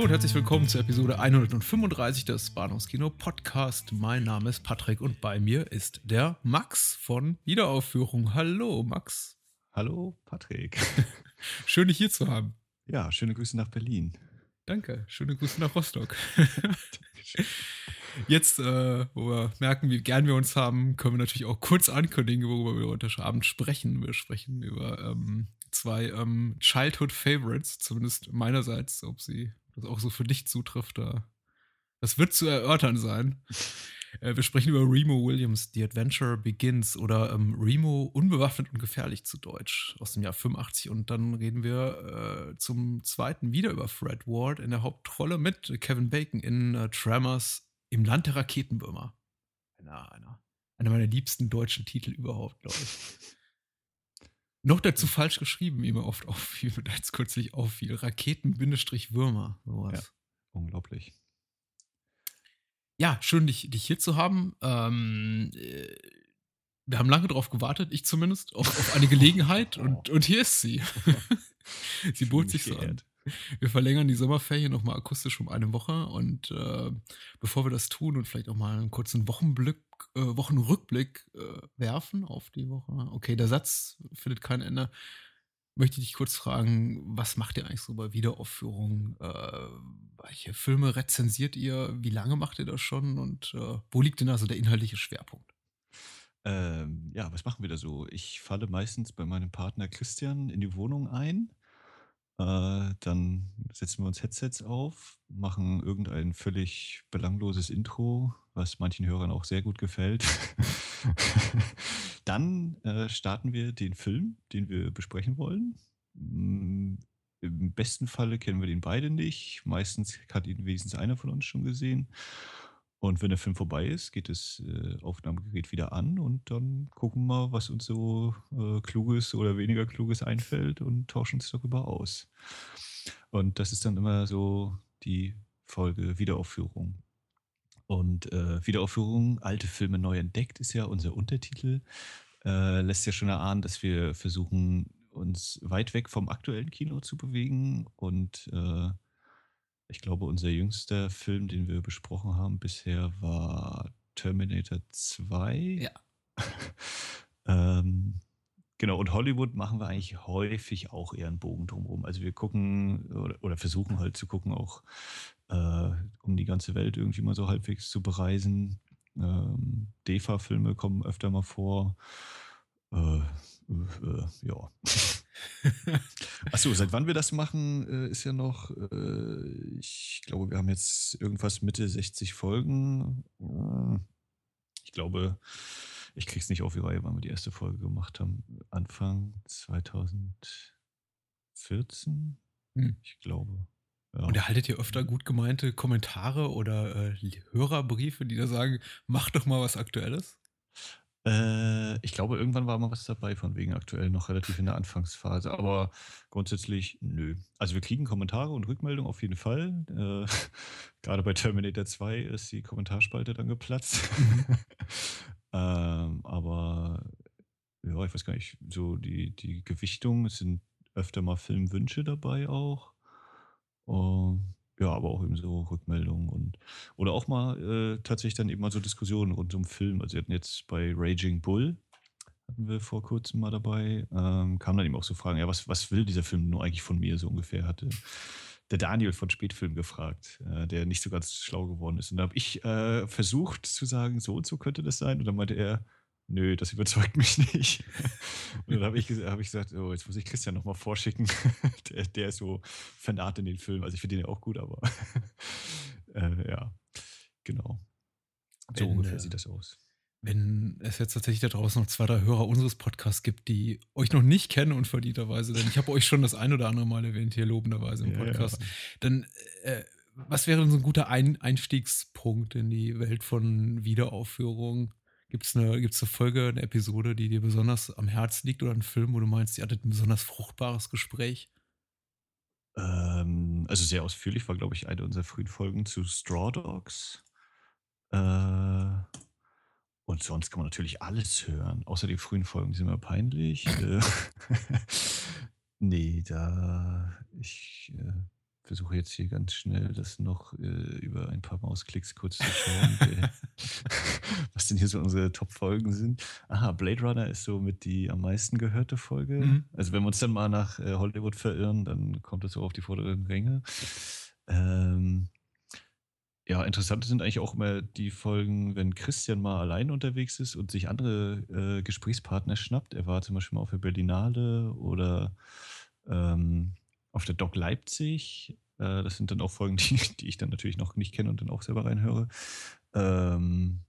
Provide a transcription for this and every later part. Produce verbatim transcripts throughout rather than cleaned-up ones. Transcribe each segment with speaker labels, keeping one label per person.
Speaker 1: und herzlich willkommen zur Episode hundertfünfunddreißig des Bahnhofskino Podcast. Mein Name ist Patrick und bei mir ist der Max von Wiederaufführung. Hallo Max.
Speaker 2: Hallo Patrick.
Speaker 1: Schön, dich hier zu haben.
Speaker 2: Ja, schöne Grüße nach Berlin.
Speaker 1: Danke, schöne Grüße nach Rostock. Jetzt, äh, wo wir merken, wie gern wir uns haben, können wir natürlich auch kurz ankündigen, worüber wir heute Abend sprechen. Wir sprechen über ähm, zwei ähm, Childhood Favorites, zumindest meinerseits, ob sie das auch so für dich zutrifft. Da. Das wird zu erörtern sein. Äh, wir sprechen über Remo Williams, The Adventure Begins oder ähm, Remo Unbewaffnet und gefährlich zu Deutsch aus dem Jahr fünfundachtzig. Und dann reden wir äh, zum zweiten wieder über Fred Ward in der Hauptrolle mit Kevin Bacon in äh, Tremors im Land der Raketenwürmer. Einer, einer, einer meiner liebsten deutschen Titel überhaupt, glaube ich. Noch dazu falsch geschrieben, wie mir oft auffiel, und als kürzlich auffiel. Raketen-Würmer, sowas.
Speaker 2: Ja, unglaublich.
Speaker 1: Ja, schön, dich, dich hier zu haben. Ähm, äh, wir haben lange drauf gewartet, ich zumindest, auf, auf eine Gelegenheit und, und hier ist sie. Sie bot sich so an. Wir verlängern die Sommerferien nochmal akustisch um eine Woche und äh, bevor wir das tun und vielleicht auch mal einen kurzen Wochenblick, äh, Wochenrückblick äh, werfen auf die Woche. Okay, der Satz findet kein Ende. Möchte ich dich kurz fragen, was macht ihr eigentlich so bei Wiederaufführungen? Äh, welche Filme rezensiert ihr? Wie lange macht ihr das schon? Und äh, wo liegt denn also der inhaltliche Schwerpunkt?
Speaker 2: Ähm, ja, was machen wir da so? Ich falle meistens bei meinem Partner Christian in die Wohnung ein. Äh, dann setzen wir uns Headsets auf, machen irgendein völlig belangloses Intro, was manchen Hörern auch sehr gut gefällt. Dann äh, starten wir den Film, den wir besprechen wollen. Mm, Im besten Falle kennen wir den beide nicht. Meistens hat ihn wenigstens einer von uns schon gesehen. Und wenn der Film vorbei ist, geht das äh, Aufnahmegerät wieder an und dann gucken wir, was uns so äh, Kluges oder weniger Kluges einfällt und tauschen uns darüber aus. Und das ist dann immer so die Folge Wiederaufführung. Und äh, Wiederaufführung, alte Filme neu entdeckt, ist ja unser Untertitel. Äh, lässt ja schon erahnen, dass wir versuchen, uns weit weg vom aktuellen Kino zu bewegen. Und äh, ich glaube, unser jüngster Film, den wir besprochen haben bisher, war Terminator zwei.
Speaker 1: Ja.
Speaker 2: ähm, genau, und Hollywood machen wir eigentlich häufig auch eher einen Bogen drumherum. Also wir gucken oder, oder versuchen halt zu gucken, auch äh, um die ganze Welt irgendwie mal so halbwegs zu bereisen. Ähm, D E F A-Filme kommen öfter mal vor. Äh, äh, ja. Achso, seit wann wir das machen, äh, ist ja noch, äh, ich glaube, wir haben jetzt irgendwas Mitte sechzig Folgen. Ich glaube, ich krieg's nicht auf die Reihe, wann wir die erste Folge gemacht haben. Anfang zwanzig vierzehn?
Speaker 1: Hm.
Speaker 2: Ich glaube. Ja.
Speaker 1: Und erhaltet ihr öfter gut gemeinte Kommentare oder äh, Hörerbriefe, die da sagen, mach doch mal was Aktuelles?
Speaker 2: Äh, ich glaube, irgendwann war mal was dabei, von wegen aktuell noch relativ in der Anfangsphase, aber grundsätzlich nö. Also wir kriegen Kommentare und Rückmeldungen auf jeden Fall. Äh, gerade bei Terminator zwei ist die Kommentarspalte dann geplatzt.
Speaker 1: Mhm.
Speaker 2: ähm, aber ja, ich weiß gar nicht, so die, die Gewichtung, es sind öfter mal Filmwünsche dabei auch. Ähm, ja, aber auch eben so Rückmeldungen und oder auch mal äh, tatsächlich dann eben mal so Diskussionen rund um Film. Also wir hatten jetzt bei Raging Bull, hatten wir vor kurzem mal dabei, ähm, kamen dann eben auch so Fragen, ja, was, was will dieser Film nur eigentlich von mir, so ungefähr, hatte der Daniel von Spätfilm gefragt, äh, der nicht so ganz schlau geworden ist. Und da habe ich äh, versucht zu sagen, so und so könnte das sein. Und dann meinte er, nö, das überzeugt mich nicht. Und dann habe ich, ges- hab ich gesagt, oh, jetzt muss ich Christian nochmal vorschicken. der, der ist so Fanat in den Film. Also ich finde den ja auch gut, aber äh, ja, genau. So
Speaker 1: Wenn,
Speaker 2: ungefähr
Speaker 1: äh,
Speaker 2: sieht das aus.
Speaker 1: Wenn es jetzt tatsächlich da draußen noch zwei, drei Hörer unseres Podcasts gibt, die euch noch nicht kennen unverdienterweise, denn ich habe euch schon das ein oder andere Mal erwähnt hier lobenderweise im
Speaker 2: Ja,
Speaker 1: Podcast,
Speaker 2: ja.
Speaker 1: dann äh, was wäre denn so ein guter ein Einstiegspunkt in die Welt von Wiederaufführung? Gibt es eine, gibt's eine Folge, eine Episode, die dir besonders am Herzen liegt oder einen Film, wo du meinst, ihr hattet ein besonders fruchtbares Gespräch?
Speaker 2: Ähm, also sehr ausführlich war, glaube ich, eine unserer frühen Folgen zu Straw Dogs. Äh, und sonst kann man natürlich alles hören, außer die frühen Folgen, die sind immer peinlich. Äh, nee, da ich äh, versuche jetzt hier ganz schnell das noch äh, über ein paar Mausklicks kurz zu schauen, äh, was denn hier so unsere Top-Folgen sind. Aha, Blade Runner ist so mit die am meisten gehörte Folge.
Speaker 1: Mhm.
Speaker 2: Also wenn wir uns dann mal nach äh, Hollywood verirren, dann kommt das so auf die vorderen Ränge. Ähm, ja, interessant sind eigentlich auch immer die Folgen, wenn Christian mal allein unterwegs ist und sich andere äh, Gesprächspartner schnappt. Er war zum Beispiel mal auf der Berlinale oder ähm, auf der Doc Leipzig. Äh, das sind dann auch Folgen, die, die ich dann natürlich noch nicht kenne und dann auch selber reinhöre. Ähm,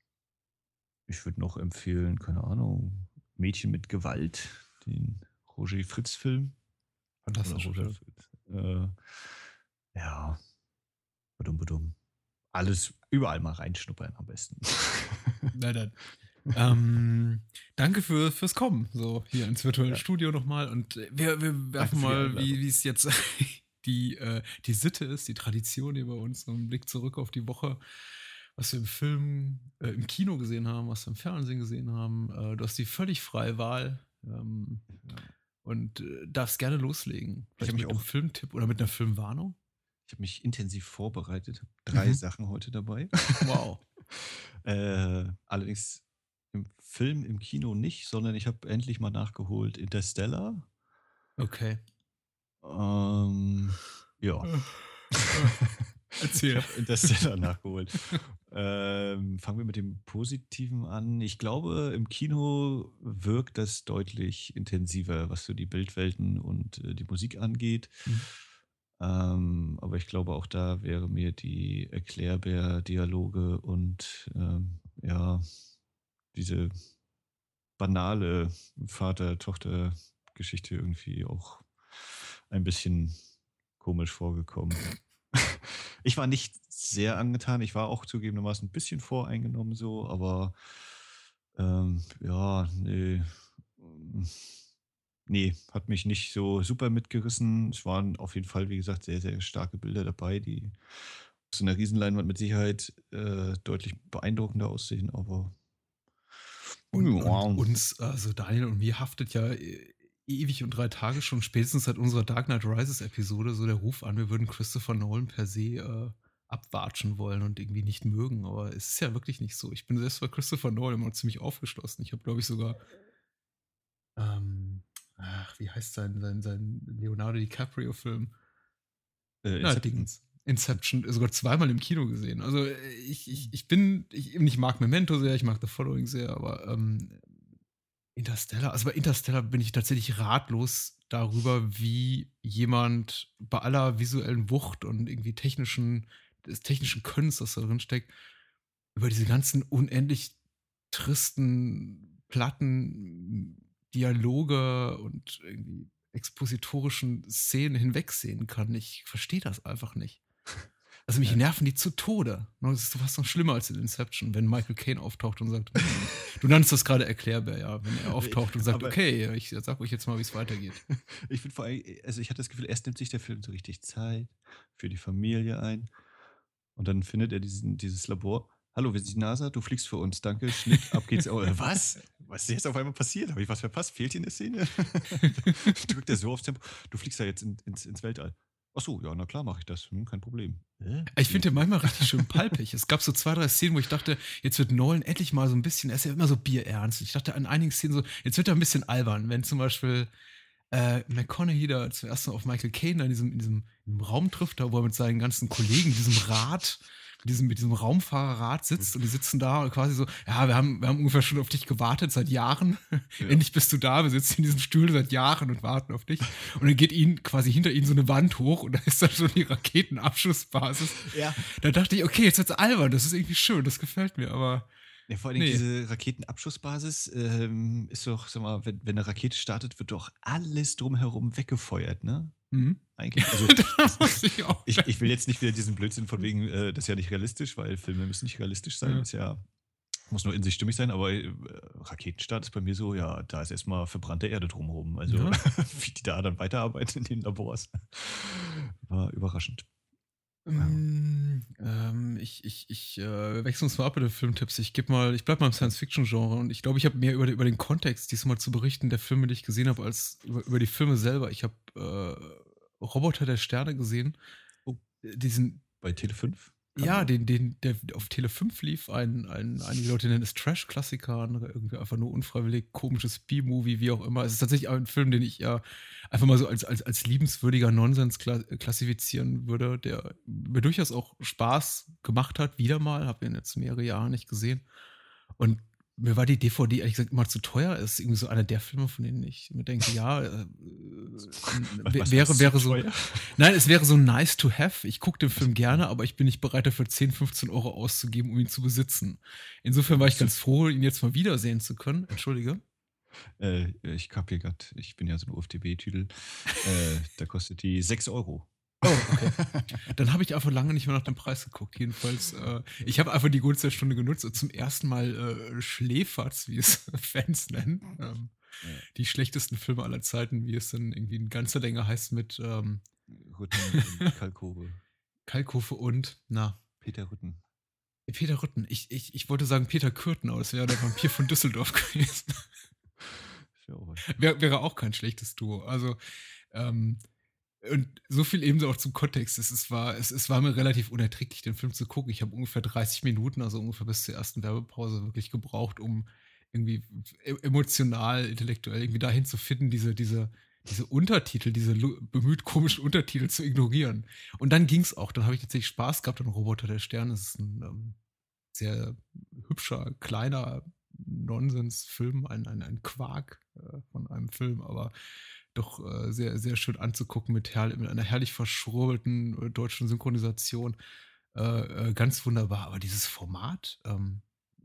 Speaker 2: ich würde noch empfehlen, keine Ahnung, Mädchen mit Gewalt, den Roger Fritz-Film. Oder
Speaker 1: Fantastischer
Speaker 2: Roger
Speaker 1: Film.
Speaker 2: Fritz. Äh, ja, badum, badum. Alles überall mal reinschnuppern am besten.
Speaker 1: Nein, nein. ähm, danke für, fürs Kommen, so hier ins virtuelle
Speaker 2: Ja.
Speaker 1: Studio nochmal. Und äh, wir, wir werfen
Speaker 2: für die
Speaker 1: mal,
Speaker 2: Einladung.
Speaker 1: wie wie es jetzt die, äh, die Sitte ist, die Tradition hier bei uns, so einen Blick zurück auf die Woche, was wir im Film, äh, im Kino gesehen haben, was wir im Fernsehen gesehen haben. Äh, du hast die völlig freie Wahl ähm,
Speaker 2: Ja.
Speaker 1: und äh, darfst gerne loslegen.
Speaker 2: Ich
Speaker 1: Vielleicht
Speaker 2: hab mich
Speaker 1: mit einem
Speaker 2: auch-
Speaker 1: Filmtipp oder mit einer Filmwarnung.
Speaker 2: Ich habe mich intensiv vorbereitet, habe drei
Speaker 1: Mhm.
Speaker 2: Sachen heute dabei.
Speaker 1: Wow.
Speaker 2: äh, allerdings im Film im Kino nicht, sondern ich habe endlich mal nachgeholt Interstellar.
Speaker 1: Okay.
Speaker 2: Ähm, ja.
Speaker 1: Erzähl.
Speaker 2: Ich habe Interstellar nachgeholt. ähm, fangen wir mit dem Positiven an. Ich glaube, im Kino wirkt das deutlich intensiver, was so die Bildwelten und äh, die Musik angeht.
Speaker 1: Mhm.
Speaker 2: Ähm, aber ich glaube, auch da wäre mir die Erklärbär-Dialoge und ähm, ja, diese banale Vater-Tochter-Geschichte irgendwie auch ein bisschen komisch vorgekommen. Ich war nicht sehr angetan. Ich war auch zugegebenermaßen ein bisschen voreingenommen so, aber ähm, ja, nee. ähm, Nee, hat mich nicht so super mitgerissen. Es waren auf jeden Fall, wie gesagt, sehr, sehr starke Bilder dabei, die auf so einer Riesenleinwand mit Sicherheit äh, deutlich beeindruckender aussehen, aber
Speaker 1: Und,
Speaker 2: ja.
Speaker 1: und uns, also Daniel und mir, haftet ja äh, ewig und drei Tage schon spätestens seit unserer Dark Knight Rises Episode so der Ruf an, wir würden Christopher Nolan per se äh, abwatschen wollen und irgendwie nicht mögen. Aber es ist ja wirklich nicht so. Ich bin selbst bei Christopher Nolan immer ziemlich aufgeschlossen. Ich habe, glaube ich, sogar, ähm, ach, wie heißt sein, sein, sein Leonardo DiCaprio-Film?
Speaker 2: Äh,
Speaker 1: Na,
Speaker 2: Inception.
Speaker 1: Dings. Inception sogar zweimal im Kino gesehen. Also äh, ich, ich, ich bin, ich, ich mag Memento sehr, ich mag The Following sehr, aber ähm, Interstellar, also bei Interstellar bin ich tatsächlich ratlos darüber, wie jemand bei aller visuellen Wucht und irgendwie technischen, des technischen Könnens, das da drin steckt, über diese ganzen unendlich tristen, platten Dialoge und irgendwie expositorischen Szenen hinwegsehen kann. Ich verstehe das einfach nicht. Also mich
Speaker 2: Ja.
Speaker 1: nerven die zu Tode. Das ist fast noch schlimmer als in Inception, wenn Michael Caine auftaucht und sagt, hm, du nannst das gerade erklärbar, ja, wenn er auftaucht und sagt,
Speaker 2: Aber-
Speaker 1: okay, ich sag euch jetzt mal, wie es weitergeht.
Speaker 2: Ich finde vor allem, also ich hatte das Gefühl, erst nimmt sich der Film so richtig Zeit für die Familie ein und dann findet er diesen, dieses Labor. Hallo, wir sind die NASA, du fliegst für uns, danke, Schnitt, ab geht's. Oh, äh, was? Was ist jetzt auf einmal passiert? Habe ich was verpasst? Fehlt hier eine Szene? Drückt er so aufs Tempo. Du fliegst da jetzt in, ins, ins Weltall. Ach so, ja, na klar mache ich das. Hm, kein Problem. Hä?
Speaker 1: Ich finde den manchmal richtig schön palpig. Es gab so zwei, drei Szenen, wo ich dachte, jetzt wird Nolan endlich mal so ein bisschen, er ist ja immer so bierernst. Ich dachte an einigen Szenen so, jetzt wird er ein bisschen albern, wenn zum Beispiel äh, McConaughey da zuerst mal auf Michael Caine in diesem, in, diesem, in diesem Raum trifft, da wo er mit seinen ganzen Kollegen, diesem Rad, mit diesem, mit diesem Raumfahrerrad sitzt und die sitzen da und quasi so, ja, wir haben, wir haben ungefähr schon auf dich gewartet seit Jahren.
Speaker 2: Ja.
Speaker 1: Endlich bist du da, wir sitzen in diesem Stuhl seit Jahren und warten auf dich. Und dann geht ihnen quasi hinter ihnen so eine Wand hoch und da ist dann so die Raketenabschussbasis.
Speaker 2: Ja.
Speaker 1: Da dachte ich, okay, jetzt wird's albern, das ist irgendwie schön, das gefällt mir, aber
Speaker 2: Ja, vor allem
Speaker 1: Nee.
Speaker 2: diese Raketenabschussbasis ähm, ist doch, sag mal, wenn, wenn eine Rakete startet, wird doch alles drumherum weggefeuert, ne?
Speaker 1: mhm.
Speaker 2: Eigentlich. Also
Speaker 1: da muss ich auch.
Speaker 2: ich, ich will jetzt nicht wieder diesen Blödsinn von wegen, äh, das ist ja nicht realistisch, weil Filme müssen nicht realistisch sein.
Speaker 1: Ja.
Speaker 2: Ist ja, muss nur in sich stimmig sein, aber äh, Raketenstart ist bei mir so, ja, da ist erstmal verbrannte Erde drumherum. Also
Speaker 1: Ja.
Speaker 2: wie die da dann weiterarbeiten in den Labors, war überraschend.
Speaker 1: Mm, ähm, ich ich, ich äh, wechsle uns mal ab mit den Filmtipps. Ich gebe mal, ich bleib mal im Science-Fiction-Genre und ich glaube, ich habe mehr über, über den Kontext diesmal zu berichten der Filme, die ich gesehen habe, als über, über die Filme selber. Ich habe äh, Roboter der Sterne gesehen.
Speaker 2: Oh,
Speaker 1: Äh, Diesen,
Speaker 2: bei Tele fünf kam
Speaker 1: ja,
Speaker 2: der?
Speaker 1: den, den, der auf Tele fünf lief, ein, ein, einige Leute nennen es Trash-Klassiker, andere irgendwie einfach nur unfreiwillig komisches B-Movie, wie auch immer. Es ist tatsächlich ein Film, den ich ja einfach mal so als, als, als liebenswürdiger Nonsens kla klassifizieren würde, der mir durchaus auch Spaß gemacht hat, wieder mal, habe ihn jetzt mehrere Jahre nicht gesehen. Und mir war die D V D ehrlich gesagt immer zu teuer. Es ist irgendwie so einer der Filme, von denen ich mir denke, ja, äh,
Speaker 2: Was,
Speaker 1: w-
Speaker 2: was
Speaker 1: wäre,
Speaker 2: heißt zu
Speaker 1: wäre so,
Speaker 2: teuer?
Speaker 1: nein, es wäre so nice to have. Ich gucke den Film gerne, aber ich bin nicht bereit dafür zehn, fünfzehn Euro auszugeben, um ihn zu besitzen. Insofern war ich ganz froh, ihn jetzt mal wiedersehen zu können. Entschuldige.
Speaker 2: Äh, ich hab hier grad, ich bin ja so ein U F D B-Titel, äh, da kostet die sechs Euro.
Speaker 1: Oh, okay. Dann habe ich einfach lange nicht mehr nach dem Preis geguckt. Jedenfalls, äh, ich habe einfach die Gunst der Stunde genutzt und zum ersten Mal äh, Schläferz, wie es Fans nennen. Ähm,
Speaker 2: Ja.
Speaker 1: die schlechtesten Filme aller Zeiten, wie es dann irgendwie in ganzer Länge heißt mit ähm,
Speaker 2: Rütten und Kalkove.
Speaker 1: Kalkofe und, na,
Speaker 2: Peter Rütten.
Speaker 1: Peter Rütten. Ich, ich, ich wollte sagen Peter Kürten, aber das wäre der Vampir von Düsseldorf gewesen.
Speaker 2: Ist ja auch was.
Speaker 1: Wär, wäre auch kein schlechtes Duo. Also, ähm, und so viel ebenso auch zum Kontext. Es, es, war, es, es war mir relativ unerträglich, den Film zu gucken. Ich habe ungefähr dreißig Minuten, also ungefähr bis zur ersten Werbepause, wirklich gebraucht, um irgendwie e- emotional, intellektuell irgendwie dahin zu finden, diese, diese, diese Untertitel, diese lu- bemüht komischen Untertitel zu ignorieren. Und dann ging es auch. Dann habe ich tatsächlich Spaß gehabt an Roboter der Sterne. Es ist ein ähm, sehr hübscher, kleiner Nonsensfilm, ein, ein, ein Quark äh, von einem Film, aber doch äh, sehr, sehr schön anzugucken mit, herr mit einer herrlich verschwurbelten äh, deutschen Synchronisation. Äh, äh, ganz wunderbar. Aber dieses Format, ähm,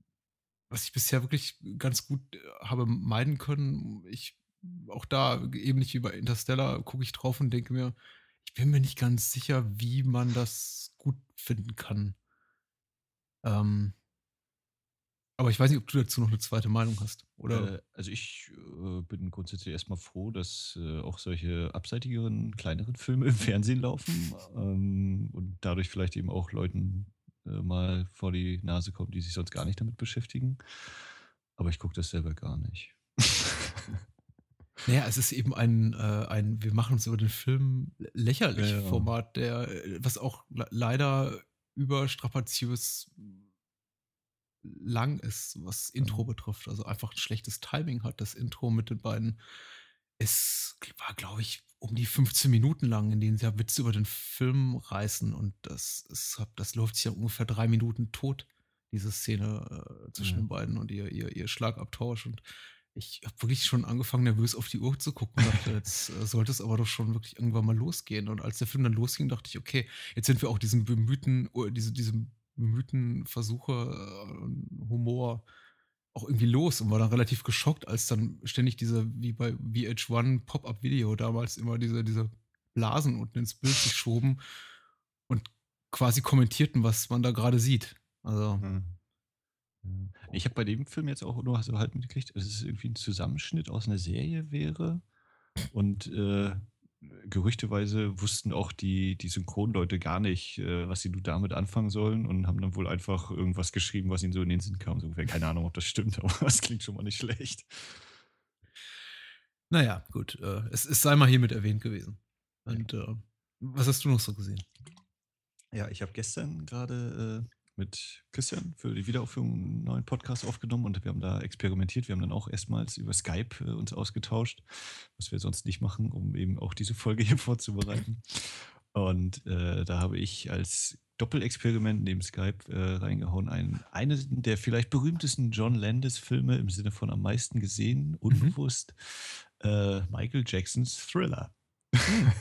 Speaker 1: was ich bisher wirklich ganz gut äh, habe meiden können, ich auch da, ähnlich wie bei Interstellar, gucke ich drauf und denke mir, ich bin mir nicht ganz sicher, wie man das gut finden kann. Ähm, aber ich weiß nicht, ob du dazu noch eine zweite Meinung hast. Oder
Speaker 2: Äh, also ich äh, bin grundsätzlich erstmal froh, dass äh, auch solche abseitigeren, kleineren Filme im Fernsehen laufen ähm, und dadurch vielleicht eben auch Leuten äh, mal vor die Nase kommen, die sich sonst gar nicht damit beschäftigen. Aber ich gucke das selber gar nicht.
Speaker 1: naja, es ist eben ein, äh, ein wir machen uns über den Film
Speaker 2: Ja,
Speaker 1: lächerlich
Speaker 2: ja.
Speaker 1: Format, der, äh, was auch le leider überstrapaziös lang ist, was Intro
Speaker 2: Ja.
Speaker 1: betrifft. Also einfach ein schlechtes Timing hat. Das Intro mit den beiden. Es war, glaube ich, um die fünfzehn Minuten lang, in denen sie ja Witze über den Film reißen. Und das, ist, das läuft sich ja ungefähr drei Minuten tot, diese Szene äh, zwischen
Speaker 2: Ja.
Speaker 1: den beiden und ihr, ihr, ihr Schlagabtausch. Und ich habe wirklich schon angefangen, nervös auf die Uhr zu gucken und dachte, jetzt äh, sollte es aber doch schon wirklich irgendwann mal losgehen. Und als der Film dann losging, dachte ich, okay, jetzt sind wir auch diesem bemühten, oh, diese, diesem bemühten Versuche äh, und Humor auch irgendwie los und war dann relativ geschockt, als dann ständig diese, wie bei V H eins Pop-Up-Video damals immer diese, diese Blasen unten ins Bild sich schoben und quasi kommentierten, was man da gerade sieht. Also,
Speaker 2: Ja. Ja. Ich habe bei dem Film jetzt auch nur so halt mitgekriegt, dass es irgendwie ein Zusammenschnitt aus einer Serie wäre. Und äh, gerüchteweise wussten auch die, die Synchronleute gar nicht, äh, was sie nun damit anfangen sollen und haben dann wohl einfach irgendwas geschrieben, was ihnen so in den Sinn kam. So ungefähr. Keine Ahnung, ob das stimmt, aber das klingt schon mal nicht schlecht.
Speaker 1: naja, gut. Äh, es, es sei mal hiermit erwähnt gewesen.
Speaker 2: Ja.
Speaker 1: Und äh, was hast du noch so gesehen?
Speaker 2: Ja, ich habe gestern gerade äh, mit Christian für die Wiederaufführung einen neuen Podcast aufgenommen und wir haben da experimentiert. Wir haben dann auch erstmals über Skype äh, uns ausgetauscht, was wir sonst nicht machen, um eben auch diese Folge hier vorzubereiten. Und äh, da habe ich als Doppelexperiment neben Skype äh, reingehauen, einen, einen der vielleicht berühmtesten John Landis-Filme im Sinne von am meisten gesehen, unbewusst, äh, Michael Jacksons Thriller.
Speaker 1: Hm.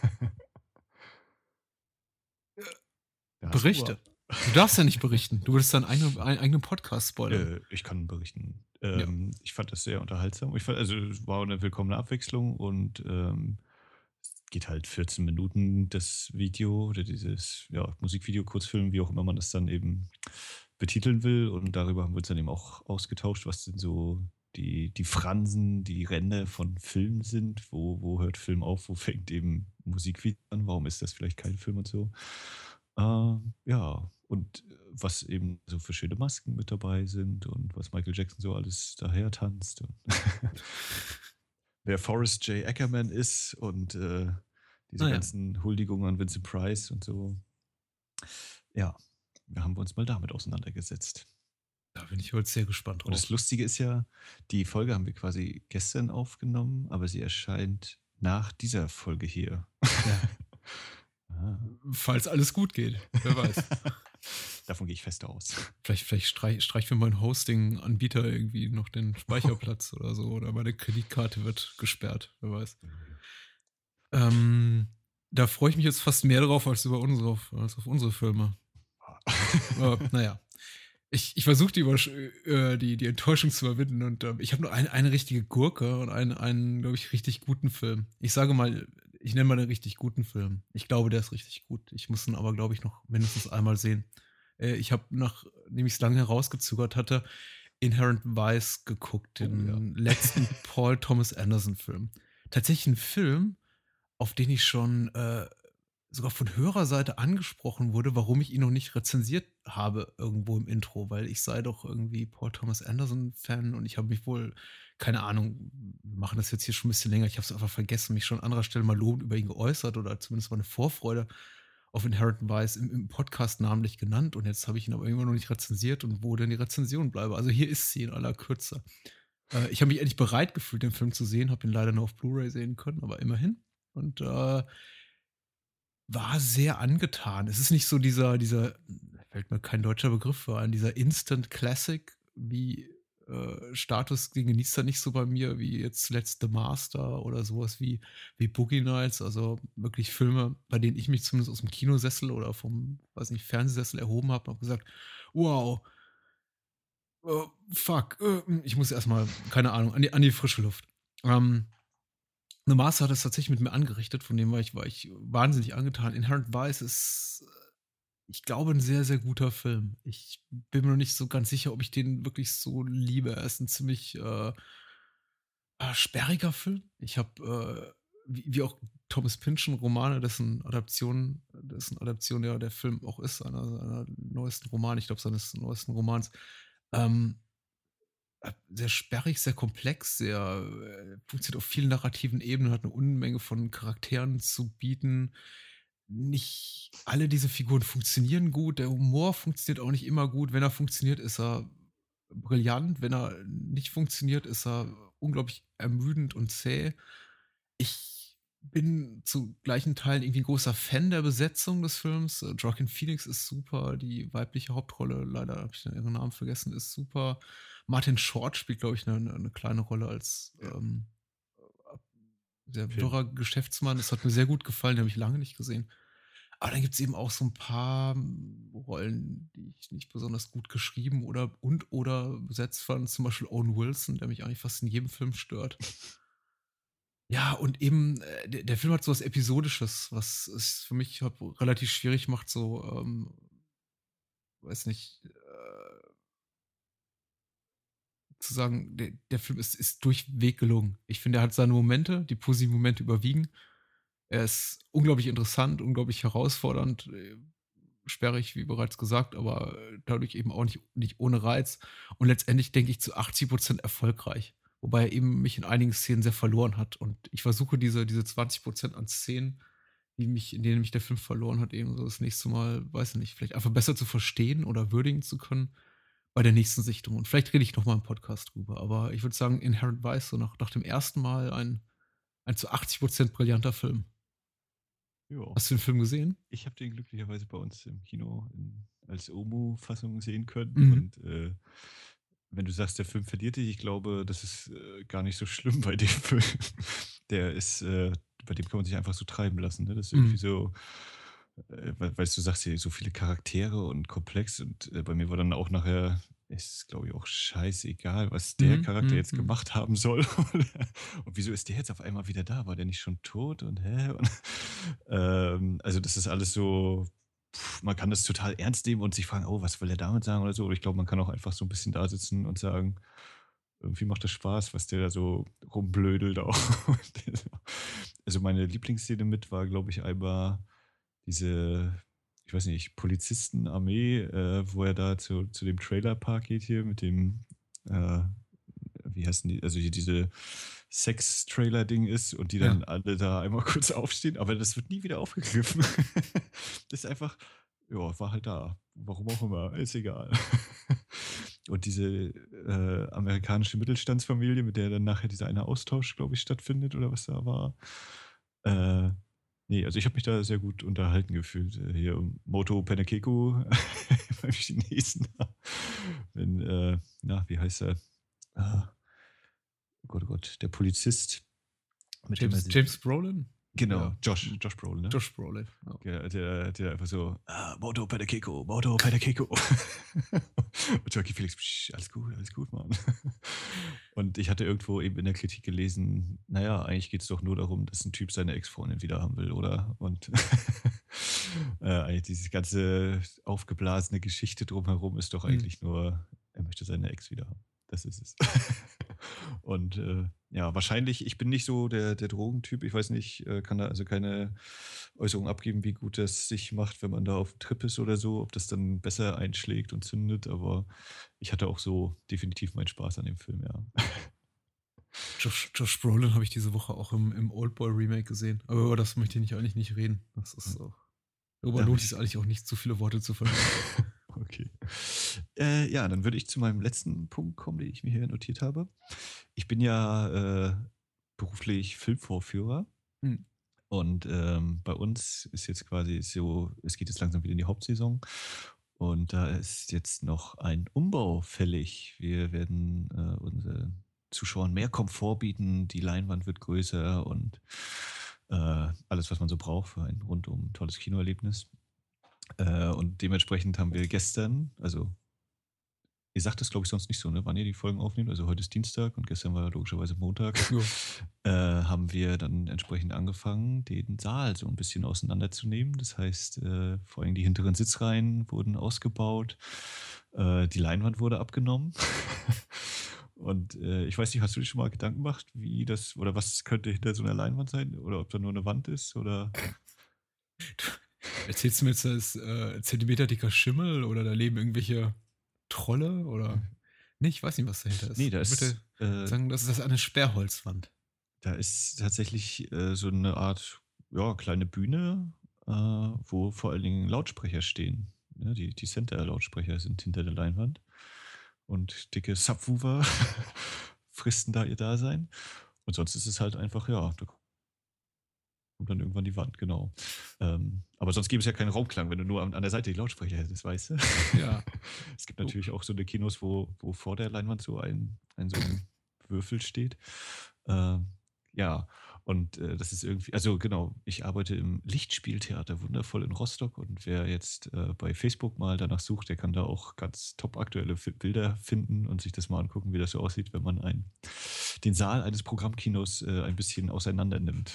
Speaker 2: Da hast du
Speaker 1: Berichte.
Speaker 2: aber-
Speaker 1: Du darfst ja nicht berichten. Du würdest deinen eigenen, einen eigenen Podcast spoilern.
Speaker 2: Äh, ich kann berichten.
Speaker 1: Ja.
Speaker 2: Ähm, Ich fand das sehr unterhaltsam. Ich fand, also es war eine willkommene Abwechslung und ähm, es geht halt vierzehn Minuten das Video oder dieses ja, Musikvideo, Kurzfilm, wie auch immer man das dann eben betiteln will. Und darüber haben wir uns dann eben auch ausgetauscht, was denn so die, die Fransen, die Ränder von Film sind. Wo, wo hört Film auf, wo fängt eben Musikvideo an? Warum ist das vielleicht kein Film und so? Ähm, ja, und äh, was eben so für schöne Masken mit dabei sind und was Michael Jackson so alles daher tanzt und wer Forrest J. Ackerman ist und äh, diese
Speaker 1: Naja,
Speaker 2: ganzen Huldigungen an Vincent Price und so. Ja, da haben wir uns mal damit auseinandergesetzt.
Speaker 1: da bin ich heute sehr gespannt
Speaker 2: Und das
Speaker 1: drauf.
Speaker 2: Lustige ist ja, die Folge haben wir quasi gestern aufgenommen, aber sie erscheint nach dieser Folge hier.
Speaker 1: Ja,
Speaker 2: Ah.
Speaker 1: falls alles gut geht, wer weiß.
Speaker 2: Davon gehe ich fest aus.
Speaker 1: Vielleicht, vielleicht streich, streicht mir mein Hosting-Anbieter irgendwie noch den Speicherplatz oder so. Oder meine Kreditkarte wird gesperrt, wer weiß. Ähm, da freue ich mich jetzt fast mehr drauf als über unsere, als auf unsere Filme. äh, naja. Ich, ich versuche die, Übersch- äh, die, die Enttäuschung zu überwinden und äh, ich habe nur eine, eine richtige Gurke und einen, einen glaube ich, richtig guten Film. Ich sage mal, ich nenne mal einen richtig guten Film. Ich glaube, der ist richtig gut. Ich muss ihn aber, glaube ich, noch mindestens einmal sehen. Äh, ich habe, nachdem ich es lange herausgezögert hatte, Inherent Vice geguckt,
Speaker 2: Oh ja.
Speaker 1: den letzten Paul Thomas Anderson-Film. Tatsächlich ein Film, auf den ich schon äh, sogar von Hörerseite angesprochen wurde, warum ich ihn noch nicht rezensiert habe irgendwo im Intro, weil ich sei doch irgendwie Paul Thomas Anderson-Fan und ich habe mich wohl, keine Ahnung, wir machen das jetzt hier schon ein bisschen länger, ich habe es einfach vergessen, mich schon an anderer Stelle mal lobend über ihn geäußert oder zumindest meine Vorfreude auf Inherent Vice im, im Podcast namentlich genannt und jetzt habe ich ihn aber irgendwann noch nicht rezensiert und wo denn die Rezension bleibe. Also hier ist sie in aller Kürze. Äh, ich habe mich endlich bereit gefühlt, den Film zu sehen, habe ihn leider nur auf Blu-ray sehen können, aber immerhin. Und äh, war sehr angetan. Es ist nicht so dieser, dieser, fällt mir kein deutscher Begriff für ein, dieser Instant Classic wie äh, Status, den genießt er nicht so bei mir wie jetzt zuletzt The Master oder sowas wie, wie Boogie Nights. Also wirklich Filme, bei denen ich mich zumindest aus dem Kinosessel oder vom, weiß nicht, Fernsehsessel erhoben habe und habe gesagt, wow, äh, fuck, äh, ich muss erstmal, keine Ahnung, an die, an die frische Luft. Ähm, The Master hat es tatsächlich mit mir angerichtet, von dem war ich, war ich wahnsinnig angetan. Inherent Vice ist, äh, ich glaube, ein sehr, sehr guter Film. Ich bin mir noch nicht so ganz sicher, ob ich den wirklich so liebe. Er ist ein ziemlich äh, äh, sperriger Film. Ich habe, äh, wie, wie auch Thomas Pynchon Romane, dessen Adaption, dessen Adaption ja der Film auch ist, einer seiner neuesten Romane, ich glaube, seines neuesten Romans, ähm, äh, sehr sperrig, sehr komplex, sehr äh, funktioniert auf vielen narrativen Ebenen, hat eine Unmenge von Charakteren zu bieten. Nicht alle diese Figuren funktionieren gut. Der Humor funktioniert auch nicht immer gut. Wenn er funktioniert, ist er brillant. Wenn er nicht funktioniert, ist er unglaublich ermüdend und zäh. Ich bin zu gleichen Teilen irgendwie ein großer Fan der Besetzung des Films. Äh, Joaquin Phoenix ist super. Die weibliche Hauptrolle, leider habe ich ihren Namen vergessen, ist super. Martin Short spielt, glaube ich, eine, eine kleine Rolle als
Speaker 2: Ja.
Speaker 1: ähm, sehr
Speaker 2: Finn.
Speaker 1: wirrer Geschäftsmann. Das hat mir sehr gut gefallen, den habe ich lange nicht gesehen. Aber dann gibt es eben auch so ein paar Rollen, die ich nicht besonders gut geschrieben oder und oder besetzt fand. Zum Beispiel Owen Wilson, der mich eigentlich fast in jedem Film stört. Ja, und eben, äh, der, der Film hat so was Episodisches, was es für mich halt relativ schwierig macht, so, ähm, weiß nicht, äh, zu sagen, der, der Film ist, ist durchweg gelungen. Ich finde, er hat seine Momente, die positiven Momente überwiegen. Er ist unglaublich interessant, unglaublich herausfordernd, äh, sperrig, wie bereits gesagt, aber äh, dadurch eben auch nicht, nicht ohne Reiz. Und letztendlich denke ich zu achtzig Prozent erfolgreich. Wobei er eben mich in einigen Szenen sehr verloren hat. Und ich versuche diese, diese zwanzig Prozent an Szenen, die mich, in denen mich der Film verloren hat, eben so das nächste Mal, weiß ich nicht, vielleicht einfach besser zu verstehen oder würdigen zu können bei der nächsten Sichtung. Und vielleicht rede ich noch mal im Podcast drüber. Aber ich würde sagen, Inherent Vice, so nach, nach dem ersten Mal ein, ein zu achtzig Prozent brillanter Film.
Speaker 2: Ja.
Speaker 1: Hast du den Film gesehen?
Speaker 2: Ich habe den glücklicherweise bei uns im Kino in, als Omu-Fassung sehen können.
Speaker 1: Mhm.
Speaker 2: Und äh, wenn du sagst, der Film verliert dich, ich glaube, das ist äh, gar nicht so schlimm bei dem Film. Der ist, äh, bei dem kann man sich einfach so treiben lassen. Ne? Das ist irgendwie
Speaker 1: Mhm.
Speaker 2: so, äh, weil, weil du sagst, hier so viele Charaktere und komplex. Und äh, bei mir war dann auch nachher, ist glaube ich auch scheißegal, was der
Speaker 1: Mhm.
Speaker 2: Charakter
Speaker 1: Mhm.
Speaker 2: jetzt
Speaker 1: Mhm.
Speaker 2: gemacht haben soll. Und wieso ist der jetzt auf einmal wieder da? War der nicht schon tot? Und hä? Und, ähm, also das ist alles so, pff, man kann das total ernst nehmen und sich fragen, oh, was will er damit sagen oder so. Oder ich glaube, man kann auch einfach so ein bisschen da sitzen und sagen, irgendwie macht das Spaß, was der da so rumblödelt auch. Also meine Lieblingsszene mit war, glaube ich, einmal diese, ich weiß nicht, Polizistenarmee, äh, wo er da zu, zu dem Trailerpark geht hier mit dem, äh, wie wie heißen die, also hier diese Sex-Trailer-Ding ist und die dann
Speaker 1: Ja.
Speaker 2: alle da einmal kurz aufstehen, aber das wird nie wieder aufgegriffen. Das ist einfach, ja, war halt da. Warum auch immer, ist egal. Und diese äh, amerikanische Mittelstandsfamilie, mit der dann nachher dieser eine Austausch, glaube ich, stattfindet oder was da war. Äh, nee, also ich habe mich da sehr gut unterhalten gefühlt. Äh, Hier Moto Panakeku beim Chinesen. Wenn, äh, na, wie heißt er? Ah, oh Gott, oh Gott, der Polizist, mit dem er
Speaker 1: James,
Speaker 2: sich.
Speaker 1: James Brolin?
Speaker 2: Genau,
Speaker 1: Ja.
Speaker 2: Josh, Josh Brolin, ne?
Speaker 1: Josh Brolin. Ja.
Speaker 2: Der, der, der einfach so, ah, Moto Panakeku, Moto Panakeku. Und Joaquin Phoenix, psch, alles gut, alles gut, Mann. Und ich hatte irgendwo eben in der Kritik gelesen, naja, eigentlich geht es doch nur darum, dass ein Typ seine Ex-Freundin wieder haben will, oder? Und äh, eigentlich diese ganze aufgeblasene Geschichte drumherum ist doch
Speaker 1: Hm.
Speaker 2: eigentlich nur, er möchte seine Ex wieder haben. Das ist es. Und äh, ja, wahrscheinlich, ich bin nicht so der, der Drogentyp. Ich weiß nicht, äh, kann da also keine Äußerung abgeben, wie gut das sich macht, wenn man da auf dem Trip ist oder so, ob das dann besser einschlägt und zündet. Aber ich hatte auch so definitiv meinen Spaß an dem Film, ja.
Speaker 1: Josh, Josh Brolin habe ich diese Woche auch im, im Oldboy Remake gesehen. Aber über das möchte ich eigentlich nicht reden. Das ist so. Darüber
Speaker 2: Da
Speaker 1: lohnt
Speaker 2: hab
Speaker 1: es
Speaker 2: ich-
Speaker 1: eigentlich auch nicht, zu viele Worte zu verlieren.
Speaker 2: Okay. Äh, ja, dann würde ich zu meinem letzten Punkt kommen, den ich mir hier notiert habe. Ich bin ja äh, beruflich Filmvorführer.
Speaker 1: Hm.
Speaker 2: Und ähm, bei uns ist jetzt quasi so, es geht jetzt langsam wieder in die Hauptsaison. Und da ist jetzt noch ein Umbau fällig. Wir werden äh, unseren Zuschauern mehr Komfort bieten. Die Leinwand wird größer und äh, alles, was man so braucht für ein rundum tolles Kinoerlebnis. Äh, und dementsprechend haben wir gestern, also ihr sagt das, glaube ich, sonst nicht so, ne? Wann ihr die Folgen aufnehmt. Also heute ist Dienstag und gestern war logischerweise Montag.
Speaker 1: Ja.
Speaker 2: Äh, haben wir dann entsprechend angefangen, den Saal so ein bisschen auseinanderzunehmen. Das heißt, äh, vor allem die hinteren Sitzreihen wurden ausgebaut. Äh, die Leinwand wurde abgenommen. Und äh, ich weiß nicht, hast du dir schon mal Gedanken gemacht, wie das oder was könnte hinter so einer Leinwand sein? Oder ob da nur eine Wand ist? Oder
Speaker 1: Erzählst du mir jetzt, da ist äh, Zentimeter dicker Schimmel oder da leben irgendwelche Trolle oder. Nee, ich weiß nicht, was dahinter ist.
Speaker 2: nee, da
Speaker 1: Ich würde
Speaker 2: ist, äh,
Speaker 1: sagen, das ist eine Sperrholzwand.
Speaker 2: da ist tatsächlich äh, so eine Art, ja, kleine Bühne, äh, wo vor allen Dingen Lautsprecher stehen. Ja, die, die Center-Lautsprecher sind hinter der Leinwand. Und dicke Subwoofer fristen da ihr Dasein. Und sonst ist es halt einfach, ja, da kommt dann irgendwann die Wand, genau. Ähm, aber sonst gäbe es ja keinen Raumklang, wenn du nur an, an der Seite die Lautsprecher hättest, weißt du?
Speaker 1: Ja.
Speaker 2: Es gibt natürlich auch so eine Kinos, wo, wo vor der Leinwand so ein, ein so ein Würfel steht. Ähm, ja, und äh, das ist irgendwie, also genau, ich arbeite im Lichtspieltheater wundervoll in Rostock und wer jetzt äh, bei Facebook mal danach sucht, der kann da auch ganz top aktuelle Fi- Bilder finden und sich das mal angucken, wie das so aussieht, wenn man ein, den Saal eines Programmkinos äh, ein bisschen auseinander nimmt.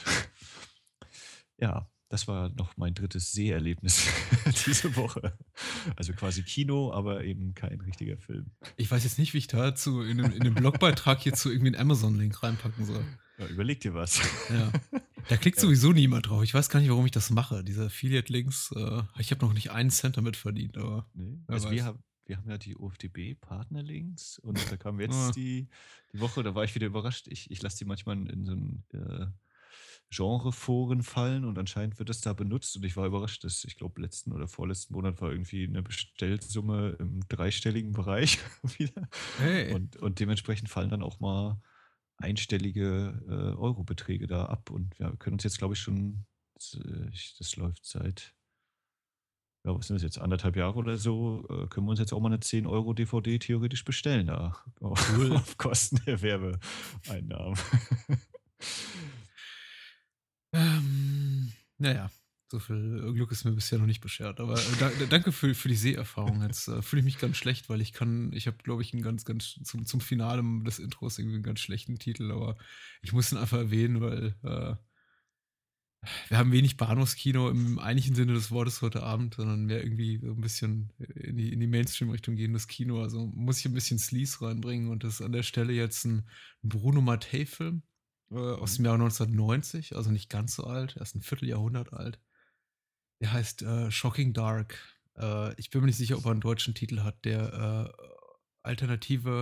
Speaker 2: Ja, das war noch mein drittes Seherlebnis diese Woche. Also quasi Kino, aber eben kein richtiger Film.
Speaker 1: Ich weiß jetzt nicht, wie ich dazu in dem, in dem Blogbeitrag hierzu irgendwie einen Amazon-Link reinpacken soll.
Speaker 2: Ja, überleg dir was.
Speaker 1: Ja. Da klickt
Speaker 2: Ja.
Speaker 1: sowieso niemand drauf. Ich weiß gar nicht, warum ich das mache. Diese Affiliate-Links, äh, ich habe noch nicht einen Cent damit verdient, aber
Speaker 2: Nee.
Speaker 1: wer
Speaker 2: Also
Speaker 1: weiß.
Speaker 2: wir haben, wir haben ja die O F D B-Partnerlinks und da kam jetzt
Speaker 1: Ah.
Speaker 2: die, die Woche, da war ich wieder überrascht. Ich, ich lasse die manchmal in so ein äh, Genre-Foren fallen und anscheinend wird das da benutzt und ich war überrascht, dass ich glaube letzten oder vorletzten Monat war irgendwie eine Bestellsumme im dreistelligen Bereich wieder.
Speaker 1: Hey.
Speaker 2: Und, und dementsprechend fallen dann auch mal einstellige äh, Eurobeträge da ab und wir können uns jetzt glaube ich schon, das, äh, ich- das läuft seit ja, was sind das jetzt, anderthalb Jahre oder so, äh, können wir uns jetzt auch mal eine zehn Euro D V D theoretisch bestellen da. Auf,
Speaker 1: Cool.
Speaker 2: auf Kosten der Werbeeinnahmen.
Speaker 1: Ähm, naja, so viel Glück ist mir bisher noch nicht beschert. Aber äh, da, da- danke für, für die Seherfahrung. Jetzt äh, fühle ich mich ganz schlecht, weil ich kann, ich habe, glaube ich, einen ganz, ganz zum, zum Finale des Intros irgendwie einen ganz schlechten Titel, aber ich muss ihn einfach erwähnen, weil äh, wir haben wenig Bahnhofskino im eigentlichen Sinne des Wortes heute Abend, sondern mehr irgendwie so ein bisschen in die, in die Mainstream-Richtung gehendes Kino. Also muss ich ein bisschen Sleaze reinbringen und das ist an der Stelle jetzt ein Bruno Mattei-Film äh, aus dem Jahr neunzehnhundertneunzig, also nicht ganz so alt, erst ein Vierteljahrhundert alt. Der heißt äh, Shocking Dark. Äh, ich bin mir nicht sicher, ob er einen deutschen Titel hat. Der äh, alternative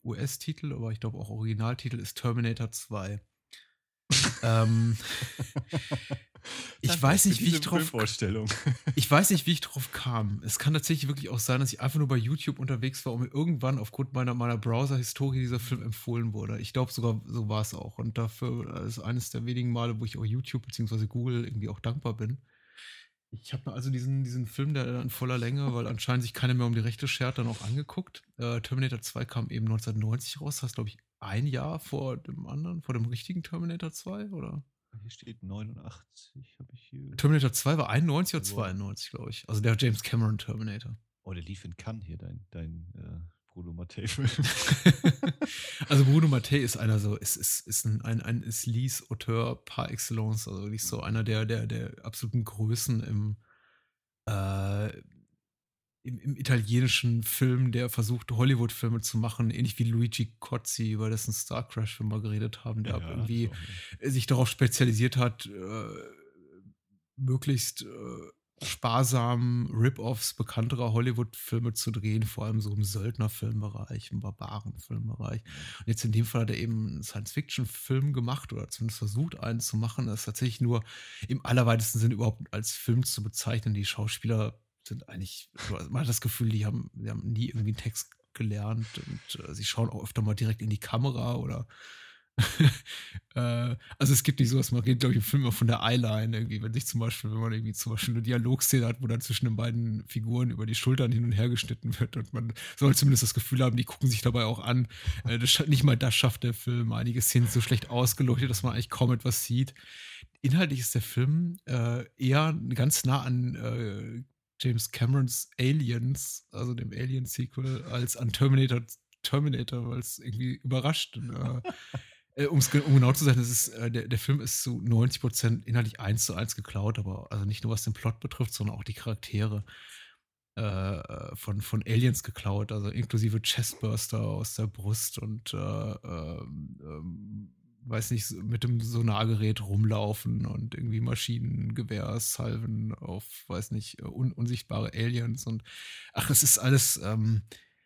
Speaker 1: U S-Titel, aber ich glaube auch Originaltitel ist Terminator zwei. ähm, ich
Speaker 2: Danke
Speaker 1: weiß
Speaker 2: für
Speaker 1: nicht, wie ich
Speaker 2: diese
Speaker 1: drauf
Speaker 2: Filmvorstellung.
Speaker 1: ich weiß nicht, wie ich drauf kam. Es kann tatsächlich wirklich auch sein, dass ich einfach nur bei YouTube unterwegs war und mir irgendwann aufgrund meiner, meiner Browser-Historie dieser Film empfohlen wurde. Ich glaube sogar, so war es auch. Und dafür ist eines der wenigen Male, wo ich auch YouTube bzw. Google irgendwie auch dankbar bin. Ich habe mir also diesen, diesen Film, der in voller Länge, weil anscheinend sich keiner mehr um die Rechte schert, dann auch angeguckt. Äh, Terminator zwei kam eben neunzehnhundertneunzig raus. Das heißt, glaube ich, ein Jahr vor dem anderen, vor dem richtigen Terminator zwei, oder?
Speaker 2: Hier steht neunundachtzig, habe ich hier.
Speaker 1: Terminator zwei war einundneunzig oder
Speaker 2: Wow.
Speaker 1: zweiundneunzig, glaube ich. Also der James Cameron Terminator.
Speaker 2: Oh, der lief in Cannes hier, dein, dein äh, Bruno Mattei-Film.
Speaker 1: Also Bruno Mattei ist einer so, ist, ist, ist ein, ein, ein Sleaze-Auteur par excellence, also wirklich so einer der, der, der absoluten Größen im, äh, im, im italienischen Film, der versucht, Hollywood-Filme zu machen, ähnlich wie Luigi Cozzi, über dessen Star Crash wir mal geredet haben, der
Speaker 2: Ja,
Speaker 1: irgendwie
Speaker 2: so, ja.
Speaker 1: sich darauf spezialisiert hat, äh, möglichst äh, sparsam Rip-Offs bekannterer Hollywood-Filme zu drehen, vor allem so im Söldnerfilmbereich, im Barbarenfilmbereich. Und jetzt in dem Fall hat er eben einen Science-Fiction-Film gemacht oder zumindest versucht, einen zu machen. Das ist tatsächlich nur im allerweitesten Sinne überhaupt als Film zu bezeichnen. Die Schauspieler sind eigentlich, man hat das Gefühl, die haben, die haben nie irgendwie einen Text gelernt und äh, sie schauen auch öfter mal direkt in die Kamera oder äh, also es gibt nicht sowas, man redet, glaube ich, im Film immer von der Eyeline irgendwie, wenn sich zum Beispiel, wenn man irgendwie zum Beispiel eine Dialogszene hat, wo dann zwischen den beiden Figuren über die Schultern hin und her geschnitten wird und man soll zumindest das Gefühl haben, die gucken sich dabei auch an. Äh, das, nicht mal das schafft der Film. Einige Szenen sind so schlecht ausgeleuchtet, dass man eigentlich kaum etwas sieht. Inhaltlich ist der Film äh, eher ganz nah an äh, James Camerons Aliens, also dem Alien-Sequel, als an Terminator, Terminator, weil es irgendwie überrascht. Äh, äh, um's, ge- um genau zu sein, das ist, äh, der, der Film ist zu neunzig Prozent inhaltlich eins zu eins geklaut, aber also nicht nur was den Plot betrifft, sondern auch die Charaktere äh, äh, von, von Aliens geklaut, also inklusive Chestburster aus der Brust und äh, ähm, ähm, weiß nicht, so mit dem Sonargerät rumlaufen und irgendwie Maschinengewehrsalven auf, weiß nicht, un unsichtbare Aliens und ach, es ist alles, ähm,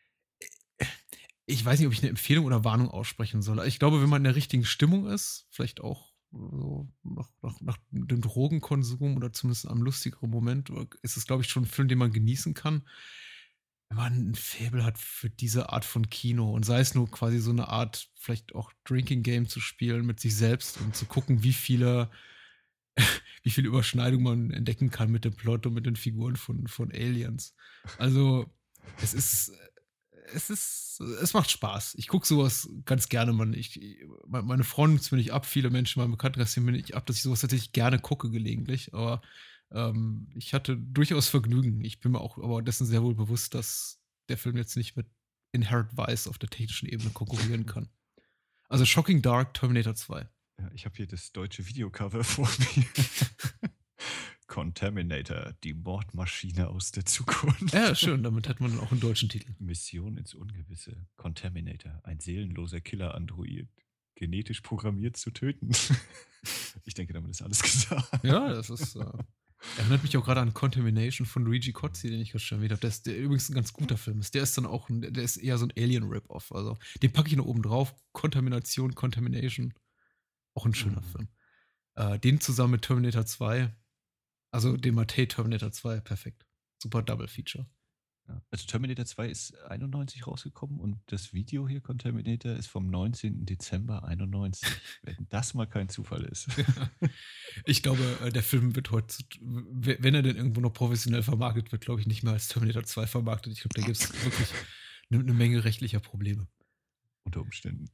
Speaker 1: ich weiß nicht, ob ich eine Empfehlung oder Warnung aussprechen soll. Ich glaube, wenn man in der richtigen Stimmung ist, vielleicht auch so nach, nach, nach dem Drogenkonsum oder zumindest am lustigeren Moment, ist es, glaube ich, schon ein Film, den man genießen kann. Wenn man ein Faible hat für diese Art von Kino und sei es nur quasi so eine Art, vielleicht auch Drinking Game zu spielen mit sich selbst und zu gucken, wie viele, wie viele Überschneidungen man entdecken kann mit dem Plot und mit den Figuren von, von Aliens. Also, es ist, es ist, es macht Spaß. Ich gucke sowas ganz gerne, man. Ich, me- meine Freunde ziehen mir nicht ab, viele Menschen in meinem Bekanntenkreis ziehen mir nicht ab, dass ich sowas tatsächlich gerne gucke gelegentlich, aber ähm, ich hatte durchaus Vergnügen. Ich bin mir auch aber dessen sehr wohl bewusst, dass der Film jetzt nicht mit Inherent Vice auf der technischen Ebene konkurrieren kann. Also Shocking Dark Terminator zwei.
Speaker 2: Ja, ich habe hier das deutsche Videocover vor mir. Contaminator, die Mordmaschine aus der Zukunft.
Speaker 1: Ja, schön, damit hat man dann auch einen deutschen Titel.
Speaker 2: Mission ins Ungewisse. Contaminator, ein seelenloser Killer-Android. Genetisch programmiert zu töten. Ich denke, damit ist alles gesagt.
Speaker 1: Ja, das ist. Äh, erinnert mich auch gerade an Contamination von Luigi Cozzi, den ich gerade schon erwähnt habe. Der ist der übrigens ein ganz guter Film ist. Der ist dann auch, ein, der ist eher so ein Alien-Rip-Off. Also, den packe ich noch oben drauf. Kontamination, Contamination. Auch ein schöner
Speaker 2: Mhm.
Speaker 1: Film. Äh, den zusammen mit Terminator zwei. Also, den Matei Terminator zwei, perfekt. Super Double Feature.
Speaker 2: Ja. Also Terminator zwei ist einundneunzig rausgekommen und das Video hier, Contaminator, ist vom neunzehnten Dezember einundneunzig. Wenn das mal kein Zufall ist.
Speaker 1: Ich glaube, äh, der Film wird heute, w- wenn er denn irgendwo noch professionell vermarktet wird, glaube ich, nicht mehr als Terminator zwei vermarktet. Ich glaube, da gibt es wirklich eine ne Menge rechtlicher Probleme.
Speaker 2: Unter Umständen.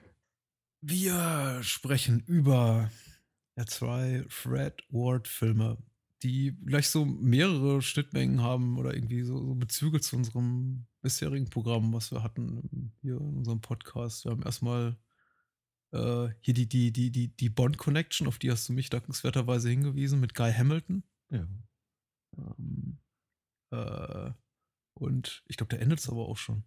Speaker 1: Wir sprechen über ja, zwei Fred Ward-Filme, die gleich so mehrere Schnittmengen haben oder irgendwie so, so Bezüge zu unserem bisherigen Programm, was wir hatten hier in unserem Podcast. Wir haben erstmal äh, hier die, die, die, die, die Bond Connection, auf die hast du mich dankenswerterweise hingewiesen, mit Guy Hamilton.
Speaker 2: Ja.
Speaker 1: Ähm, äh, und ich glaube, da endet es aber auch schon.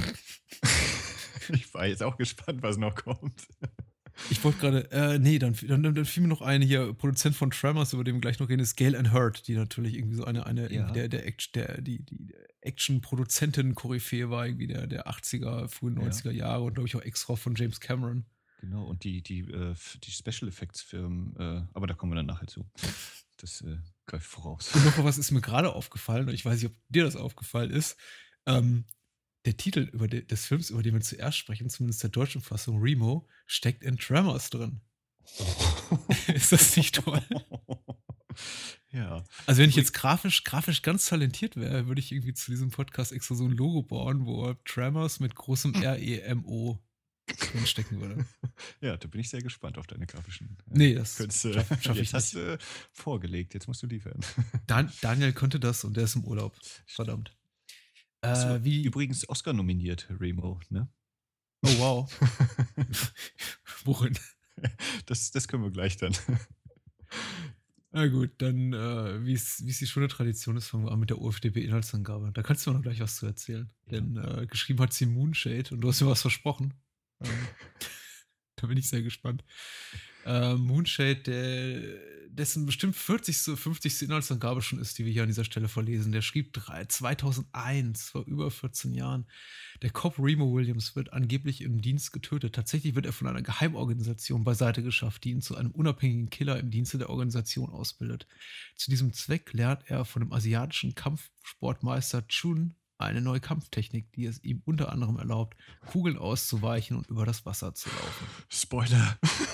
Speaker 2: Ich war jetzt auch gespannt, was noch kommt.
Speaker 1: Ich wollte gerade, äh, nee, dann, dann, dann fiel mir noch eine hier, Produzent von Tremors, über den wir gleich noch reden, ist Gale and Hurt, die natürlich irgendwie so eine, eine
Speaker 2: Ja.
Speaker 1: irgendwie der, der Action, der, die, die Action-Produzenten-Koryphäe war, irgendwie der, der achtziger, frühen
Speaker 2: Ja,
Speaker 1: neunziger Jahre und glaube ich auch Ex-Frau von James Cameron.
Speaker 2: genau. Und die, die, äh, f- die Special Effects Firmen, äh, aber da kommen wir dann nachher zu. Das äh, greift voraus.
Speaker 1: Und noch was ist mir gerade aufgefallen, und ich weiß nicht, ob dir das aufgefallen ist. Ähm, der Titel über de, des Films, über den wir zuerst sprechen, zumindest der deutschen Fassung, Remo, steckt in Tremors drin. Ist das nicht toll?
Speaker 2: Ja.
Speaker 1: Also wenn ich
Speaker 2: Übrig
Speaker 1: jetzt grafisch, grafisch ganz talentiert wäre, würde ich irgendwie zu diesem Podcast extra so ein Logo bauen, wo Tremors mit großem R E M O drin stecken würde.
Speaker 2: Ja, da bin ich sehr gespannt auf deine grafischen äh,
Speaker 1: Nee, das
Speaker 2: Künste.
Speaker 1: schaffe schaff
Speaker 2: Jetzt
Speaker 1: ich
Speaker 2: hast
Speaker 1: nicht.
Speaker 2: du vorgelegt, jetzt musst du liefern.
Speaker 1: Dan Daniel könnte das und der ist im Urlaub.
Speaker 2: Stimmt.
Speaker 1: Verdammt.
Speaker 2: Achso,
Speaker 1: Äh, wie.
Speaker 2: übrigens Oscar nominiert, Remo, ne?
Speaker 1: Oh wow. Worin?
Speaker 2: Das, das können wir gleich dann.
Speaker 1: Na gut, dann, äh, wie es wie es die schöne Tradition ist, fangen wir an mit der O F D B-Inhaltsangabe. Da kannst du mir noch gleich was zu erzählen.
Speaker 2: Ja.
Speaker 1: Denn äh, geschrieben hat sie Moonshade und du hast mir was versprochen. Ähm, da bin ich sehr gespannt. Äh, Moonshade, der, dessen bestimmt vierzigste, fünfzigste Inhaltsangabe schon ist, die wir hier an dieser Stelle verlesen. Der schrieb drei, zweitausendeins, vor über vierzehn Jahren. Der Cop Remo Williams wird angeblich im Dienst getötet. Tatsächlich wird er von einer Geheimorganisation beiseite geschafft, die ihn zu einem unabhängigen Killer im Dienste der Organisation ausbildet. Zu diesem Zweck lernt er von dem asiatischen Kampfsportmeister Chun eine neue Kampftechnik, die es ihm unter anderem erlaubt, Kugeln auszuweichen und über das Wasser zu laufen.
Speaker 2: Spoiler.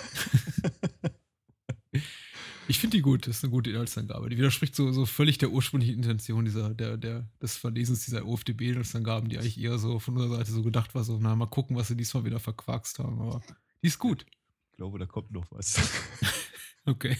Speaker 1: Ich finde die gut, das ist eine gute Inhaltsangabe. Die widerspricht so, so völlig der ursprünglichen Intention dieser, der, der, des Verlesens dieser O F D B-Inhaltsangaben, die eigentlich eher so von unserer Seite so gedacht war, so, na, mal gucken, was sie diesmal wieder verquaxt haben, aber die ist gut.
Speaker 2: Ich glaube, da kommt noch was.
Speaker 1: Okay.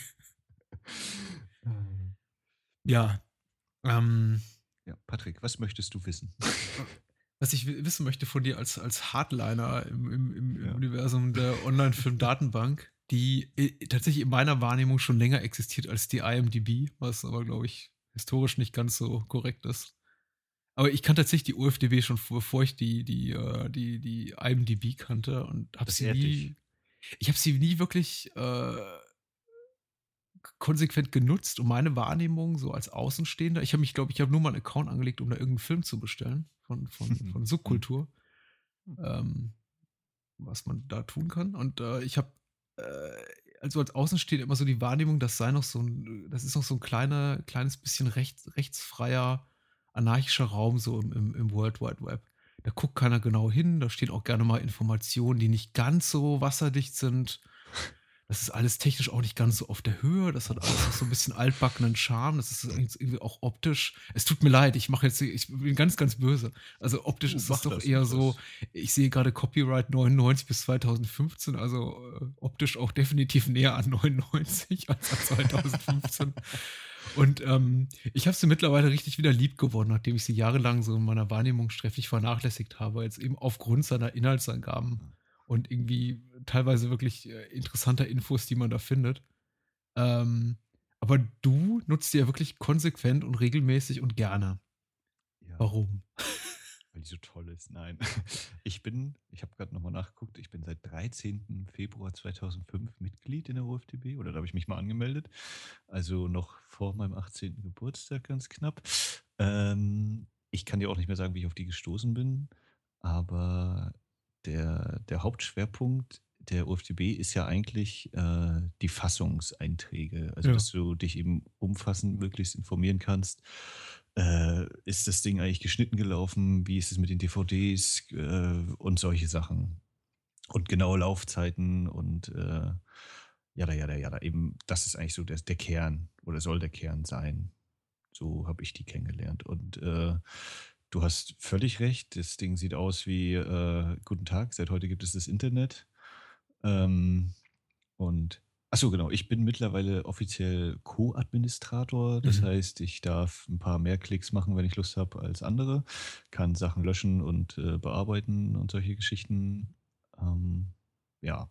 Speaker 1: Ja. Ähm,
Speaker 2: Ja, Patrick, was möchtest du wissen?
Speaker 1: was ich wi- wissen möchte von dir als, als Hardliner im, im, im, im
Speaker 2: Ja.
Speaker 1: Universum der Online-Film-Datenbank, die äh, tatsächlich in meiner Wahrnehmung schon länger existiert als die I M D B, was aber, glaube ich, historisch nicht ganz so korrekt ist. Aber ich kannte tatsächlich die O F D B schon, vor- bevor ich die, die, äh, die, die I M D B kannte und habe
Speaker 2: Das
Speaker 1: sie
Speaker 2: ehrt dich.
Speaker 1: nie, ich habe sie nie wirklich äh, konsequent genutzt, um meine Wahrnehmung so als Außenstehender. Ich habe mich, glaube ich, habe nur mal einen Account angelegt, um da irgendeinen Film zu bestellen von, von, von Subkultur, ähm, was man da tun kann. Und äh, ich habe äh, also als Außenstehender immer so die Wahrnehmung, das sei noch so ein, das ist noch so ein kleiner, kleines bisschen rechts, rechtsfreier, anarchischer Raum so im, im, im World Wide Web. Da guckt keiner genau hin, da stehen auch gerne mal Informationen, die nicht ganz so wasserdicht sind. Das ist alles technisch auch nicht ganz so auf der Höhe. Das hat alles noch so ein bisschen altbackenen Charme. Das ist eigentlich irgendwie auch optisch. Es tut mir leid, ich mache jetzt, ich bin ganz, ganz böse. Also optisch
Speaker 2: Du,
Speaker 1: ist
Speaker 2: mach
Speaker 1: es doch
Speaker 2: das,
Speaker 1: eher
Speaker 2: mach
Speaker 1: so,
Speaker 2: das.
Speaker 1: ich sehe gerade Copyright neunundneunzig bis zweitausendfünfzehn, also äh, optisch auch definitiv näher an neunundneunzig als an zweitausendfünfzehn. Und ähm, ich habe sie mittlerweile richtig wieder lieb gewonnen, nachdem ich sie jahrelang so in meiner Wahrnehmung sträflich vernachlässigt habe, jetzt eben aufgrund seiner Inhaltsangaben und irgendwie teilweise wirklich äh, interessanter Infos, die man da findet. Ähm, aber du nutzt die ja wirklich konsequent und regelmäßig und gerne.
Speaker 2: Ja,
Speaker 1: Warum?
Speaker 2: weil die so toll ist. Nein. Ich bin, ich habe gerade nochmal nachgeguckt, ich bin seit dreizehnten Februar zweitausendfünf Mitglied in der O F D B oder da habe ich mich mal angemeldet. Also noch vor meinem achtzehnten Geburtstag ganz knapp. Ähm, ich kann dir auch nicht mehr sagen, wie ich auf die gestoßen bin, aber der, der Hauptschwerpunkt der O F D B ist ja eigentlich äh, die Fassungseinträge, also
Speaker 1: Ja.
Speaker 2: dass du dich eben umfassend möglichst informieren kannst. Äh, ist das Ding eigentlich geschnitten gelaufen? Wie ist es mit den D V Ds äh, und solche Sachen? Und genaue Laufzeiten und äh, jada, jada, jada. Eben, das ist eigentlich so der, der Kern oder soll der Kern sein. So habe ich die kennengelernt. Und äh, du hast völlig recht. Das Ding sieht aus wie äh, Guten Tag, seit heute gibt es das Internet. Ähm, und ach so, genau, ich bin mittlerweile offiziell Co-Administrator. Das
Speaker 1: Mhm.
Speaker 2: heißt, ich darf ein paar mehr Klicks machen, wenn ich Lust habe, als andere. Kann Sachen löschen und äh, bearbeiten und solche Geschichten. Ähm, ja.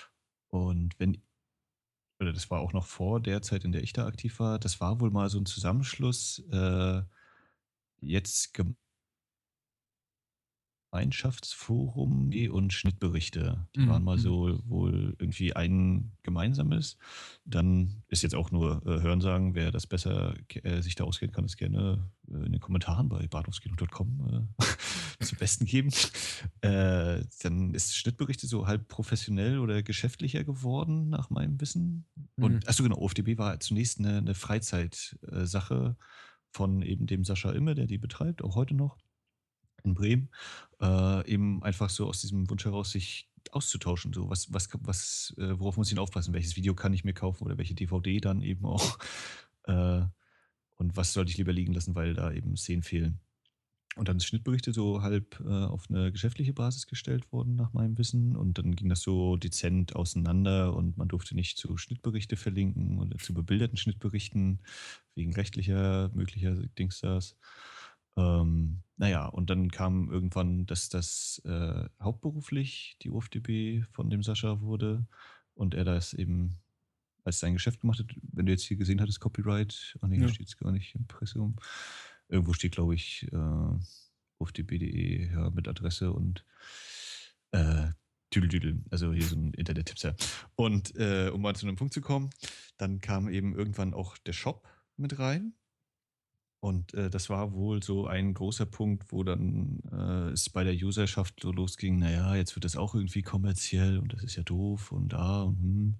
Speaker 2: Und wenn, oder das war auch noch vor der Zeit, in der ich da aktiv war, das war wohl mal so ein Zusammenschluss, äh, jetzt Gemeinschaftsforum und Schnittberichte. Die waren
Speaker 1: Mhm.
Speaker 2: mal
Speaker 1: Mhm.
Speaker 2: so wohl irgendwie ein gemeinsames. Dann ist jetzt auch nur äh, Hörensagen. Wer das besser ke- äh, sich da auskennt, kann es gerne äh, in den Kommentaren bei bahnhofskino punkt com äh, zum Besten geben. Äh, dann ist Schnittberichte so halb professionell oder geschäftlicher geworden, nach meinem Wissen.
Speaker 1: Mhm.
Speaker 2: Und, achso, genau, O F D B war zunächst eine, eine Freizeitsache von eben dem Sascha Imme, der die betreibt, auch heute noch in Bremen, äh, eben einfach so aus diesem Wunsch heraus, sich auszutauschen. So, was, was, was, äh, worauf muss ich denn aufpassen? Welches Video kann ich mir kaufen oder welche D V D dann eben auch? Äh, und was sollte ich lieber liegen lassen, weil da eben Szenen fehlen? Und dann ist Schnittberichte so halb äh, auf eine geschäftliche Basis gestellt worden, nach meinem Wissen. Und dann ging das so dezent auseinander und man durfte nicht zu Schnittberichte verlinken oder zu bebilderten Schnittberichten wegen rechtlicher möglicher Dingstars. Ähm, naja, und dann kam irgendwann, dass das äh, hauptberuflich die U F D B von dem Sascha wurde und er das eben als sein Geschäft gemacht hat. Wenn du jetzt hier gesehen hattest, Copyright, ach nee, hier
Speaker 1: Ja.
Speaker 2: steht es gar nicht, Impressum. Irgendwo steht, glaube ich, äh, u f d b punkt de, ja, mit Adresse und äh, Tüdeldüdel, also hier so ein Internet-Tipser. Und äh, um mal zu einem Punkt zu kommen, dann kam eben irgendwann auch der Shop mit rein. Und äh, das war wohl so ein großer Punkt, wo dann äh, es bei der Userschaft so losging, naja, jetzt wird das auch irgendwie kommerziell und das ist ja doof und da und hm.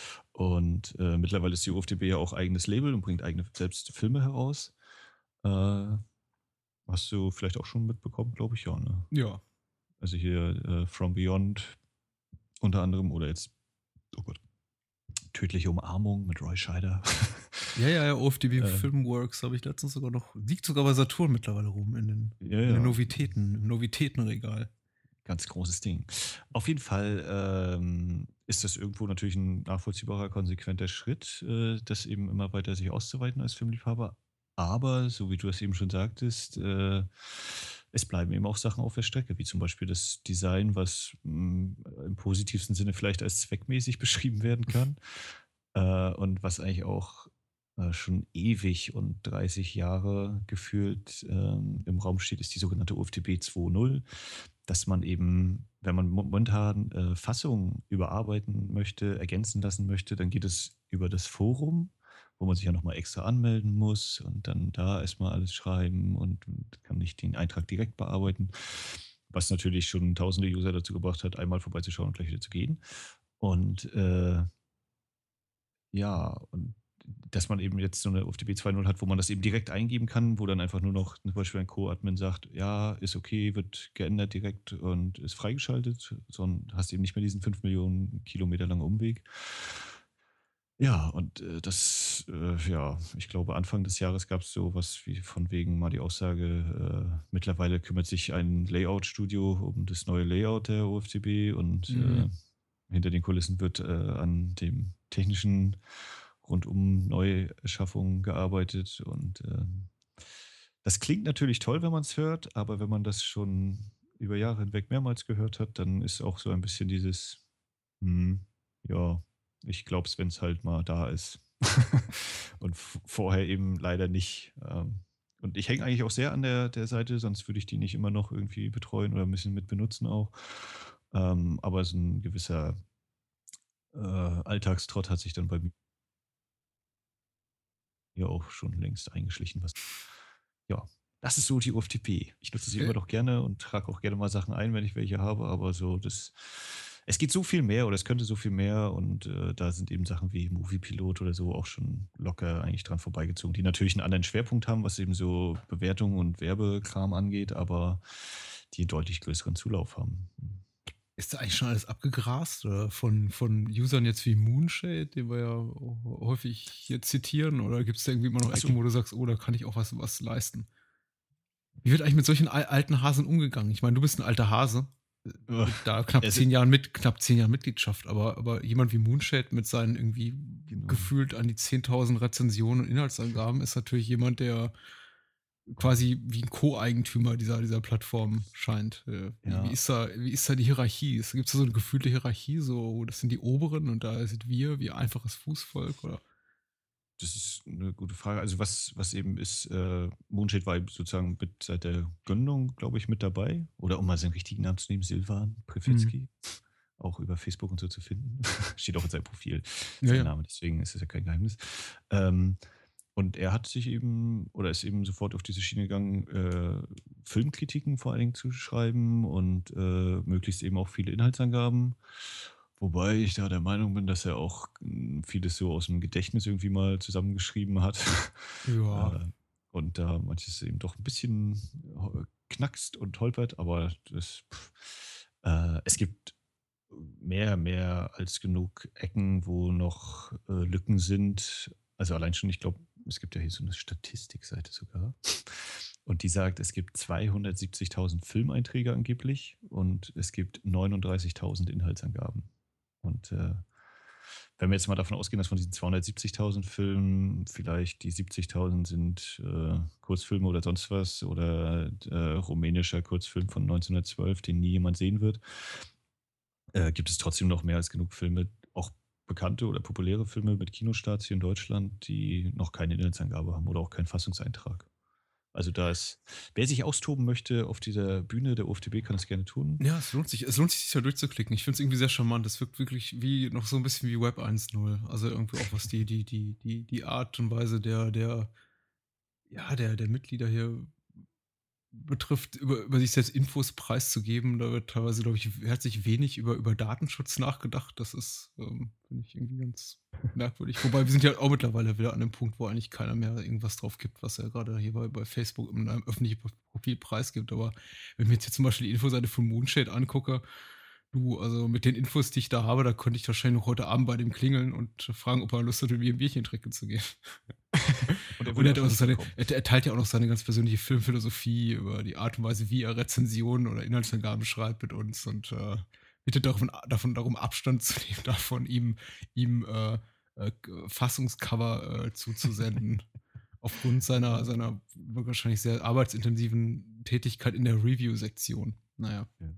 Speaker 2: Und äh, mittlerweile ist die U F D B ja auch eigenes Label und bringt eigene selbst Filme heraus. Äh, hast du vielleicht auch schon mitbekommen, glaube ich, ja, ne?
Speaker 1: Ja.
Speaker 2: Also hier äh, From Beyond unter anderem oder jetzt, oh Gott, Tödliche Umarmung mit Roy Scheider.
Speaker 1: Ja, ja, ja, O F D B
Speaker 2: äh,
Speaker 1: Filmworks habe ich letztens sogar noch. Liegt sogar bei Saturn mittlerweile rum in den,
Speaker 2: ja,
Speaker 1: in den
Speaker 2: ja.
Speaker 1: Novitäten, im Novitätenregal.
Speaker 2: Ganz großes Ding. Auf jeden Fall ähm, ist das irgendwo natürlich ein nachvollziehbarer, konsequenter Schritt, äh, das eben immer weiter sich auszuweiten als Filmliebhaber. Aber, so wie du es eben schon sagtest, äh, es bleiben eben auch Sachen auf der Strecke, wie zum Beispiel das Design, was mh, im positivsten Sinne vielleicht als zweckmäßig beschrieben werden kann. Äh, und was eigentlich auch äh, schon ewig und dreißig Jahre gefühlt ähm, im Raum steht, ist die sogenannte U F D B zwei Punkt null, dass man eben, wenn man momentan äh, Fassungen überarbeiten möchte, ergänzen lassen möchte, dann geht es über das Forum, wo man sich ja nochmal extra anmelden muss und dann da erstmal alles schreiben und kann nicht den Eintrag direkt bearbeiten, was natürlich schon tausende User dazu gebracht hat, einmal vorbeizuschauen und gleich wieder zu gehen. Und äh, ja, und dass man eben jetzt so eine U F D B zwei Punkt null hat, wo man das eben direkt eingeben kann, wo dann einfach nur noch zum Beispiel ein Co-Admin sagt, ja, ist okay, wird geändert direkt und ist freigeschaltet, sondern hast eben nicht mehr diesen fünf Millionen Kilometer langen Umweg. Ja, und äh, das, äh, ja, ich glaube, Anfang des Jahres gab es so was wie von wegen mal die Aussage, äh, mittlerweile kümmert sich ein Layout-Studio um das neue Layout der U F D B und
Speaker 1: Mhm.
Speaker 2: äh, hinter den Kulissen wird äh, an dem technischen rundum Neuschaffung gearbeitet. Und ähm, das klingt natürlich toll, wenn man es hört, aber wenn man das schon über Jahre hinweg mehrmals gehört hat, dann ist auch so ein bisschen dieses, hm, ja, ich glaube es, wenn es halt mal da ist. Und v- vorher eben leider nicht. Ähm, und ich hänge eigentlich auch sehr an der, der Seite, sonst würde ich die nicht immer noch irgendwie betreuen oder ein bisschen mit benutzen auch. Ähm, aber so ein gewisser äh, Alltagstrott hat sich dann bei mir auch schon längst eingeschlichen. Was, ja, das ist so die U F D P. Ich nutze sie
Speaker 1: Äh,
Speaker 2: immer noch gerne und trage auch gerne mal Sachen ein, wenn ich welche habe, aber so das. Es geht so viel mehr oder es könnte so viel mehr und äh, da sind eben Sachen wie Moviepilot oder so auch schon locker eigentlich dran vorbeigezogen, die natürlich einen anderen Schwerpunkt haben, was eben so Bewertung und Werbekram angeht, aber die einen deutlich größeren Zulauf haben.
Speaker 1: Ist da eigentlich schon alles abgegrast? Oder von, von Usern jetzt wie Moonshade, den wir ja häufig hier zitieren? Oder gibt es da irgendwie immer noch
Speaker 2: Achso,
Speaker 1: Ecken, wo du sagst, oh, da kann ich auch was, was leisten? Wie wird eigentlich mit solchen al- alten Hasen umgegangen? Ich meine, du bist ein alter Hase. Mit da knapp
Speaker 2: es,
Speaker 1: zehn Jahren mit, knapp zehn Jahren Mitgliedschaft, aber, aber jemand wie Moonshade mit seinen irgendwie
Speaker 2: genau.
Speaker 1: gefühlt an die zehntausend Rezensionen und Inhaltsangaben ist natürlich jemand, der quasi wie ein Co-Eigentümer dieser, dieser Plattform scheint. Äh, Wie, wie,
Speaker 2: Ja,
Speaker 1: ist da, wie ist da die Hierarchie? Gibt es da so eine gefühlte Hierarchie, so, das sind die Oberen und da sind wir, wie einfaches Fußvolk, oder?
Speaker 2: das ist eine gute Frage. Also, was was eben ist, äh Moonshade war eben sozusagen mit seit der Gründung, glaube ich, mit dabei. Oder um mal seinen richtigen Namen zu nehmen, Silvan
Speaker 1: Mhm.
Speaker 2: Prefitsky, auch über Facebook und so zu finden. Steht auch in seinem Profil,
Speaker 1: Ja,
Speaker 2: sein
Speaker 1: ja.
Speaker 2: Name, deswegen ist es ja kein Geheimnis. Ähm, und er hat sich eben oder ist eben sofort auf diese Schiene gegangen, äh, Filmkritiken vor allen Dingen zu schreiben und, äh, möglichst eben auch viele Inhaltsangaben. Wobei ich da der Meinung bin, dass er auch, hm, vieles so aus dem Gedächtnis irgendwie mal zusammengeschrieben hat.
Speaker 1: Ja.
Speaker 2: Äh, und da manches eben doch ein bisschen ho knackst und holpert, aber das pff, äh, es gibt mehr mehr als genug Ecken, wo noch, äh, Lücken sind. Also, allein schon, ich glaube, es gibt ja hier so eine Statistikseite sogar und die sagt, es gibt zweihundertsiebzigtausend Filmeinträge angeblich und es gibt neununddreißigtausend Inhaltsangaben. Und, äh, wenn wir jetzt mal davon ausgehen, dass von diesen zweihundertsiebzigtausend Filmen vielleicht die siebzigtausend sind, äh, Kurzfilme oder sonst was oder, äh, rumänischer Kurzfilm von neunzehnhundertzwölf, den nie jemand sehen wird, äh, gibt es trotzdem noch mehr als genug Filme, auch bekannte oder populäre Filme mit Kinostarts hier in Deutschland, die noch keine Inhaltsangabe haben oder auch keinen Fassungseintrag. Also, da ist wer sich austoben möchte auf dieser Bühne der O F D B, kann das gerne tun.
Speaker 1: Ja, es lohnt sich. Es lohnt sich, sich da durchzuklicken. Ich finde es irgendwie sehr charmant. Das wirkt wirklich wie noch so ein bisschen wie Web eins Punkt null. Also irgendwie auch was die die die die die Art und Weise der der ja, der der Mitglieder hier betrifft, über über sich selbst Infos preiszugeben. Da wird teilweise, glaube ich, herzlich wenig über über Datenschutz nachgedacht. Das ist, ähm, finde ich irgendwie ganz merkwürdig. Wobei wir sind ja auch mittlerweile wieder an dem Punkt, wo eigentlich keiner mehr irgendwas drauf gibt, was er gerade hier bei bei Facebook in einem öffentlichen Pro Profil preisgibt. Aber wenn ich mir jetzt hier zum Beispiel die Infoseite von Moonshade angucke, du, also mit den Infos, die ich da habe, da könnte ich wahrscheinlich noch heute Abend bei dem klingeln und fragen, ob er Lust hat, mit mir 'n Bierchen trinken zu gehen.
Speaker 2: Und er
Speaker 1: Und
Speaker 2: wurde
Speaker 1: er
Speaker 2: auch
Speaker 1: hat auch
Speaker 2: schon
Speaker 1: so seine
Speaker 2: mitgekommen.
Speaker 1: er er teilt ja auch noch seine ganz persönliche Filmphilosophie über die Art und Weise, wie er Rezensionen oder Inhaltsangaben schreibt mit uns und, äh, bittet davon davon darum, Abstand zu nehmen davon, ihm ihm, äh, äh, g Fassungscover, äh, zuzusenden aufgrund seiner
Speaker 2: Ja,
Speaker 1: seiner wahrscheinlich sehr arbeitsintensiven Tätigkeit in der Review-Sektion. Na ja,
Speaker 2: ja,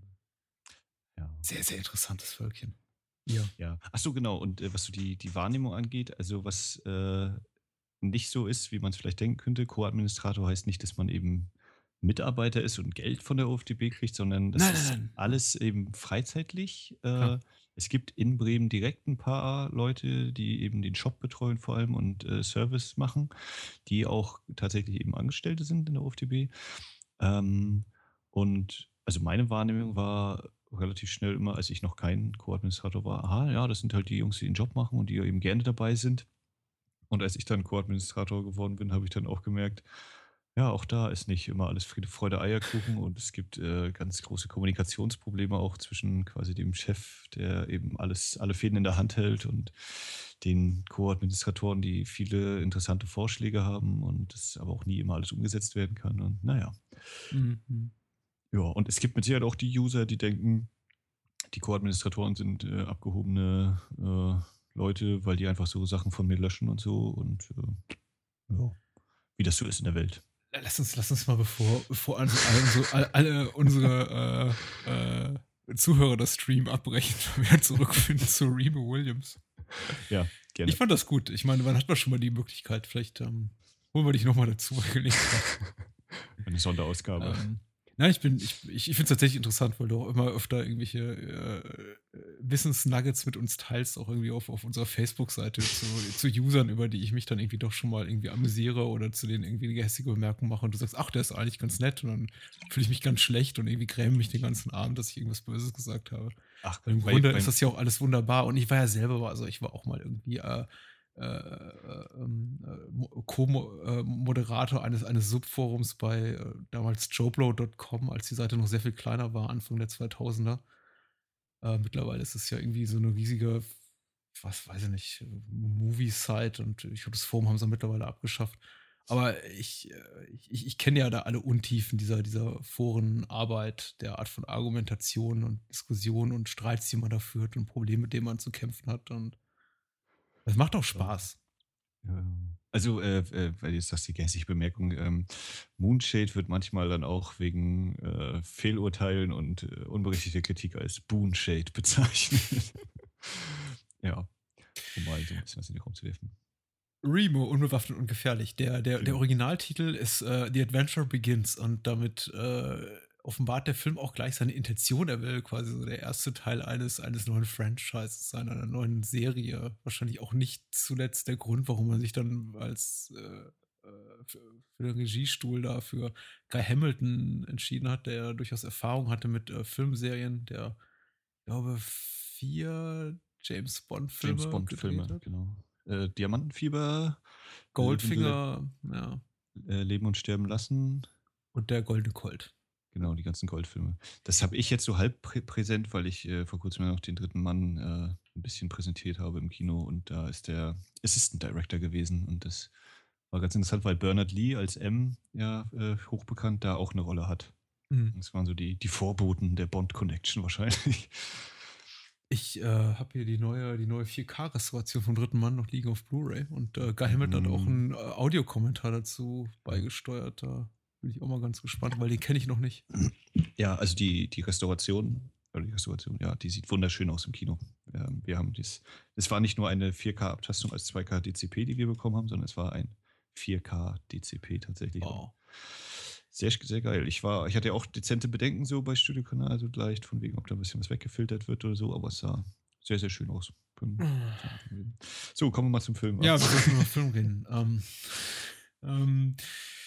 Speaker 2: ja.
Speaker 1: sehr, sehr interessantes Völkchen. Ja.
Speaker 2: Ja. Ach so, genau. Und, äh, was so die die Wahrnehmung angeht, also, was, äh, nicht so ist, wie man es vielleicht denken könnte, Co-Administrator heißt nicht, dass man eben Mitarbeiter ist und Geld von der O F D B kriegt, sondern das
Speaker 1: Nein, nein,
Speaker 2: ist
Speaker 1: nein, nein.
Speaker 2: alles eben freizeitlich.
Speaker 1: Klar.
Speaker 2: Äh, es gibt in Bremen direkt ein paar Leute, die eben den Shop betreuen vor allem und, äh, Service machen, die auch tatsächlich eben Angestellte sind in der O F D B. Ähm, und also meine Wahrnehmung war relativ schnell immer, als ich noch kein Co-Administrator war: „Aha, ja, das sind halt die Jungs, die den Job machen und die eben gerne dabei sind.“ Und als ich dann Co-Administrator geworden bin, habe ich dann auch gemerkt, ja, auch da ist nicht immer alles Friede, Freude, Eierkuchen und es gibt, äh, ganz große Kommunikationsprobleme auch zwischen quasi dem Chef, der eben alles alle Fäden in der Hand hält und den Co-Administratoren, die viele interessante Vorschläge haben und das aber auch nie immer alles umgesetzt werden kann und na ja.
Speaker 1: Mhm, mhm.
Speaker 2: Ja, und es gibt mit Sicherheit auch die User, die denken, die Co-Administratoren sind, äh, abgehobene, äh, Leute, weil die einfach so Sachen von mir löschen und so und, äh, ja, wie das so ist in der Welt.
Speaker 1: Ja, lass uns lass uns mal, bevor bevor also all unsere all alle unsere, äh, äh, Zuhörer das Stream abbrechen, wieder zurückfinden zu Remo Williams.
Speaker 2: Ja,
Speaker 1: Ich
Speaker 2: gerne.
Speaker 1: fand das gut. Ich meine, wann hat man schon mal die Möglichkeit? Vielleicht, ähm, holen wir dich noch mal dazu bei Gelegenheit.
Speaker 2: Eine Sonderausgabe.
Speaker 1: Ähm, nein, ich bin ich ich ich finde es tatsächlich interessant, weil du auch immer öfter irgendwelche, äh, äh, Wissensnuggets mit uns teilst, auch irgendwie auf auf unserer Facebook-Seite zu zu Usern, über die ich mich dann irgendwie doch schon mal irgendwie amüsiere oder zu denen irgendwie 'ne gehässige Bemerkung mache und du sagst: „Ach, der ist eigentlich ganz nett.“ Und dann fühle ich mich ganz schlecht und irgendwie gräme mich den ganzen Abend, dass ich irgendwas Böses gesagt habe.
Speaker 2: Ach,
Speaker 1: Weil im
Speaker 2: bei
Speaker 1: Grunde ist
Speaker 2: beim
Speaker 1: das ja auch alles wunderbar und ich war ja selber also, ich war auch mal irgendwie, äh, äh, ähm, äh, Mo Co-Mo äh, Moderator eines eines Subforums bei, äh, damals joblo Punkt com, als die Seite noch sehr viel kleiner war, Anfang der zweitausender. Äh, mittlerweile ist es ja irgendwie so eine riesige, was weiß ich nicht, äh, Movie-Site und ich glaube, das Forum haben sie mittlerweile abgeschafft. Aber ich, äh, ich ich ich kenne ja da alle Untiefen dieser dieser Forenarbeit, der Art von Argumentation und Diskussion und Streits, die man da führt und Probleme, mit denen man zu kämpfen hat und das macht auch
Speaker 2: ja,
Speaker 1: Spaß.
Speaker 2: ja. Also, äh, äh, weil du jetzt sagst, die gänzliche Bemerkung, ähm, Moonshade wird manchmal dann auch wegen, äh, Fehlurteilen und, äh, unberechtigter Kritik als Boonshade bezeichnet. Ja, um mal so ein bisschen was in den Raum zu werfen.
Speaker 1: Remo, unbewaffnet und gefährlich. Der, der, der
Speaker 2: Genau.
Speaker 1: Originaltitel ist äh, The Adventure Begins und damit äh, offenbart der Film auch gleich seine Intention. Er will quasi so der erste Teil eines, eines neuen Franchises sein, einer neuen Serie. Wahrscheinlich auch nicht zuletzt der Grund, warum man sich dann als äh, äh, für, für den Regiestuhl da für Guy Hamilton entschieden hat, der durchaus Erfahrung hatte mit äh, Filmserien, der, ich glaube, vier James
Speaker 2: James
Speaker 1: Bond-Filme gedreht
Speaker 2: Bond-Filme,
Speaker 1: hat.
Speaker 2: genau. Äh, Diamantenfieber, Leben, Le
Speaker 1: Goldfinger, ja.
Speaker 2: äh, Leben und Sterben lassen.
Speaker 1: Und der Goldene Colt.
Speaker 2: Genau, die ganzen Goldfilme. Das habe ich jetzt so halb prä präsent, weil ich äh, vor kurzem ja noch den dritten Mann äh, ein bisschen präsentiert habe im Kino und da ist der Assistant Director gewesen und das war ganz interessant, weil Bernard Lee als M ja äh, hochbekannt da auch eine Rolle hat.
Speaker 1: Mhm.
Speaker 2: Das waren so die, die Vorboten der Bond Connection wahrscheinlich.
Speaker 1: Ich äh, habe hier die neue, die neue vier K-Restauration vom dritten Mann noch liegen auf Blu-ray und äh, Guy Hamilton hat auch
Speaker 2: Mhm.
Speaker 1: einen äh, Audiokommentar dazu beigesteuert. Da bin ich auch mal ganz gespannt, weil den kenne ich noch nicht.
Speaker 2: Ja, also die, die Restauration, oder die Restauration, ja, die sieht wunderschön aus im Kino. Ähm, wir haben dies, es war nicht nur eine vier K-Abtastung als zwei K D C P, die wir bekommen haben, sondern es war ein vier K D C P tatsächlich.
Speaker 1: Wow.
Speaker 2: Sehr, sehr geil. Ich war, ich hatte ja auch dezente Bedenken so bei Studio Kanal, so leicht, von wegen, ob da ein bisschen was weggefiltert wird oder so, aber es sah sehr, sehr schön aus. So, kommen wir mal zum Film.
Speaker 1: Ja, wir sollten über Film reden. Ähm, ähm,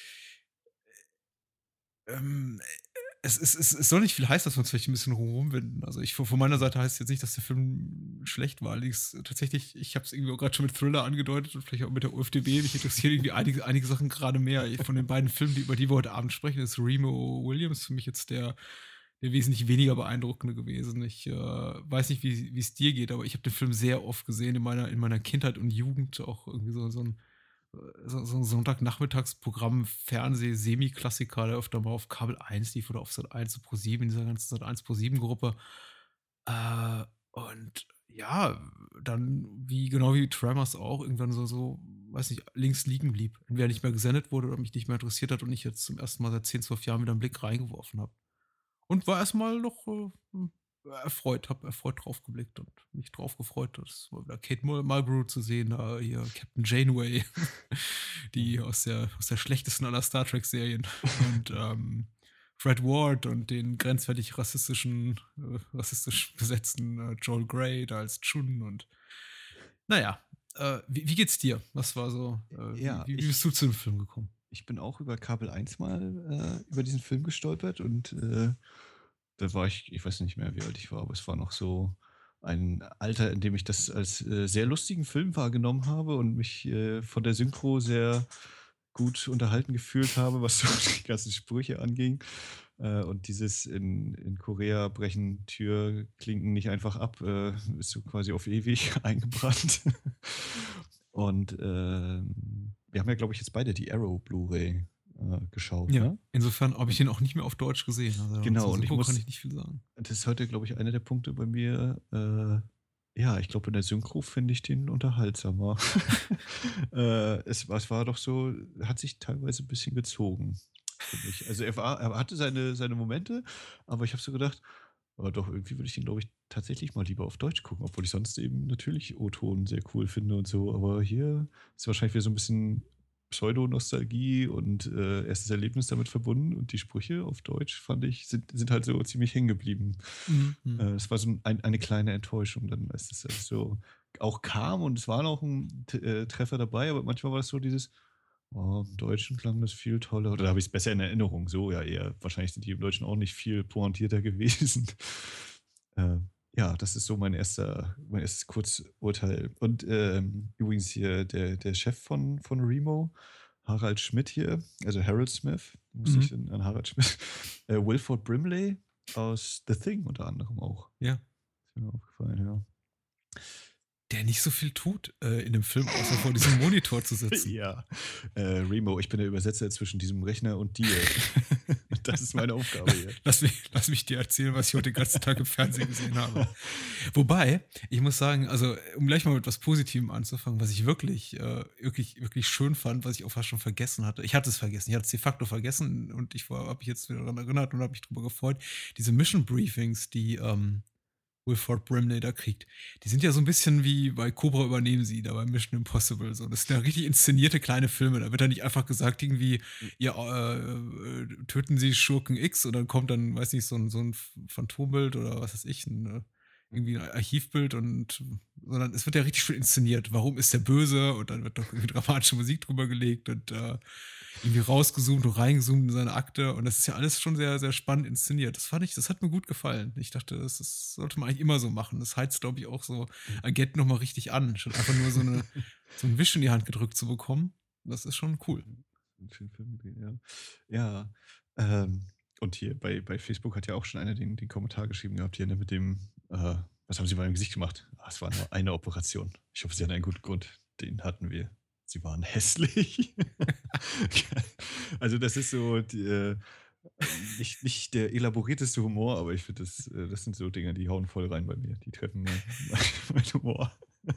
Speaker 1: ähm, es, es, es, es soll nicht viel heißen, dass wir uns vielleicht ein bisschen rumwinden. Also ich von meiner Seite heißt jetzt nicht, dass der Film schlecht war. Allerdings tatsächlich, ich habe es irgendwie auch gerade schon mit Thriller angedeutet und vielleicht auch mit der U F D B. Mich interessieren irgendwie einige, einige Sachen gerade mehr. Von den beiden Filmen, die, über die wir heute Abend sprechen, ist Remo Williams für mich jetzt der, der wesentlich weniger beeindruckende gewesen. Ich äh, weiß nicht, wie es dir geht, aber ich habe den Film sehr oft gesehen in meiner, in meiner Kindheit und Jugend. Auch irgendwie so, so ein so, so ein Sonntagnachmittagsprogramm, Fernseh, Semi-Klassiker, der öfter mal auf Kabel eins lief oder auf Sat eins Pro sieben, in dieser ganzen Sat eins Pro sieben Gruppe. Äh, und ja, dann, wie genau wie Tremors auch, irgendwann so, so, weiß nicht, links liegen blieb. Entweder nicht mehr gesendet wurde oder mich nicht mehr interessiert hat und ich jetzt zum ersten Mal seit zehn, zwölf Jahren wieder einen Blick reingeworfen habe. Und war erstmal noch äh, erfreut, habe erfreut drauf geblickt und mich drauf gefreut, das mal wieder Kate Mulgrew zu sehen, da hier Captain Janeway, die aus der, aus der schlechtesten aller Star Trek-Serien und ähm, Fred Ward und den grenzwertig rassistischen, äh, rassistisch besetzten äh, Joel Grey da als Chun und naja, äh, wie, wie geht's dir? Was war so, äh,
Speaker 2: Ja,
Speaker 1: wie, wie, wie
Speaker 2: ich,
Speaker 1: bist du zu dem Film gekommen?
Speaker 2: ich bin auch über Kabel eins mal äh, über diesen Film gestolpert und äh, da war ich, ich weiß nicht mehr, wie alt ich war, aber es war noch so ein Alter, in dem ich das als äh, sehr lustigen Film wahrgenommen habe und mich äh, von der Synchro sehr gut unterhalten gefühlt habe, was so die ganzen Sprüche anging. Äh, und dieses in, in Korea brechen Türklinken nicht einfach ab, äh, ist so quasi auf ewig eingebrannt. Und ähm, wir haben ja, glaube ich, jetzt beide die Arrow Blu-ray äh, geschaut,
Speaker 1: Ja,
Speaker 2: ne?
Speaker 1: insofern habe ich den auch nicht mehr auf Deutsch gesehen. Also
Speaker 2: Genau,
Speaker 1: zur
Speaker 2: und ich
Speaker 1: Synchro kann
Speaker 2: muss,
Speaker 1: ich nicht viel sagen.
Speaker 2: das ist heute, glaube ich, einer der Punkte bei mir. Äh, ja, ich glaube, in der Synchro finde ich den unterhaltsamer. äh, es, es war doch so, hat sich teilweise ein bisschen gezogen, finde ich. Also er, war, er hatte seine, seine Momente, aber ich habe so gedacht, aber doch, irgendwie würde ich den, glaube ich, tatsächlich mal lieber auf Deutsch gucken, obwohl ich sonst eben natürlich O-Ton sehr cool finde und so. Aber hier ist wahrscheinlich wieder so ein bisschen Pseudo-Nostalgie und äh, erstes Erlebnis damit verbunden und die Sprüche auf Deutsch, fand ich, sind, sind halt so ziemlich hängen geblieben.
Speaker 1: Mhm.
Speaker 2: Äh, es war so ein, eine kleine Enttäuschung dann, als es also so auch kam und es war noch ein T- äh, Treffer dabei, aber manchmal war es so dieses, oh, im Deutschen klang das viel toller. Oder da habe ich es besser in Erinnerung. So, ja, eher. Wahrscheinlich sind die im Deutschen auch nicht viel pointierter gewesen. äh, ja, das ist so mein erster, mein erstes Kurzurteil. Und ähm, übrigens hier der, der Chef von, von Remo, Harald Schmidt hier, also Harold Smith, muss
Speaker 1: Mhm.
Speaker 2: ich an, an Harald Schmidt, äh, Wilford Brimley aus The Thing unter anderem auch.
Speaker 1: Ja.
Speaker 2: Ist mir aufgefallen, ja.
Speaker 1: Der nicht so viel tut äh, in dem Film, außer vor diesem Monitor zu sitzen.
Speaker 2: Ja, äh, Remo, ich bin der Übersetzer zwischen diesem Rechner und dir. Das ist meine Aufgabe hier.
Speaker 1: Lass mich, lass mich dir erzählen, was ich heute den ganzen Tag im Fernsehen gesehen habe. Wobei, ich muss sagen, also um gleich mal mit was Positivem anzufangen, was ich wirklich, äh, wirklich, wirklich schön fand, was ich auch fast schon vergessen hatte. Ich hatte es vergessen, ich hatte es de facto vergessen und ich habe mich jetzt wieder daran erinnert und habe mich darüber gefreut. Diese Mission Briefings, die ähm, Wilford Brimley da kriegt. Die sind ja so ein bisschen wie bei Cobra übernehmen sie, da bei Mission Impossible so. Das sind ja richtig inszenierte kleine Filme. Da wird ja nicht einfach gesagt irgendwie, ja, äh, äh, töten Sie Schurken X und dann kommt dann, weiß nicht, so ein so 'n Phantombild oder was weiß ich, 'n, äh, irgendwie ein Archivbild und sondern es wird ja richtig schön inszeniert. Warum ist der böse? Und dann wird doch irgendwie dramatische Musik drüber gelegt und, äh, irgendwie rausgezoomt und reingezoomt in seine Akte und das ist ja alles schon sehr, sehr spannend inszeniert. Das fand ich das hat mir gut gefallen. Ich dachte, das ist sollte man eigentlich immer so machen. Das heizt, glaube ich, auch so Agenten noch mal richtig an, statt einfach nur so 'ne so 'n Wisch in die Hand gedrückt zu bekommen. Das ist schon cool.
Speaker 2: Mhm. 'N schönen Film gesehen, ja. Ja, ähm, und hier bei bei Facebook hat ja auch schon einer den den Kommentar geschrieben gehabt hier, ne, mit dem, äh: „Was haben Sie bei meinem Gesicht gemacht?“ „Ah, es war nur eine Operation. Ich hoffe, Sie hatten einen guten Grund.“ „Den hatten wir. Sie waren hässlich.“ Also, das ist so die, äh, nicht nicht der elaborierteste Humor, aber ich finde, das äh, das sind so Dinge, die hauen voll rein bei mir. Die treffen mein mein Humor.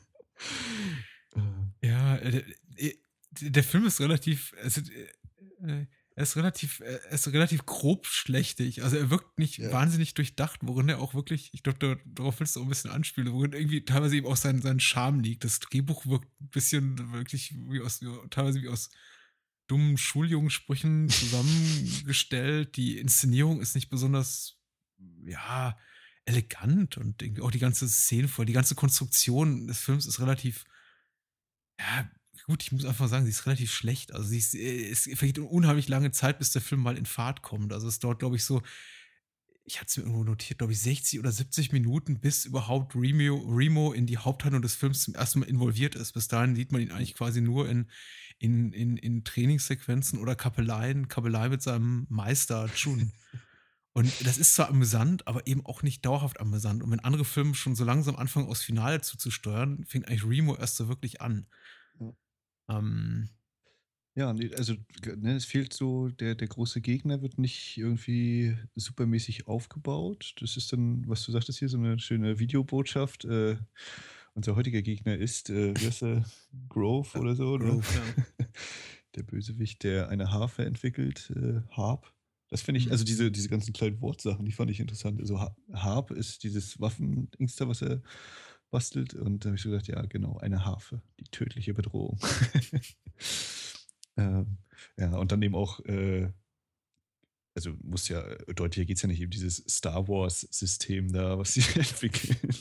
Speaker 2: Äh,
Speaker 1: Ja, äh, äh, der Film ist relativ also, äh, äh, er ist relativ äh, er ist relativ grobschlächtig. Also, er wirkt nicht
Speaker 2: ja.
Speaker 1: wahnsinnig durchdacht, worin er auch wirklich ich glaube, da darauf willst du auch 'n bisschen anspielen, worin irgendwie teilweise eben auch sein sein Charme liegt. Das Drehbuch wirkt 'n bisschen wirklich wie aus ja, teilweise wie aus dummen Schuljungensprüchen zusammengestellt. Die Inszenierung ist nicht besonders, ja, elegant und irgendwie auch die ganze Szene voll die ganze Konstruktion des Films ist relativ ja, gut, ich muss einfach sagen, sie ist relativ schlecht. Also, sie ist äh, es vergeht eine unheimlich lange Zeit, bis der Film mal in Fahrt kommt. Also, es dauert, glaube ich, so ich hatte es mir irgendwo notiert, glaube ich, sechzig oder siebzig Minuten, bis überhaupt Remo Remo in die Haupthandlung des Films zum ersten Mal involviert ist. Bis dahin sieht man ihn eigentlich quasi nur in in in in Trainingssequenzen oder Kappeleien Kabelei mit seinem Meister Chun. Und das ist zwar amüsant, aber eben auch nicht dauerhaft amüsant. Und wenn andere Filme schon so langsam anfangen, aufs Finale zuzusteuern, fängt eigentlich Remo erst so wirklich an.
Speaker 2: Ja.
Speaker 1: Ähm,
Speaker 2: Ja, ne, also, g ne, es fehlt so der der große Gegner wird nicht irgendwie supermäßig aufgebaut. Das ist dann, was du sagtest hier, so 'ne schöne Videobotschaft. Äh, unser heutiger Gegner ist, äh, wie heißt der? Grove
Speaker 1: ja,
Speaker 2: oder so, ne?
Speaker 1: Grove, ja.
Speaker 2: Der Bösewicht, der eine Harfe entwickelt, äh, Harp. Das finde ich
Speaker 1: Mhm.
Speaker 2: also, diese diese ganzen kleinen Wortsachen, die fand ich interessant. Also, Ha Harp ist dieses Waffendings da, was er bastelt und da habe ich so gedacht: „Ja, genau, eine Harfe, die tödliche Bedrohung.“ Ähm, ja, und dann eben auch, äh also, muss ja äh, deutlicher geht's ja nicht, eben dieses Star-Wars-System da, was sie entwickeln.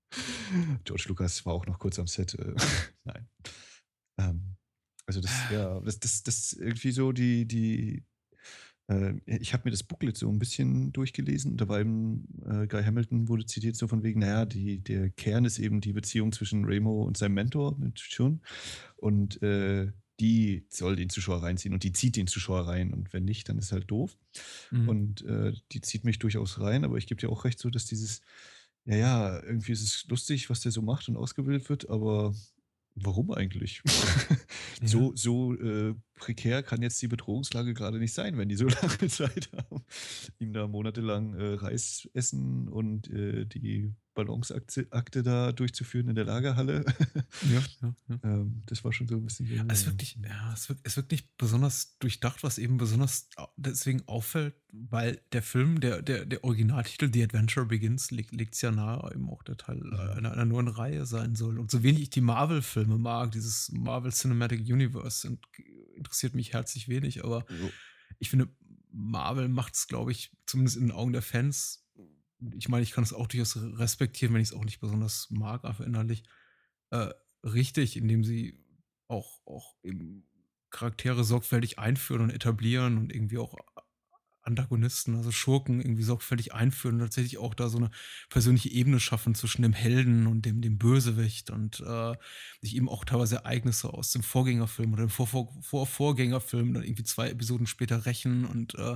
Speaker 2: George Lucas war auch noch kurz am Set, äh, nein. Ähm, also, das ja, das das das irgendwie so die die äh, ich habe mir das Booklet so ein bisschen durchgelesen. Da war eben äh, Guy Hamilton wurde zitiert so von wegen, na ja, die der Kern ist eben die Beziehung zwischen Remo und seinem Mentor mit Chun und, äh, die soll den Zuschauer reinziehen und die zieht den Zuschauer rein und wenn nicht, dann ist halt doof.
Speaker 1: Mhm.
Speaker 2: Und, äh, die zieht mich durchaus rein, aber ich gebe dir auch recht so, dass dieses ja, ja, irgendwie ist es lustig, was der so macht und ausgebildet wird, aber warum eigentlich?
Speaker 1: Ja.
Speaker 2: So so, äh, prekär kann jetzt die Bedrohungslage gerade nicht sein, wenn die so lange Zeit haben, ihm da monatelang, äh, Reis essen und, äh, die Balanceakte Akte da durchzuführen in der Lagerhalle.
Speaker 1: Ja, ja, ja.
Speaker 2: Ähm, das war schon so ein bisschen so,
Speaker 1: Es ist
Speaker 2: ja.
Speaker 1: wirklich ja, es wirkt es wirkt nicht besonders durchdacht, was eben besonders au deswegen auffällt, weil der Film, der der der Originaltitel „The Adventure Begins“ leg legt's ja nahe, eben auch der Teil äh,
Speaker 2: Mhm.
Speaker 1: einer einer neuen Reihe sein soll. Und so wenig ich die Marvel-Filme mag, dieses Marvel Cinematic Universe sind interessiert mich herzlich wenig, aber
Speaker 2: Jo.
Speaker 1: ich finde, Marvel macht's, glaube ich, zumindest in den Augen der Fans ich meine, ich kann es auch durchaus respektieren, wenn ich es auch nicht besonders mag, einfach innerlich, äh, richtig, indem sie auch auch eben Charaktere sorgfältig einführen und etablieren und irgendwie auch Antagonisten, also Schurken irgendwie sorgfältig einführen und tatsächlich auch da so eine persönliche Ebene schaffen zwischen dem Helden und dem dem Bösewicht und, äh, sich eben auch teilweise Ereignisse aus dem Vorgängerfilm oder dem Vor Vor Vor Vorgängerfilm dann irgendwie zwei Episoden später rächen und, äh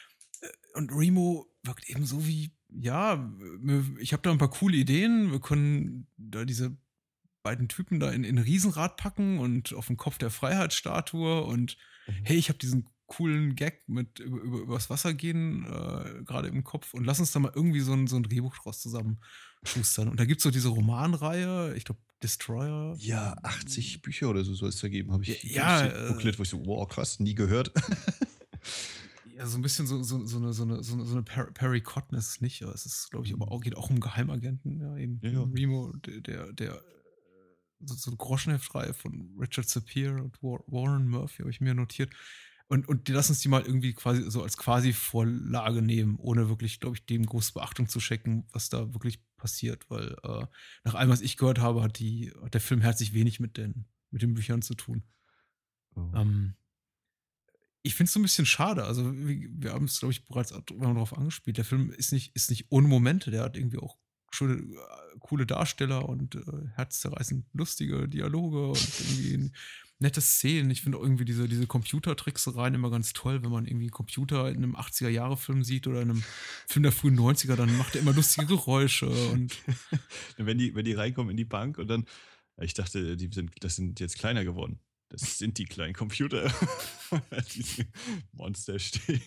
Speaker 1: und Remo wirkt eben so wie ja, w ich habe da ein paar coole Ideen. Wir können da diese beiden Typen da in in 'n Riesenrad packen und auf auf'n Kopf der Freiheitsstatue und
Speaker 2: Mhm.
Speaker 1: hey, ich habe diesen coolen Gag mit über über übers Wasser gehen, äh, grade im Kopf und lass uns da mal irgendwie so 'n so 'n Drehbuch draus zusammenschustern. Und da gibt's so diese Romanreihe, ich glaube Destroyer.
Speaker 2: Ja, achtzig Bücher oder so soll es da geben, habe
Speaker 1: J
Speaker 2: ich
Speaker 1: ja,
Speaker 2: durchs
Speaker 1: äh
Speaker 2: Booklet, wo ich so: „Wow, krass, nie gehört.“
Speaker 1: ja, so ein bisschen so so so 'ne so 'ne so 'ne so 'ne Per Perry Cotton ist es nicht. Es ist, glaube ich, aber
Speaker 2: Mhm.
Speaker 1: auch geht auch um Geheimagenten, ja, eben
Speaker 2: Ja, ja.
Speaker 1: eben Remo, der der der, äh so so 'ne Groschenheftreihe von Richard Sapir und Wa Warren Murphy habe ich mir notiert. Und und die lassen uns die mal irgendwie quasi so als Quasi-Vorlage nehmen, ohne wirklich, glaube ich, dem groß Beachtung zu schenken, was da wirklich passiert, weil, äh, nach allem, was ich gehört habe, hat die hat der Film herzlich wenig mit den mit den Büchern zu tun.
Speaker 2: Oh.
Speaker 1: Ähm Ich finde es so 'n bisschen schade. Also, wie wir haben es, glaube ich, bereits a drauf angespielt. Der Film ist nicht ist nicht ohne Momente. Der hat irgendwie auch schöne, äh, coole Darsteller und, äh, herzzerreißend lustige Dialoge und irgendwie nette Szenen. Ich finde auch irgendwie diese diese Computertricksereien immer ganz toll, wenn man irgendwie 'n Computer in 'nem achtziger-Jahre-Film sieht oder in 'nem Film der frühen Neunziger, dann macht er immer lustige Geräusche und
Speaker 2: Wenn die wenn die reinkommen in die Bank und dann ich dachte, die sind das sind jetzt kleiner geworden. Das sind die kleinen Computer, diese Monster stehen.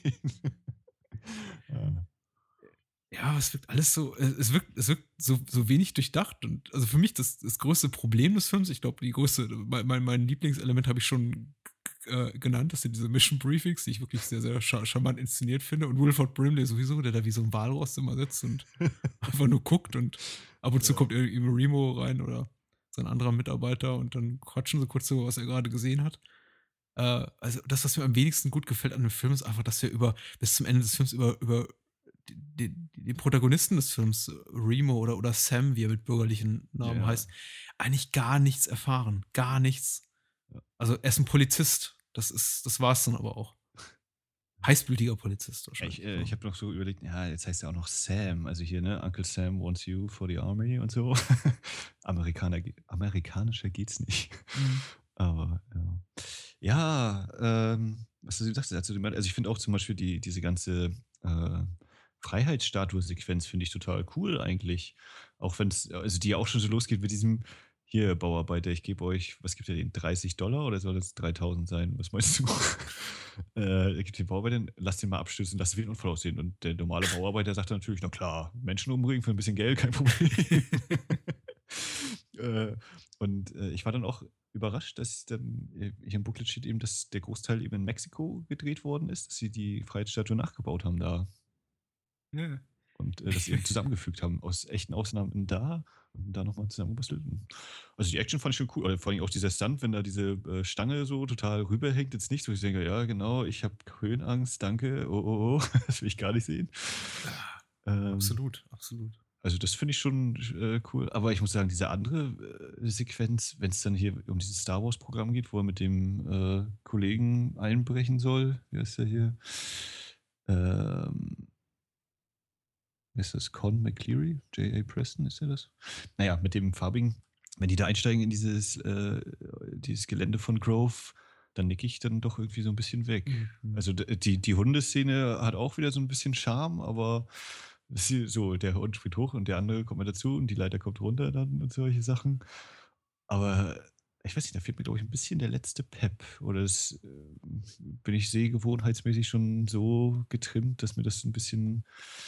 Speaker 2: Ja.
Speaker 1: ja, es wirkt alles so äh, es wirkt es wirkt so so wenig durchdacht und also für mich das das größte Problem des Films, ich glaube, die größte mein mein mein Lieblingselement habe ich schon äh, genannt, das sind diese Mission Briefings, die ich wirklich sehr, sehr scha charmant inszeniert finde und Wilford Brimley sowieso, der da wie so ein Walross immer sitzt und einfach nur guckt und ab und zu
Speaker 2: Ja.
Speaker 1: kommt irgendwie Remo rein oder so 'n anderer Mitarbeiter und dann quatschen sie kurz so, was er gerade gesehen hat. Äh, also das, was mir am wenigsten gut gefällt an dem Film, ist einfach, dass wir über bis zum Ende des Films über über den den Protagonisten des Films, äh, Remo oder oder Sam, wie er mit bürgerlichen Namen
Speaker 2: Ja,
Speaker 1: heißt, eigentlich gar nichts erfahren. Gar nichts.
Speaker 2: ja.
Speaker 1: Also, er ist 'n Polizist. Das ist das war's dann aber auch. Heißblütiger Polizist
Speaker 2: Ja, ich,
Speaker 1: wahrscheinlich,
Speaker 2: äh,
Speaker 1: ja.
Speaker 2: ich habe noch so überlegt, ja, jetzt heißt er auch noch Sam, also hier, ne, Uncle Sam wants you for the army und so. Amerikaner ge amerikanischer geht's nicht.
Speaker 1: Mhm.
Speaker 2: Aber ja. Ja, ähm, was du sagst, also, also ich finde auch zum Beispiel die diese ganze, äh, Freiheitsstatue-Sequenz finde ich total cool eigentlich. Auch wenn's also die ja auch schon so losgeht mit diesem: „Hier, Bauarbeiter, ich gebe euch“ was gibt er denen, dreißig Dollar oder soll das dreitausend sein? Was meinst du? Äh, er gibt den Bauarbeitern: „Lass den mal abstürzen, lass wie 'n Unfall aussehen.“ Und der normale Bauarbeiter sagt dann natürlich: „Na klar, Menschen umbringen für ein bisschen Geld, kein Problem.“ Äh, und, äh, ich war dann auch überrascht, dass dann, äh, hier im Booklet steht eben, dass der Großteil eben in Mexiko gedreht worden ist, dass sie die Freiheitsstatue nachgebaut haben da
Speaker 1: Ja.
Speaker 2: und, äh, das eben zusammengefügt haben aus echten Aufnahmen da und da noch mal zusammengebastelt. Also, die Action fand ich schon cool, oder vor allem auch dieser Stunt, wenn da diese, äh, Stange so total rüberhängt ins Nichts, wo ich denke: „Ja, genau, ich habe Höhenangst, danke. Oh, oh, oh, das will ich gar nicht sehen.“
Speaker 1: Ja,
Speaker 2: Ähm
Speaker 1: absolut, absolut.
Speaker 2: Also, das finde ich schon, äh, cool. Aber ich muss sagen, diese andere, äh, Sequenz, wenn es dann hier um dieses Star-Wars-Programm geht, wo er mit dem, äh, Kollegen einbrechen soll. Wie heißt der hier? Ähm, Wie heißt das? Con McCleary? J A. Preston, ist er das? Na ja, mit dem Farbigen. Wenn die da einsteigen in dieses, äh dieses Gelände von Grove, dann nicke ich dann doch irgendwie so ein bisschen weg.
Speaker 1: Mhm.
Speaker 2: Also, d die die Hundeszene hat auch wieder so ein bisschen Charme, aber sie so, der Hund springt hoch und der andere kommt mit dazu und die Leiter kommt runter dann und solche Sachen. Aber ich weiß nicht, da fehlt mir, glaube ich, ein bisschen der letzte Pep oder das, äh, bin ich sehgewohnheitsmäßig schon so getrimmt, dass mir das ein bisschen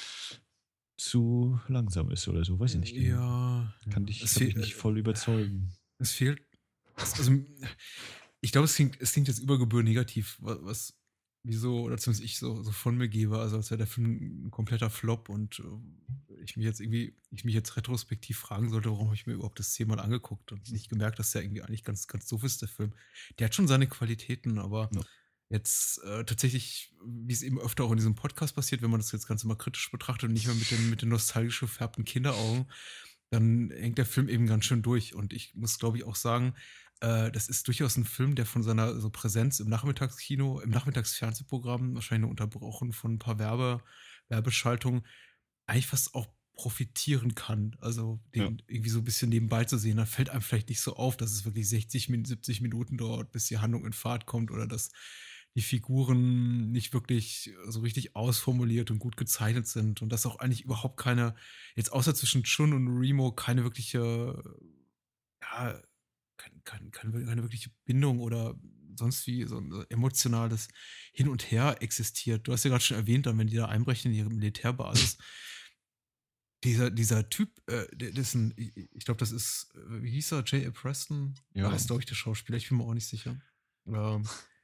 Speaker 2: zu langsam ist oder so, weiß ich nicht
Speaker 1: Äh,
Speaker 2: genau.
Speaker 1: ja,
Speaker 2: Kann
Speaker 1: ja.
Speaker 2: dich
Speaker 1: Es
Speaker 2: kann mich
Speaker 1: fehl
Speaker 2: nicht voll
Speaker 1: äh,
Speaker 2: überzeugen.
Speaker 1: es fehlt es also, ich glaube, es klingt es klingt jetzt über Gebühr negativ, wa was wieso oder zumindest ich so so von mir gebe, also, als wäre der Film 'n kompletter Flop und, äh, ich mich jetzt irgendwie ich mich jetzt retrospektiv fragen sollte, warum habe ich mir überhaupt das zehnmal angeguckt und nicht gemerkt, dass der irgendwie eigentlich ganz ganz doof ist, der Film. Der hat schon seine Qualitäten, aber
Speaker 2: Ja,
Speaker 1: jetzt, äh, tatsächlich, wie es eben öfter auch in diesem Podcast passiert, wenn man das jetzt Ganze mal kritisch betrachtet und nicht mehr mit den mit den nostalgisch gefärbten Kinderaugen, dann hängt der Film eben ganz schön durch. Und ich muss, glaube ich, auch sagen, äh, das ist durchaus ein Film, der von seiner so Präsenz im Nachmittagskino, im Nachmittagsfernsehprogramm, wahrscheinlich nur unterbrochen von ein paar Werbe Werbeschaltungen, eigentlich fast auch profitieren kann. Also,
Speaker 2: ja,
Speaker 1: den irgendwie so ein bisschen nebenbei zu sehen, dann fällt einem vielleicht nicht so auf, dass es wirklich sechzig Min siebzig Minuten dauert, bis die Handlung in Fahrt kommt oder dass die Figuren nicht wirklich so richtig ausformuliert und gut gezeichnet sind und dass auch eigentlich überhaupt keine jetzt außer zwischen Chun und Remo keine wirkliche ja, kein kein keine keine wirkliche Bindung oder sonst wie so 'n emotionales Hin und Her existiert. Du hast ja grad schon erwähnt, dann, wenn die da einbrechen in ihre Militärbasis, dieser dieser Typ, äh, der dessen i i ich glaube, das ist, äh, wie hieß er? J A. Preston?
Speaker 2: ja.
Speaker 1: Heißt, glaube ich, der Schauspieler, ich bin mir auch nicht sicher. Ähm,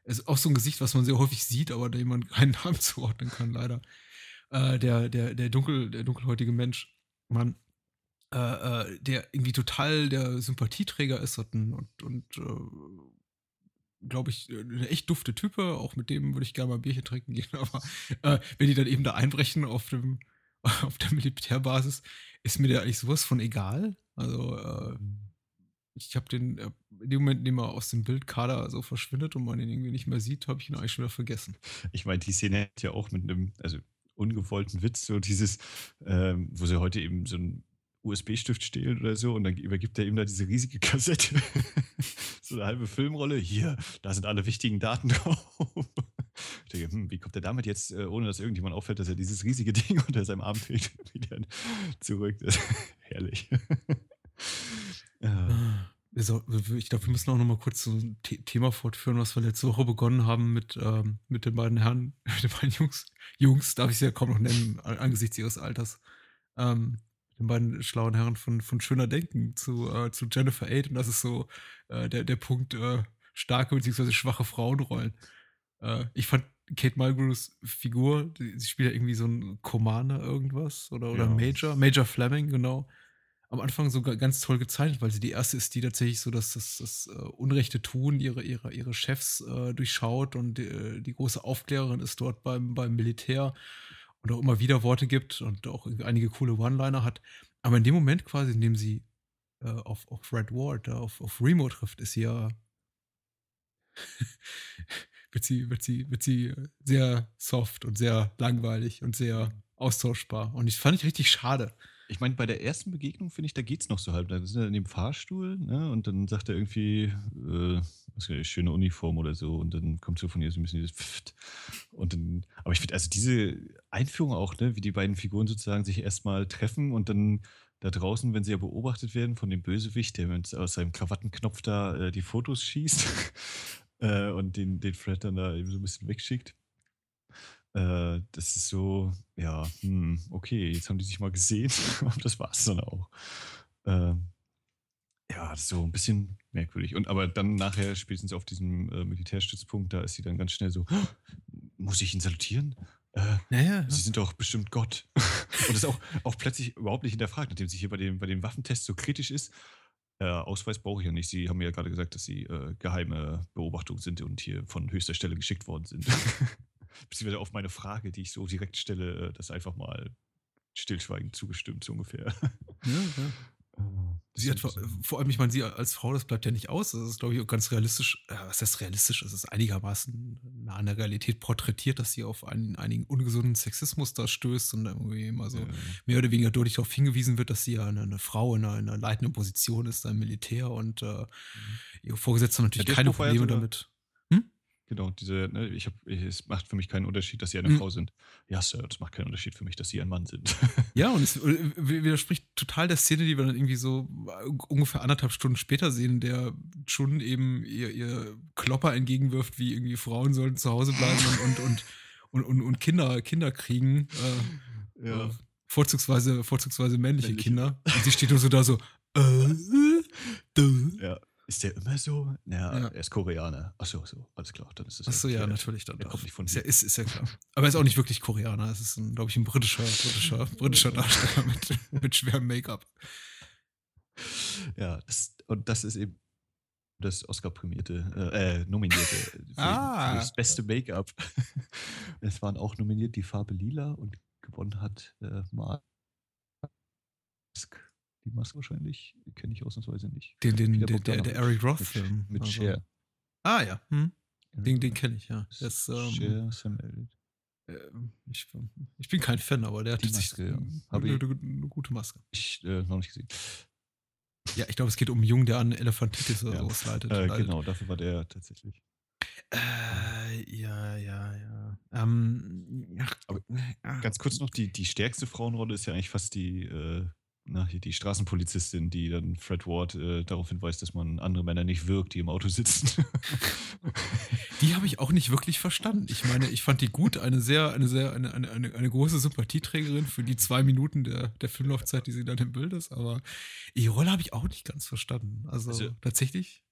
Speaker 1: ist auch so ein Gesicht, was man sehr häufig sieht, aber dem man keinen Namen zuordnen kann, leider. Äh, der, der, der dunkel, der dunkelhäutige Mensch, Mann, äh, äh, der irgendwie total der Sympathieträger ist und, und, und äh, glaube ich, eine echt dufte Type. Auch mit dem würde ich gerne mal ein Bierchen trinken gehen. Aber äh, wenn die dann eben da einbrechen auf dem, auf der Militärbasis, ist mir der eigentlich sowas von egal. Also äh, ich habe den, äh, in dem Moment, in dem er aus dem Bildkader so verschwindet und man ihn irgendwie nicht mehr sieht, habe ich ihn eigentlich schon wieder vergessen.
Speaker 2: Ich meine, die Szene hat ja auch mit einem, also ungewollten Witz, so dieses, ähm, wo sie heute eben so einen U S B-Stift stehlen oder so und dann übergibt er ihm da diese riesige Kassette. So eine halbe Filmrolle. Hier, da sind alle wichtigen Daten drauf. Ich denke, hm, wie kommt er damit jetzt, äh, ohne dass irgendjemand auffällt, dass er dieses riesige Ding unter seinem Arm trägt, wieder zurück? Das ist herrlich. Ja.
Speaker 1: Wir soll- Ich glaube, wir müssen auch noch mal kurz so ein The Thema fortführen, was wir letzte Woche begonnen haben mit, ähm, mit den beiden Herren, mit den beiden Jungs. Jungs darf ich sie ja kaum noch nennen, an- angesichts ihres Alters. Ähm, mit den beiden schlauen Herren von, von Schöner Denken zu, äh, zu Jennifer Aid. Und das ist so äh, der, der Punkt äh, starke bzw. schwache Frauenrollen. Äh, ich fand Kate Mulgrews Figur, die, sie spielt ja irgendwie so ein Commander irgendwas oder, oder
Speaker 2: Ja.
Speaker 1: Major, Major Fleming, genau. Am Anfang sogar ganz toll gezeichnet, weil sie die erste ist, die tatsächlich so das, das, das äh, unrechte Tun ihre, ihre, ihre Chefs äh, durchschaut und äh, die große Aufklärerin ist dort beim, beim Militär und auch immer wieder Worte gibt und auch irgendwie einige coole One-Liner hat. Aber in dem Moment quasi, in dem sie äh, auf, auf Red Ward, da auf, auf Remo trifft, ist sie ja wird sie, wird sie, wird sie sehr soft und sehr langweilig und sehr austauschbar. Und das fand ich richtig schade.
Speaker 2: Ich meine, bei der ersten Begegnung finde ich, da geht's noch so halb. Da sind wir in dem Fahrstuhl, ne? Und dann sagt er irgendwie, äh, was weiß ich, schöne Uniform oder so. Und dann kommt so von ihr so ein bisschen dieses Pfft. Und dann, aber ich finde, also diese Einführung auch, ne, wie die beiden Figuren sozusagen sich erstmal treffen und dann da draußen, wenn sie ja beobachtet werden von dem Bösewicht, der mit aus seinem Krawattenknopf da äh, die Fotos schießt äh, und den, den Fred dann da eben so ein bisschen wegschickt. Äh, das ist so, ja, hm, okay, jetzt haben die sich mal gesehen, aber das war's dann auch. Ähm, ja, das ist so ein bisschen merkwürdig. Und aber dann nachher, spätestens auf diesem äh, Militärstützpunkt, da ist sie dann ganz schnell so, muss ich ihn salutieren? Äh,
Speaker 1: Naja,
Speaker 2: Sie sind doch bestimmt Gott. Und das auch, auch plötzlich überhaupt nicht hinterfragt, nachdem sie hier bei dem, bei dem Waffentest so kritisch ist. Äh, Ausweis brauche ich ja nicht. Sie haben mir ja gerade gesagt, dass Sie äh, geheime Beobachtungen sind und hier von höchster Stelle geschickt worden sind. Beziehungsweise auf meine Frage, die ich so direkt stelle, äh, das einfach mal stillschweigend zugestimmt, so ungefähr.
Speaker 1: ja, ja.
Speaker 2: Das
Speaker 1: Sie
Speaker 2: ist
Speaker 1: hat vor,
Speaker 2: ein bisschen-
Speaker 1: vor allem, ich meine, sie als Frau, das bleibt ja nicht aus. Das ist, glaube ich, auch ganz realistisch. Äh, was heißt realistisch? Es ist einigermaßen nah an der Realität porträtiert, dass sie auf einen, einigen ungesunden Sexismus da stößt und irgendwie immer so
Speaker 2: Ja.
Speaker 1: mehr oder weniger deutlich darauf hingewiesen wird, dass sie ja eine, eine Frau in einer, in einer leitenden Position ist, im Militär und äh, ihre Vorgesetzte haben natürlich
Speaker 2: Ja, der
Speaker 1: keine
Speaker 2: Spruch war ja
Speaker 1: Probleme
Speaker 2: sogar-
Speaker 1: damit. Hm?
Speaker 2: Genau, diese, ne, ich hab, es macht für mich keinen Unterschied, dass Sie eine
Speaker 1: Mhm.
Speaker 2: Frau sind. Ja, Sir, das macht keinen Unterschied für mich, dass Sie ein Mann sind.
Speaker 1: Ja, und es äh, widerspricht total der Szene, die wir dann irgendwie so äh, ungefähr anderthalb Stunden später sehen, der Chun eben ihr, ihr Klopper entgegenwirft, wie irgendwie Frauen sollten zu Hause bleiben und, und, und, und, und, und Kinder, Kinder kriegen. Äh,
Speaker 2: Ja.
Speaker 1: äh, vorzugsweise, vorzugsweise männliche,
Speaker 2: Männliche.
Speaker 1: Kinder. Und sie steht nur so da so, äh, äh.
Speaker 2: Ja. Ist der immer so? Naja,
Speaker 1: Ja.
Speaker 2: er ist Koreaner. Achso, so, alles klar. Dann ist das
Speaker 1: Achso, ja,
Speaker 2: geklärt.
Speaker 1: natürlich. Dann
Speaker 2: Er
Speaker 1: doch.
Speaker 2: kommt nicht von
Speaker 1: ist, ja,
Speaker 2: hier.
Speaker 1: ist, ist ja klar. Aber er ist auch nicht wirklich Koreaner. Es ist, glaube ich, ein britischer, britischer, britischer Darsteller mit, mit schwerem Make-up.
Speaker 2: Ja, das, und das ist eben das Oscar-prämierte, äh, äh, nominierte für,
Speaker 1: Ah.
Speaker 2: für das beste Make-up. Es waren auch nominiert die Farbe Lila und gewonnen hat äh, Mask. Die Maske wahrscheinlich, kenne ich ausnahmsweise nicht.
Speaker 1: Den, den,
Speaker 2: Peter
Speaker 1: der, der, der
Speaker 2: Bogdanovich
Speaker 1: Eric
Speaker 2: mit,
Speaker 1: Roth-Film.
Speaker 2: mit
Speaker 1: also.
Speaker 2: Cher.
Speaker 1: Ah ja, hm. den, den
Speaker 2: Äh,
Speaker 1: kenne ich, ja. Das, ähm,
Speaker 2: Cher, Sam Elliott.
Speaker 1: äh, ich, ich bin kein Fan, aber der hat
Speaker 2: Die
Speaker 1: tatsächlich
Speaker 2: Maske, ja.
Speaker 1: eine,
Speaker 2: Hab
Speaker 1: eine,
Speaker 2: ich-
Speaker 1: eine gute Maske.
Speaker 2: Ich äh, noch nicht gesehen.
Speaker 1: Ja, ich glaube, es geht um einen Jungen, der an Elefantitis oder
Speaker 2: Ja.
Speaker 1: sowas leidet.
Speaker 2: Äh,
Speaker 1: leidet.
Speaker 2: genau, dafür war der tatsächlich.
Speaker 1: Äh, ja, ja, ja. Ähm, ach,
Speaker 2: Aber
Speaker 1: ach,
Speaker 2: Ganz kurz noch, die, die stärkste Frauenrolle ist ja eigentlich fast die, äh, na, hier die Straßenpolizistin, die dann Fred Ward äh, darauf hinweist, dass man andere Männer nicht wirkt, die im Auto sitzen.
Speaker 1: Die habe ich auch nicht wirklich verstanden. Ich meine, ich fand die gut, eine sehr, eine sehr, eine, eine, eine, eine große Sympathieträgerin für die zwei Minuten der, der Filmlaufzeit, die sie dann im Bild ist, aber ihre Rolle habe ich auch nicht ganz verstanden. Also,
Speaker 2: Also-
Speaker 1: tatsächlich. Hm?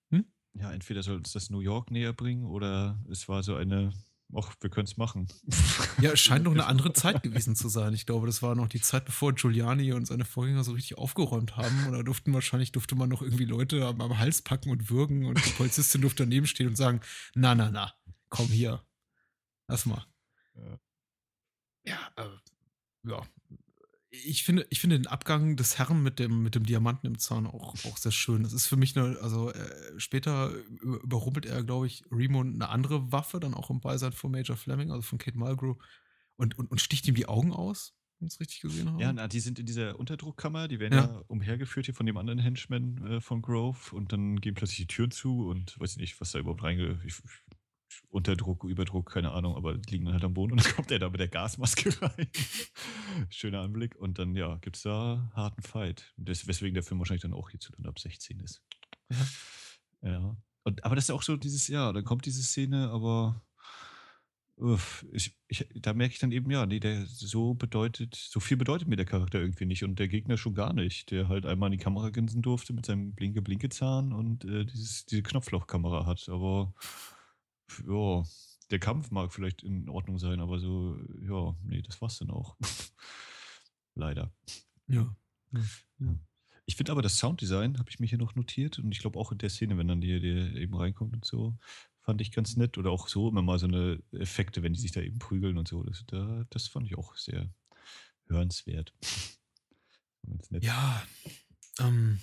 Speaker 2: ja, entweder soll uns das New York näher bringen oder es war so eine, ach, wir können es machen.
Speaker 1: Ja, es
Speaker 2: So
Speaker 1: scheint noch eine
Speaker 2: ungefähr.
Speaker 1: andere Zeit gewesen zu sein. Ich glaube, das war noch die Zeit, bevor Giuliani und seine Vorgänger so richtig aufgeräumt haben. Und da durften wahrscheinlich durfte man noch irgendwie Leute am, am Hals packen und würgen und die Polizistin durfte daneben stehen und sagen, na, na, na, komm hier, lass mal.
Speaker 2: Ja.
Speaker 1: Ja, äh, ja. Ich finde, ich finde den Abgang des Herrn mit dem, mit dem Diamanten im Zahn auch, auch sehr schön. Das ist für mich eine, also äh, später über- überrumpelt er, glaube ich, Remo eine andere Waffe, dann auch im Beisein von Major Fleming, also von Kate Mulgrew, und, und, und sticht ihm die Augen aus, wenn ich es richtig gesehen
Speaker 2: Ja,
Speaker 1: habe.
Speaker 2: na, die sind in dieser Unterdruckkammer, die werden
Speaker 1: Ja.
Speaker 2: ja umhergeführt hier von dem anderen Henchman äh, von Grove und dann gehen plötzlich die Türen zu und weiß nicht, was da überhaupt reinge... Ich, Unterdruck, Überdruck, keine Ahnung, aber die liegen dann halt am Boden und dann kommt er da mit der Gasmaske rein. Schöner Anblick. Und dann, ja, gibt es da harten Fight. Das, weswegen der Film wahrscheinlich dann auch hierzu dann ab sechzehn ist.
Speaker 1: Ja.
Speaker 2: Ja. Und, aber das ist auch so dieses, ja, dann kommt diese Szene, aber uff, ich, ich, da merke ich dann eben, ja, nee, der so bedeutet, so viel bedeutet mir der Charakter irgendwie nicht und der Gegner schon gar nicht, der halt einmal in die Kamera grinsen durfte mit seinem Blinke-Blinke-Zahn und äh, dieses, diese Knopflochkamera hat. Aber ja, der Kampf mag vielleicht in Ordnung sein, aber so, ja, nee, das war's dann auch. Leider.
Speaker 1: Ja. Ja.
Speaker 2: Ja.
Speaker 1: Ja.
Speaker 2: Ich finde aber das Sounddesign, habe ich mir hier noch notiert und ich glaube auch in der Szene, wenn dann die, die eben reinkommt und so, fand ich ganz nett. Oder auch so immer mal so eine Effekte, wenn die sich da eben prügeln und so. Das, da, das fand ich auch sehr hörenswert. Ganz nett.
Speaker 1: Ja, ähm,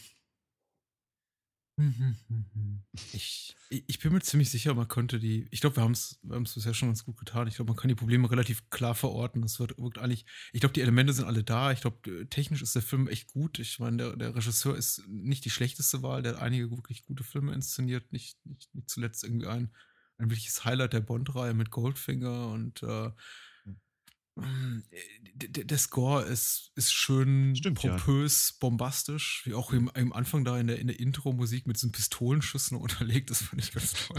Speaker 1: Mhm, mhm. Ich, ich bin mir ziemlich sicher, man könnte die, ich glaube, wir haben es wir haben's bisher schon ganz gut getan. Ich glaube, man kann die Probleme relativ klar verorten. Das wird, wirkt eigentlich, ich glaube, die Elemente sind alle da. Ich glaube, technisch ist der Film echt gut. Ich meine, der, der Regisseur ist nicht die schlechteste Wahl. Der hat einige wirklich gute Filme inszeniert. Nicht, nicht, nicht zuletzt irgendwie ein, ein wirkliches Highlight der Bond-Reihe mit Goldfinger und äh, Mm, d- d- Der Score ist, ist schön
Speaker 2: Stimmt, ja.
Speaker 1: pompös, bombastisch, wie auch im, im Anfang da in der, in der Intro-Musik mit so Pistolenschüssen unterlegt, das fand ich ganz toll.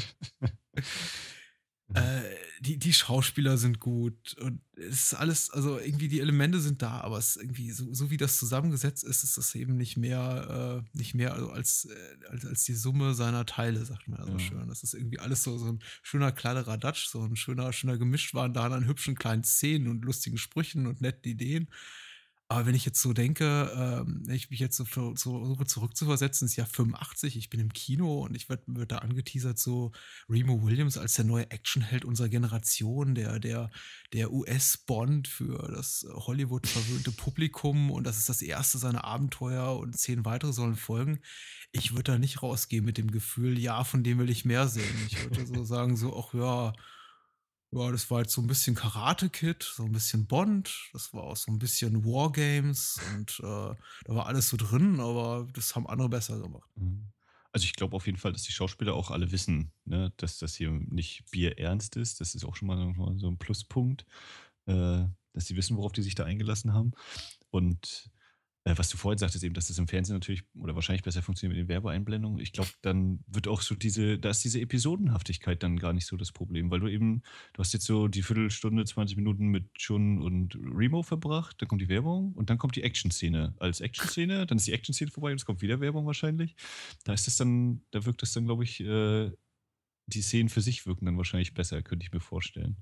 Speaker 2: Mhm.
Speaker 1: Äh, die, die Schauspieler sind gut und es ist alles, also irgendwie die Elemente sind da, aber es ist irgendwie, so, so wie das zusammengesetzt ist, ist das eben nicht mehr, äh, nicht mehr also als, äh, als, als die Summe seiner Teile, sagt man ja so
Speaker 2: Ja.
Speaker 1: schön. Das ist irgendwie alles so, so ein schöner kleiner Radatsch, so ein schöner, schöner Gemischtwarenladen an hübschen kleinen Szenen und lustigen Sprüchen und netten Ideen. Aber wenn ich jetzt so denke, ähm, wenn ich mich jetzt so für, so versuche zurückzuversetzen, ins Jahr fünfundachtzig, ich bin im Kino und ich werde werd da angeteasert, so Remo Williams als der neue Actionheld unserer Generation, der, der, der U S-Bond für das Hollywood-verwöhnte Publikum und das ist das erste seiner Abenteuer und zehn weitere sollen folgen. Ich würde da nicht rausgehen mit dem Gefühl, ja, von dem will ich mehr sehen. Ich würde so sagen, so, ach ja, ja, das war jetzt so ein bisschen Karate Kid, so ein bisschen Bond, das war auch so ein bisschen Wargames und, äh, da war alles so drin, aber das haben andere besser gemacht.
Speaker 2: Mhm. Also ich glaube auf jeden Fall, dass die Schauspieler auch alle wissen, ne, dass das hier nicht bierernst ist. Das ist auch schon mal so so 'n Pluspunkt, äh, dass sie wissen, worauf die sich da eingelassen haben. Und, äh, was du vorhin sagtest eben, dass das im Fernsehen natürlich oder wahrscheinlich besser funktioniert mit den Werbeeinblendungen. Ich glaube, dann wird auch so diese da ist diese Episodenhaftigkeit dann gar nicht so das Problem, weil du eben du hast jetzt so die Viertelstunde, zwanzig Minuten mit Chun und Remo verbracht, dann kommt die Werbung und dann kommt die Action-Szene als Action-Szene, dann ist die Action-Szene vorbei und es kommt wieder Werbung wahrscheinlich. Da ist es dann da wirkt das dann, glaube ich, äh die Szenen für sich wirken dann wahrscheinlich besser, könnte ich mir vorstellen.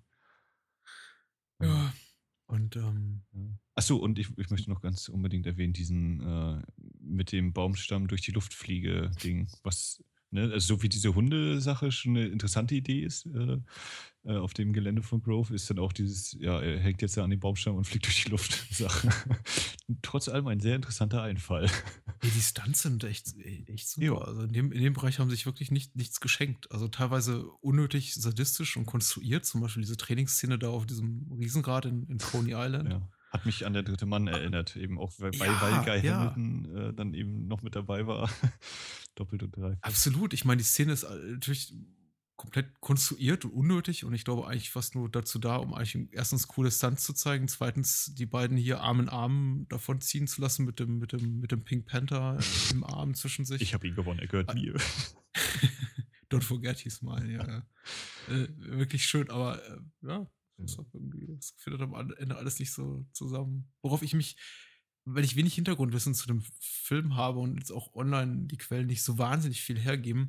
Speaker 2: Ja.
Speaker 1: Ja, und, ähm
Speaker 2: Ja. Ach so, und ich ich möchte noch ganz unbedingt erwähnen, diesen, äh, mit dem Baumstamm durch die Luft fliege-Ding, was ne, also so wie diese Hundesache schon 'ne interessante Idee ist, äh, äh, auf dem Gelände von Grove, ist dann auch dieses, ja, er hängt jetzt da an dem Baumstamm und fliegt durch die Luft Sache. Trotz allem ein sehr interessanter Einfall.
Speaker 1: ja, die Stunts sind echt e echt
Speaker 2: Ja,
Speaker 1: super. Also, in dem in dem Bereich haben sie sich wirklich nicht nichts geschenkt. Also, teilweise unnötig sadistisch und konstruiert, zum Beispiel diese Trainingsszene da auf diesem Riesenrad in in Coney Island.
Speaker 2: ja. Hat mich an der dritte Mann erinnert, eben auch, weil weil weil
Speaker 1: Ja,
Speaker 2: Guy
Speaker 1: ja.
Speaker 2: Hamilton, äh, dann eben noch mit dabei war. Doppelt und dreifach.
Speaker 1: Absolut. Ich meine, die Szene ist äh, natürlich komplett konstruiert und unnötig und ich glaube eigentlich fast nur dazu da, um eigentlich erstens coole Stunts zu zeigen, zweitens die beiden hier Arm in Arm davonziehen zu lassen mit dem, mit dem, mit dem Pink Panther äh, im Arm zwischen
Speaker 2: Ich
Speaker 1: sich.
Speaker 2: habe ihn gewonnen, er gehört
Speaker 1: Äh,
Speaker 2: mir.
Speaker 1: Don't forget he's mine, ja. Ja. Äh, wirklich schön, aber äh, ja,
Speaker 2: Ja.
Speaker 1: das ist auch irgendwie, das findet am Ende alles nicht so zusammen. Worauf ich mich, weil ich wenig Hintergrundwissen zu dem Film habe und jetzt auch online die Quellen nicht so wahnsinnig viel hergeben,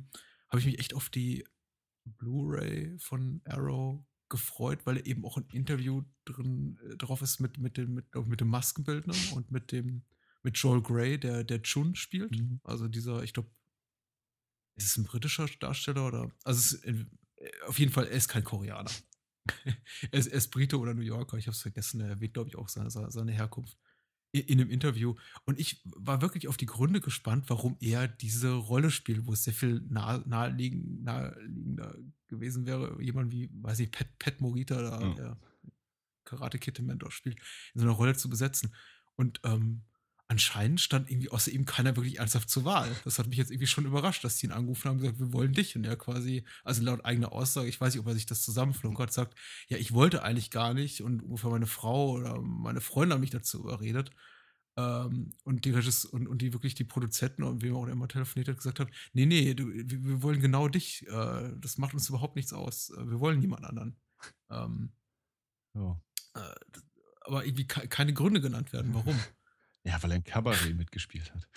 Speaker 1: habe ich mich echt auf die Blu-ray von Arrow gefreut, weil eben auch ein Interview drin äh, drauf ist mit, mit dem, mit, mit dem Maskenbildner und mit dem, mit Joel Grey, der, der Chun spielt.
Speaker 2: Mhm.
Speaker 1: Also dieser, ich glaube, ist es ein britischer Darsteller oder? Also es ist, äh, auf jeden Fall, er ist kein Koreaner. er, ist, er ist Brite oder New Yorker, ich habe es vergessen, er erwähnt, glaube ich, auch seine, seine Herkunft i- in einem Interview. Und ich war wirklich auf die Gründe gespannt, warum er diese Rolle spielt, wo es sehr viel nah, naheliegend, naheliegender gewesen wäre. Jemand wie, weiß ich, Pat, Pat Morita, da,
Speaker 2: Ja.
Speaker 1: der Karate Kid im Mentor spielt, in so einer Rolle zu besetzen. Und ähm, anscheinend stand irgendwie außer ihm keiner wirklich ernsthaft zur Wahl. Das hat mich jetzt irgendwie schon überrascht, dass die ihn angerufen haben und gesagt, wir wollen dich. Und er quasi, also laut eigener Aussage, ich weiß nicht, ob er sich das zusammenflunkert, sagt, ja, ich wollte eigentlich gar nicht und ungefähr meine Frau oder meine Freunde haben mich dazu überredet. Ähm, und die Regis und, und die wirklich die Produzenten und wem auch immer telefoniert hat, gesagt hat, nee, nee, du, wir, wir wollen genau dich. Äh, das macht uns überhaupt nichts aus. Äh, wir wollen niemand anderen. Ähm,
Speaker 2: Ja.
Speaker 1: äh, aber irgendwie ke- keine Gründe genannt werden, warum.
Speaker 2: Ja, weil er ein Kabarett mitgespielt hat.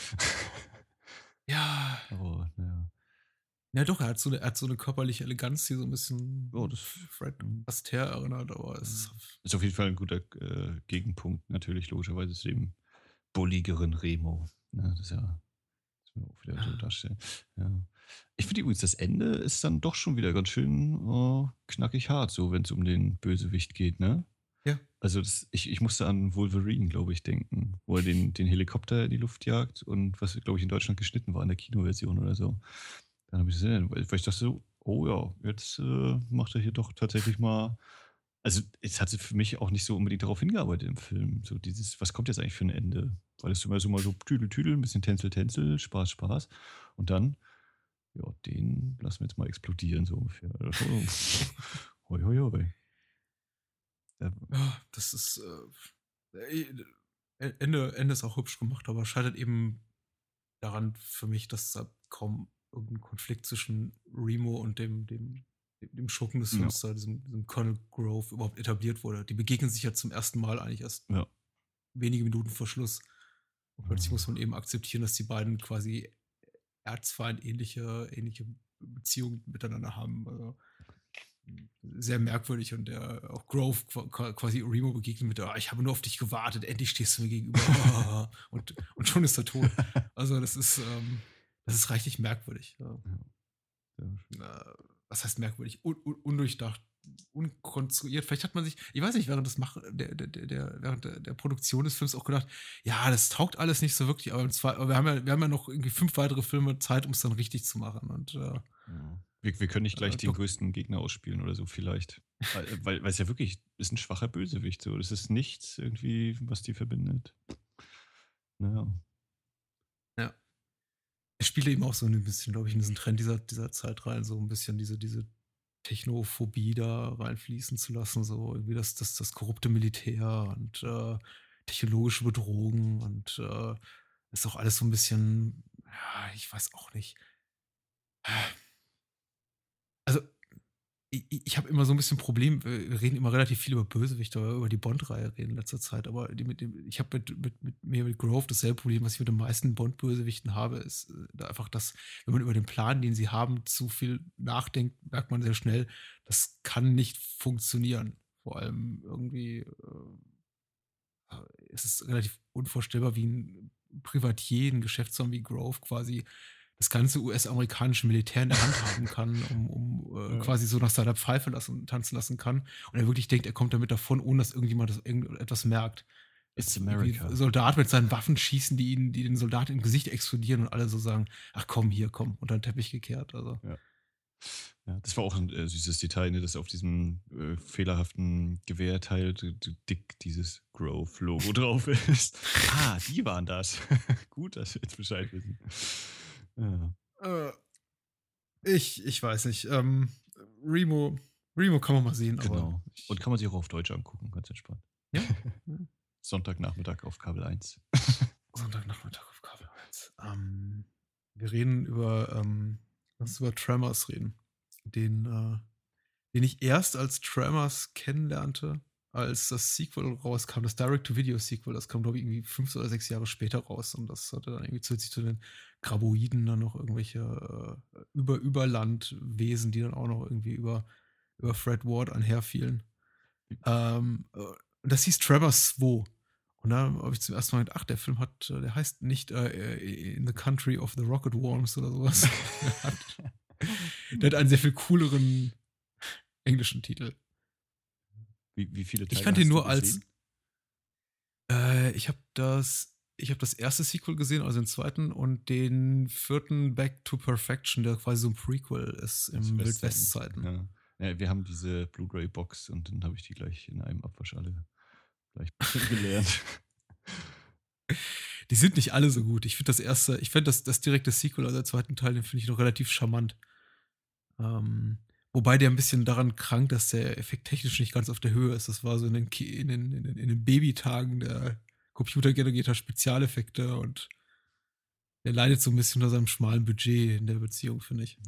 Speaker 1: Ja,
Speaker 2: Aber, ja.
Speaker 1: ja doch, er hat so eine, er hat so eine körperliche Eleganz, die so ein bisschen
Speaker 2: Ja, das
Speaker 1: Fred
Speaker 2: mhm.
Speaker 1: Astaire erinnert, aber es ist,
Speaker 2: ist auf jeden Fall ein guter äh, Gegenpunkt, natürlich, logischerweise zu dem bulligeren Remo. Ja, das ist ja, das wir auch wieder so
Speaker 1: ah,
Speaker 2: darstellen. Ja. Ich finde übrigens, das Ende ist dann doch schon wieder ganz schön äh, knackig hart, so wenn es um den Bösewicht geht, ne?
Speaker 1: ja,
Speaker 2: Also das, ich, ich musste an Wolverine, glaube ich, denken, wo er den, den Helikopter in die Luft jagt und was, glaube ich, in Deutschland geschnitten war, in der Kinoversion oder so. Dann habe ich gesehen, weil weil ich dachte so, oh ja, jetzt äh, macht er hier doch tatsächlich mal. Also es hatte für mich auch nicht so unbedingt darauf hingearbeitet im Film. So dieses, was kommt jetzt eigentlich für ein Ende? Weil es immer so mal so Tüdel, Tüdel, ein bisschen Tänzel, Tänzel, Spaß, Spaß. Und dann, ja, den lassen wir jetzt mal explodieren, so ungefähr. Also, hoi, hoi, hoi. Ja,
Speaker 1: ja, das ist äh, äh, Ende, Ende ist auch hübsch gemacht, aber scheitert eben daran für mich, dass da kaum irgendein Konflikt zwischen Remo und dem, dem, dem Schurken des
Speaker 2: ja,
Speaker 1: Films da, diesem, diesem Colonel Grove, überhaupt etabliert wurde. Die begegnen sich ja zum ersten Mal eigentlich erst
Speaker 2: ja.
Speaker 1: wenige Minuten vor Schluss. Und plötzlich muss man eben akzeptieren, dass die beiden quasi Erzfeind ähnliche, ähnliche Beziehungen miteinander haben. Also, sehr merkwürdig und der auch Grove quasi Remo begegnet mit, ah, ich habe nur auf dich gewartet, endlich stehst du mir gegenüber und, und schon ist er tot. Also das ist, ähm, das ist reichlich merkwürdig. Ja.
Speaker 2: Ja, sehr
Speaker 1: Äh, was heißt merkwürdig? Un, un, undurchdacht, unkonstruiert. Vielleicht hat man sich, ich weiß nicht, während des Mach der, der, der, der, während der, der Produktion des Films auch gedacht, ja, das taugt alles nicht so wirklich, aber, im Zwei, aber wir, haben ja, wir haben ja noch irgendwie fünf weitere Filme Zeit, um es dann richtig zu machen. Und äh,
Speaker 2: Ja. Wir, wir können nicht gleich
Speaker 1: äh,
Speaker 2: den
Speaker 1: Doc,
Speaker 2: größten Gegner ausspielen oder so, vielleicht. Weil, weil weil es ja wirklich ist ein schwacher Bösewicht. So. Das ist nichts irgendwie, was die verbindet. Naja.
Speaker 1: ja. Er spielt eben auch so ein bisschen, glaube ich, in diesen Trend dieser, dieser Zeit rein, so ein bisschen diese, diese Technophobie da reinfließen zu lassen, so irgendwie das, das, das korrupte Militär und äh, technologische Bedrohung und äh, ist auch alles so ein bisschen, ja, ich weiß auch nicht. Also, ich, ich habe immer so ein bisschen ein Problem, wir reden immer relativ viel über Bösewichte, weil wir über die Bond-Reihe reden in letzter Zeit, aber die mit dem, ich habe mit, mit, mit mir mit Grove dasselbe Problem, was ich mit den meisten Bond-Bösewichten habe, ist äh, einfach, dass, wenn man über den Plan, den sie haben, zu viel nachdenkt, merkt man sehr schnell, das kann nicht funktionieren. Vor allem irgendwie äh, ist es relativ unvorstellbar, wie ein Privatier, ein Geschäftsmann wie Grove quasi das ganze U S-amerikanische Militär in der Hand haben kann, um, um äh,
Speaker 2: Ja.
Speaker 1: quasi so nach seiner Pfeife lassen, tanzen lassen kann. Und er wirklich denkt, er kommt damit davon, ohne dass irgendjemand das irgendetwas merkt.
Speaker 2: It's
Speaker 1: Dass irgendwie
Speaker 2: America.
Speaker 1: Soldat mit seinen Waffen schießen, die ihn, die den Soldaten im Gesicht explodieren und alle so sagen, ach komm, hier, komm, unter den Teppich gekehrt. Also,
Speaker 2: Ja. Ja, das war auch ein äh, süßes Detail, ne, dass auf diesem äh, fehlerhaften Gewehrteil so, so dick dieses Grove-Logo drauf ist. Ah, die waren das. Gut, dass wir jetzt Bescheid wissen. Ja,
Speaker 1: äh, ich, ich weiß nicht. Ähm, Remo, Remo kann man mal sehen, aber
Speaker 2: genau. Und
Speaker 1: ich,
Speaker 2: kann man sich auch auf Deutsch angucken, ganz entspannt.
Speaker 1: ja.
Speaker 2: Sonntagnachmittag auf Kabel eins.
Speaker 1: Sonntagnachmittag auf Kabel eins. Ähm, wir reden über, ähm, lass uns über Tremors reden. Den, äh, den ich erst als Tremors kennenlernte. als das Sequel rauskam, das Direct-to-Video-Sequel, das kam, glaube ich, irgendwie fünf oder sechs Jahre später raus und das hatte dann irgendwie zusätzlich zu den Graboiden dann noch irgendwelche äh, über Überlandwesen, die dann auch noch irgendwie über, über Fred Ward einherfielen. Ähm, äh, und das hieß Tremor zwei. Und da habe ich zum ersten Mal gedacht, ach, der Film hat, äh, der heißt nicht äh, In the Country of the Rocket Worms oder sowas. der, hat, der hat einen sehr viel cooleren englischen Titel.
Speaker 2: Wie, wie viele
Speaker 1: Ich
Speaker 2: Teile
Speaker 1: kannte ihn
Speaker 2: hast du
Speaker 1: nur als,
Speaker 2: gesehen?
Speaker 1: äh, ich habe das, ich habe das erste Sequel gesehen, also den zweiten, und den vierten Back to Perfection, der quasi so ein Prequel ist
Speaker 2: Das
Speaker 1: im
Speaker 2: Western,
Speaker 1: Wildwest-Zeiten.
Speaker 2: ja. Ja, wir haben diese Blu-ray-Box und dann habe ich die gleich in einem Abwasch alle gleich kennengelernt.
Speaker 1: Die sind nicht alle so gut. Ich finde das erste, ich finde das, das direkte Sequel, also der zweiten Teil, den finde ich noch relativ charmant. Ähm, wobei der ein bisschen daran krankt, dass der Effekt technisch nicht ganz auf der Höhe ist. Das war so in den, Ki- in den, in den, in den Babytagen der computergenerierter Spezialeffekte und der leidet so ein bisschen unter seinem schmalen Budget in der Beziehung, finde ich.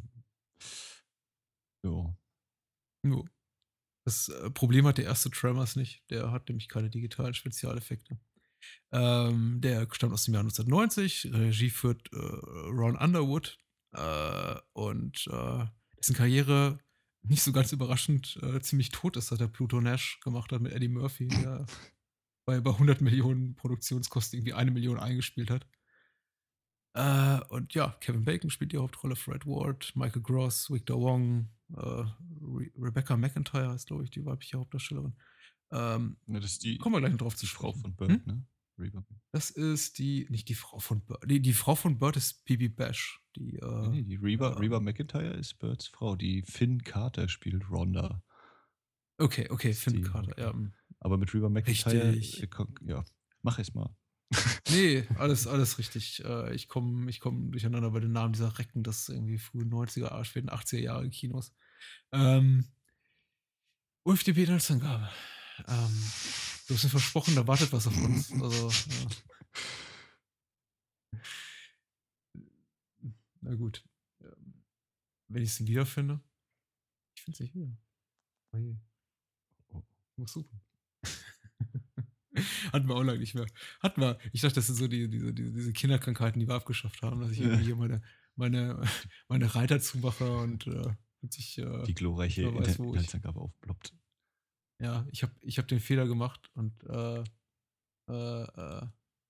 Speaker 2: Ja.
Speaker 1: Jo. Das äh, Problem hat der erste Tremors nicht. Der hat nämlich keine digitalen Spezialeffekte. Ähm, der stammt aus dem Jahr neunzehnhundertneunzig. Regie führt äh, Ron Underwood. Äh, und äh, dessen Karriere nicht so ganz überraschend äh, ziemlich tot ist, seit er Pluto Nash gemacht hat mit Eddie Murphy, der bei, bei hundert Millionen Produktionskosten irgendwie eine Million eingespielt hat. Äh, und ja, Kevin Bacon spielt die Hauptrolle, Fred Ward, Michael Gross, Victor Wong, äh, Re Rebecca McIntyre ist, glaube ich, die weibliche Hauptdarstellerin. Ähm,
Speaker 2: Ja, das ist die,
Speaker 1: kommen wir gleich noch drauf zu
Speaker 2: die Frau
Speaker 1: sprechen.
Speaker 2: von Bird,
Speaker 1: Hm?
Speaker 2: ne? Reba.
Speaker 1: Das ist die, nicht die Frau von Bird. Die, die Frau von Bird ist Bibi Bash. Die,
Speaker 2: Nee,
Speaker 1: äh,
Speaker 2: nee, die Reba,
Speaker 1: äh,
Speaker 2: Reba McIntyre ist Birds Frau. Die Finn Carter spielt Rhonda.
Speaker 1: okay, okay,
Speaker 2: Das ist
Speaker 1: Finn
Speaker 2: die
Speaker 1: Carter, ja.
Speaker 2: Hauptrolle. Aber mit Reba McIntyre, äh,
Speaker 1: Richtig.
Speaker 2: kon- ja, mach es mal.
Speaker 1: Nee, alles, alles richtig. Äh, ich komme ich komm durcheinander bei den Namen dieser Recken, das ist irgendwie frühen neunziger, späten achtziger Jahre Kinos. Ähm, U F D B-Inhaltsangabe. Ähm, du hast mir versprochen, da wartet was auf uns. Also, ja. Na gut. Ähm, wenn ich es wiederfinde. Ich finde es nicht wieder. Oh je.
Speaker 2: Oh.
Speaker 1: Ich muss suchen. Hatten wir auch lange nicht mehr. Hatten wir. Ich dachte, das sind so die, diese, diese, diese Kinderkrankheiten, die wir abgeschafft haben, dass ich irgendwie hier meine, meine, meine Reiter zumache und äh, sich, äh,
Speaker 2: Die glorreiche
Speaker 1: nicht mehr weiß, wo ich.
Speaker 2: Inhaltsangabe aufploppt.
Speaker 1: Ja, ich habe ich hab den Fehler gemacht und, äh, äh, äh,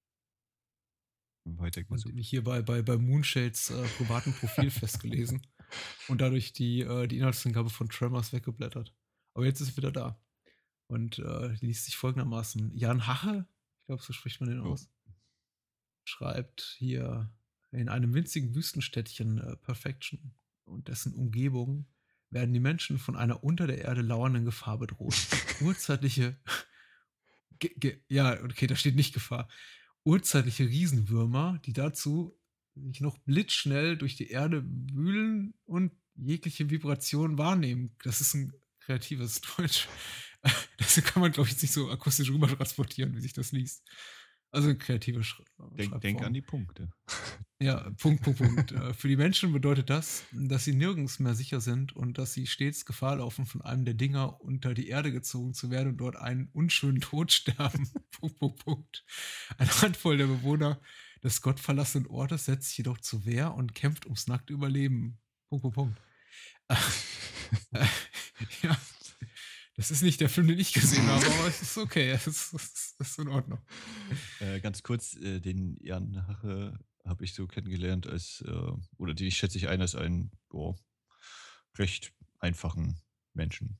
Speaker 2: Weiter
Speaker 1: und
Speaker 2: gesucht.
Speaker 1: mich hier bei, bei, bei Moonshades äh, privaten Profil festgelesen und dadurch die, äh, die Inhaltsangabe von Tremors weggeblättert. Aber jetzt ist es wieder da. Und äh, die liest sich folgendermaßen. Jan Hache, ich glaube, so spricht man den
Speaker 2: Oh.
Speaker 1: aus, schreibt hier in einem winzigen Wüstenstädtchen äh, Perfection und dessen Umgebung werden die Menschen von einer unter der Erde lauernden Gefahr bedroht. Urzeitliche, ge, ge, ja, okay, da steht nicht Gefahr. Urzeitliche Riesenwürmer, die dazu sich noch blitzschnell durch die Erde wühlen und jegliche Vibration wahrnehmen. Das ist ein kreatives Deutsch. Das kann man, glaube ich, nicht so akustisch rüber transportieren, wie sich das liest. Also eine kreative Sch
Speaker 2: Denk, denk an die Punkte.
Speaker 1: Ja, Punkt, Punkt, Punkt. Äh, Für die Menschen bedeutet das, dass sie nirgends mehr sicher sind und dass sie stets Gefahr laufen, von einem der Dinger unter die Erde gezogen zu werden und dort einen unschönen Tod sterben. Punkt, Punkt, Punkt. Eine Handvoll der Bewohner des gottverlassenen Ortes setzt sich jedoch zur Wehr und kämpft ums nackte Überleben. Punkt, Punkt, Punkt. Äh, äh, ja, das ist nicht der Film, den ich gesehen habe, aber es ist okay, es ist, es ist, es ist in Ordnung.
Speaker 2: Äh, ganz kurz, äh, den Jan Hache habe ich so kennengelernt als, äh, oder den schätze ich ein als einen boah, recht einfachen Menschen.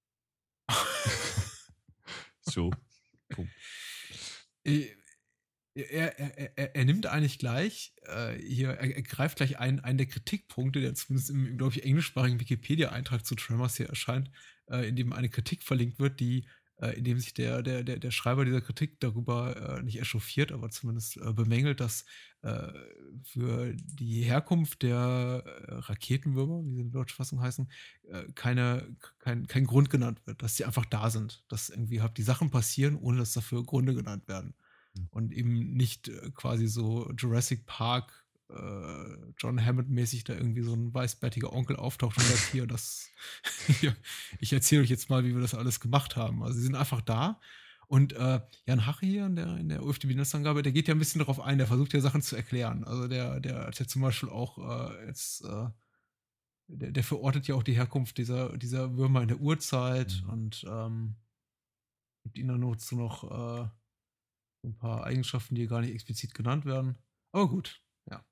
Speaker 2: So, Punkt.
Speaker 1: Äh, Er, er, er, er nimmt eigentlich gleich, äh, hier, er, er greift gleich einen, einen der Kritikpunkte, der zumindest im, glaube ich, englischsprachigen Wikipedia-Eintrag zu Tremors hier erscheint, äh, in dem eine Kritik verlinkt wird, die, äh, in dem sich der, der, der, der Schreiber dieser Kritik darüber äh, nicht echauffiert, aber zumindest äh, bemängelt, dass äh, für die Herkunft der äh, Raketenwürmer, wie sie in der deutschen Fassung heißen, äh, keine, kein, kein Grund genannt wird, dass sie einfach da sind, dass irgendwie halt die Sachen passieren, ohne dass dafür Gründe genannt werden. Und eben nicht äh, quasi so Jurassic Park äh, John Hammond-mäßig da irgendwie so ein weißbärtiger Onkel auftaucht und sagt, hier, das, hier, ich erzähle euch jetzt mal, wie wir das alles gemacht haben. Also sie sind einfach da. Und äh, Jan Hache hier in der, in der O F D B-Netzangabe, der geht ja ein bisschen darauf ein, der versucht ja Sachen zu erklären. Also der, der hat ja zum Beispiel auch äh, jetzt, äh, der, der verortet ja auch die Herkunft dieser, dieser Würmer in der Urzeit
Speaker 2: Mhm.
Speaker 1: und ähm, gibt ihnen dann noch so noch äh, so ein paar Eigenschaften, die gar nicht explizit genannt werden. Aber gut, ja.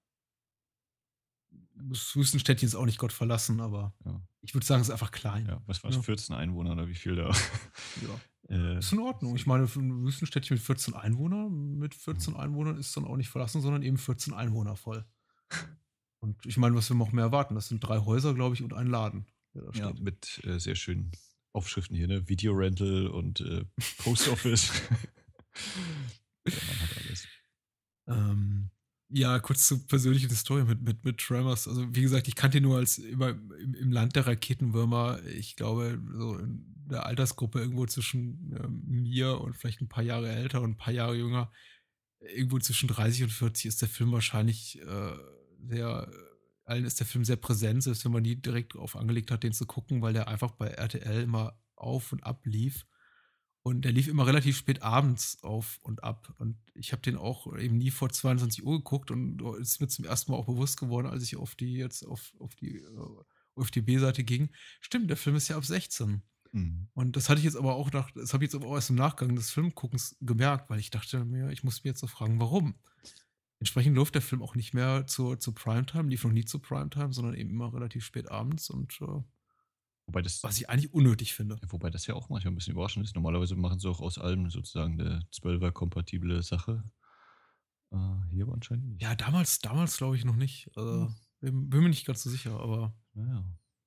Speaker 1: Das Wüstenstädtchen ist auch nicht Gott verlassen, aber
Speaker 2: Ja.
Speaker 1: ich würde sagen, es ist einfach klein.
Speaker 2: Ja, was war's?
Speaker 1: Ne?
Speaker 2: vierzehn Einwohner oder wie viel da?
Speaker 1: Ja.
Speaker 2: äh,
Speaker 1: Ist in Ordnung. Ich meine, für ein Wüstenstädtchen mit vierzehn Einwohnern, mit vierzehn
Speaker 2: mhm.
Speaker 1: Einwohnern ist dann auch nicht verlassen, sondern eben vierzehn Einwohner voll. Und ich meine, was will man auch mehr erwarten? Das sind drei Häuser, glaube ich, und ein Laden, der da
Speaker 2: Ja,
Speaker 1: steht.
Speaker 2: mit äh, sehr schönen Aufschriften hier, ne? Video-Rental und äh, Post Office. Der Mann hat alles.
Speaker 1: Ähm, ja, kurz zur persönlichen Story mit, mit, mit Tremors. Also, wie gesagt, ich kannte ihn nur als immer im, im Land der Raketenwürmer. Ich glaube, so in der Altersgruppe irgendwo zwischen ähm, mir und vielleicht ein paar Jahre älter und ein paar Jahre jünger, irgendwo zwischen dreißig und vierzig ist der Film wahrscheinlich äh, sehr, allen ist der Film sehr präsent, selbst wenn man nie direkt darauf angelegt hat, den zu gucken, weil der einfach bei R T L immer auf und ab lief. Und der lief immer relativ spät abends auf und ab. Und ich habe den auch eben nie vor zweiundzwanzig Uhr geguckt und ist mir zum ersten Mal auch bewusst geworden, als ich auf die jetzt auf, auf die äh, O F D B-Seite ging. Stimmt, der Film ist ja ab sechzehn.
Speaker 2: Mhm.
Speaker 1: Und das hatte ich jetzt aber auch nach, das habe ich jetzt aber auch erst im Nachgang des Filmguckens gemerkt, weil ich dachte mir, ich muss mir jetzt so fragen, warum. Entsprechend läuft der Film auch nicht mehr zur, zur Primetime, lief noch nie zur Primetime, sondern eben immer relativ spät abends und äh,
Speaker 2: Wobei das,
Speaker 1: was ich eigentlich unnötig finde.
Speaker 2: ja, wobei das ja auch manchmal ein bisschen überraschend ist. Normalerweise machen sie auch aus allem sozusagen eine zwölfer-kompatible Sache. Äh, hier aber anscheinend
Speaker 1: Ja,
Speaker 2: nicht.
Speaker 1: damals, damals glaube ich noch nicht.
Speaker 2: Hm.
Speaker 1: Also, bin, bin mir nicht ganz so sicher, aber
Speaker 2: Naja.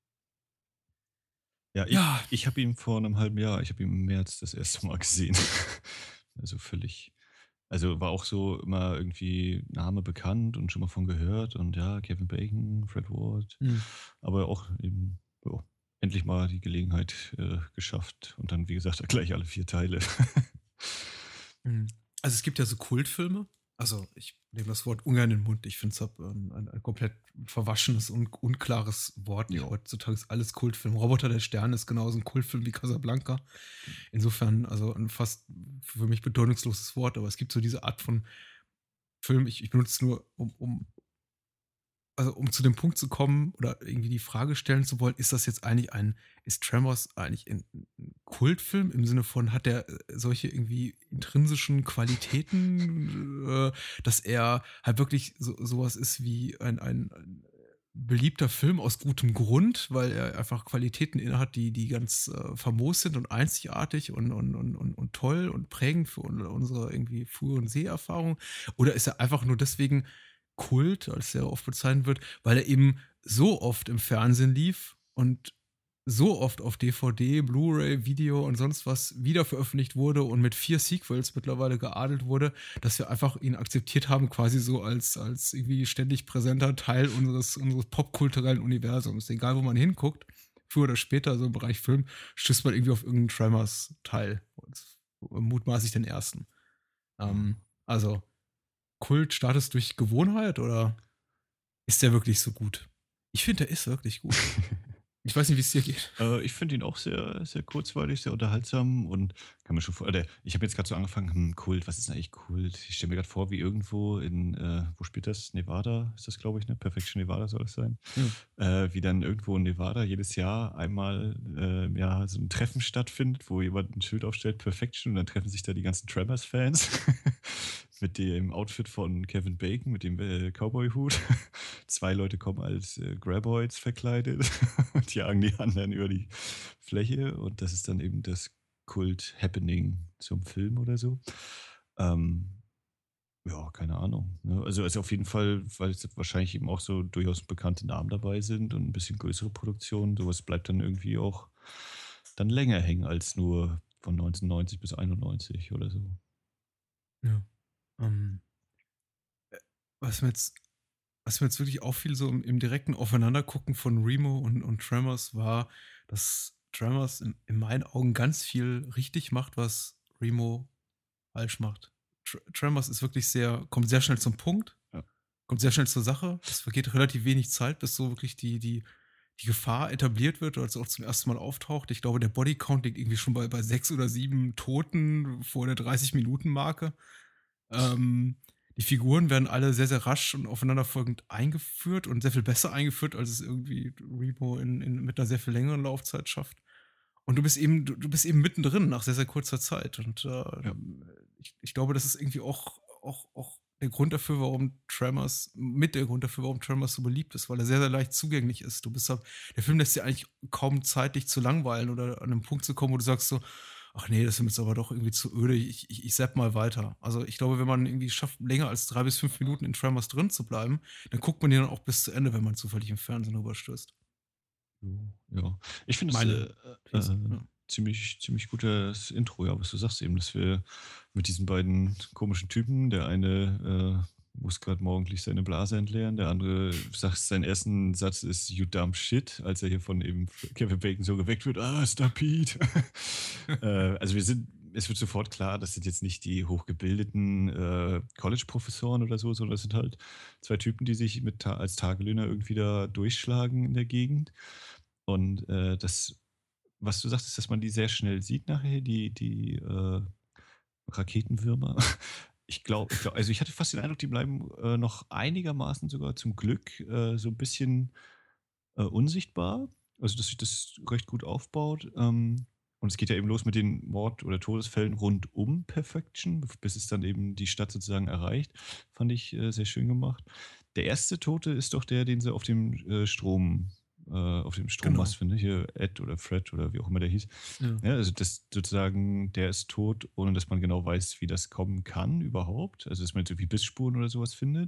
Speaker 2: Ja, ich,
Speaker 1: ja,
Speaker 2: ich habe ihn vor einem halben Jahr, ich habe ihn im März das erste Mal gesehen. Also völlig. Also war auch so immer irgendwie Name bekannt und schon mal von gehört und ja, Kevin Bacon, Fred Ward,
Speaker 1: hm,
Speaker 2: aber auch eben ja, endlich mal die Gelegenheit äh, geschafft und dann, wie gesagt, gleich alle vier Teile.
Speaker 1: hm. Also es gibt ja so Kultfilme. Also ich nehme das Wort ungern in den Mund. Ich finde es ein, ein, ein komplett verwaschenes und unklares Wort.
Speaker 2: Ja.
Speaker 1: Heutzutage ist alles Kultfilm. Roboter der Sterne ist genauso ein Kultfilm wie Casablanca. Insofern, also ein fast für mich bedeutungsloses Wort, aber es gibt so diese Art von Film. Ich, ich benutze es nur, um, um also um zu dem Punkt zu kommen oder irgendwie die Frage stellen zu wollen, ist das jetzt eigentlich ein, ist Tremors eigentlich ein, ein Kultfilm im Sinne von, hat der äh, solche irgendwie intrinsischen Qualitäten, äh, dass er halt wirklich so, sowas ist wie ein, ein, ein beliebter Film aus gutem Grund, weil er einfach Qualitäten innehat, die, die ganz äh, famos sind und einzigartig und, und, und, und, und toll und prägend für un- unsere irgendwie früheren Seherfahrungen? Oder ist er einfach nur deswegen Kult, als er oft bezeichnet wird, weil er eben so oft im Fernsehen lief und so oft auf D V D, Blu-ray, Video und sonst was wieder veröffentlicht wurde und mit vier Sequels mittlerweile geadelt wurde, dass wir einfach ihn akzeptiert haben, quasi so als, als irgendwie ständig präsenter Teil unseres, unseres popkulturellen Universums. Egal, wo man hinguckt, früher oder später, so im Bereich Film, stößt man irgendwie auf irgendeinen Tremors-Teil. Mutmaßlich den ersten.
Speaker 2: Ja.
Speaker 1: Ähm, also, Kult startest durch Gewohnheit oder ist der wirklich so gut? Ich finde, der ist wirklich gut. Ich weiß nicht, wie es dir geht.
Speaker 2: Äh, ich finde ihn auch sehr, sehr kurzweilig, sehr unterhaltsam und kann mir schon vor. Oder ich habe jetzt gerade so angefangen, hm, Kult, was ist denn eigentlich Kult? Ich stelle mir gerade vor, wie irgendwo in, äh, wo spielt das? Nevada ist das, glaube ich, ne? Perfection Nevada soll es sein.
Speaker 1: Ja.
Speaker 2: Äh, wie dann irgendwo in Nevada jedes Jahr einmal äh, im Jahr so ein Treffen stattfindet, wo jemand ein Schild aufstellt, Perfection, und dann treffen sich da die ganzen Tremors-Fans mit dem Outfit von Kevin Bacon, mit dem äh, Cowboy-Hut. Zwei Leute kommen als äh, Graboids verkleidet und jagen die anderen über die Fläche und das ist dann eben das Kult-Happening zum Film oder so. Ähm, ja, keine Ahnung. Ne? Also, also auf jeden Fall, weil es wahrscheinlich eben auch so durchaus bekannte Namen dabei sind und ein bisschen größere Produktionen. Sowas bleibt dann irgendwie auch dann länger hängen als nur von neunzehnhundertneunzig bis einundneunzig oder so.
Speaker 1: Ja. Ähm, was mir jetzt, was mir jetzt wirklich auffiel, so im, im direkten Aufeinandergucken von Remo und, und Tremors, war, dass Tremors in, in meinen Augen ganz viel richtig macht, was Remo falsch macht. Tr Tremors ist wirklich sehr, kommt sehr schnell zum Punkt,
Speaker 2: Ja.
Speaker 1: kommt sehr schnell zur Sache. Es vergeht relativ wenig Zeit, bis so wirklich die die die Gefahr etabliert wird oder es auch zum ersten Mal auftaucht. Ich glaube, der Bodycount liegt irgendwie schon bei bei sechs oder sieben Toten vor der dreißig-Minuten-Marke. Ähm, die Figuren werden alle sehr, sehr rasch und aufeinanderfolgend eingeführt und sehr viel besser eingeführt, als es irgendwie Repo in in mit 'ner sehr viel längeren Laufzeit schafft. Und du bist eben du du bist eben mittendrin nach sehr, sehr kurzer Zeit. Und, äh,
Speaker 2: Ja.
Speaker 1: ich ich glaube, das ist irgendwie auch auch auch der Grund dafür, warum Tremors mit der Grund dafür, warum Tremors so beliebt ist, weil er sehr, sehr leicht zugänglich ist. Du bist da der Film lässt dir eigentlich kaum Zeit, dich zu langweilen oder an 'nen Punkt zu kommen, wo du sagst so: „Ach ne, das ist mir jetzt aber doch irgendwie zu öde. Ich ich ich zappe mal weiter.“ Also, ich glaube, wenn man irgendwie schafft, länger als drei bis fünf Minuten in Tremors drin zu bleiben, dann guckt man den dann auch bis zu Ende, wenn man zufällig im Fernsehen drüber stößt.
Speaker 2: Jo, ja. Ich finde es,
Speaker 1: Meine
Speaker 2: äh,
Speaker 1: These,
Speaker 2: äh,
Speaker 1: ja.
Speaker 2: ziemlich ziemlich gutes Intro, ja, was du sagst eben, dass wir mit diesen beiden komischen Typen der eine, äh, muss grad morgendlich seine Blase entleeren, der andere sagt seinen ersten Satz ist: „You dumb shit“, als er hier von eben F Kevin Bacon so geweckt wird: „Ah, Stampede.“ Äh, also, wir sind es wird sofort klar, das sind jetzt nicht die hochgebildeten, äh, College-Professoren oder so, sondern das sind halt zwei Typen, die sich mit Ta als Tagelöhner irgendwie da durchschlagen in der Gegend. Und, äh, das, was du sagtest, dass man die sehr schnell sieht nachher, die die, äh, Raketenwürmer. Ich glaube ich glaube also, ich hatte fast den Eindruck, die bleiben, äh, noch einigermaßen sogar zum Glück, äh, so 'n bisschen, äh, unsichtbar. Also, dass sich das recht gut aufbaut. Ähm, und es geht ja eben los mit den Mord oder Todesfällen rund um Perfection, bef bis es dann eben die Stadt sozusagen erreicht. Fand ich, äh, sehr schön gemacht. Der erste Tote ist doch der, den sie auf dem, äh, Strom äh, auf dem
Speaker 1: Genau.
Speaker 2: Strommast finden, hier Ed oder Fred oder wie auch immer der hieß.
Speaker 1: Ja.
Speaker 2: Ja, also, das sozusagen der ist tot, ohne dass man genau weiß, wie das kommen kann überhaupt. Also, dass man jetzt irgendwie Bissspuren oder so was findet.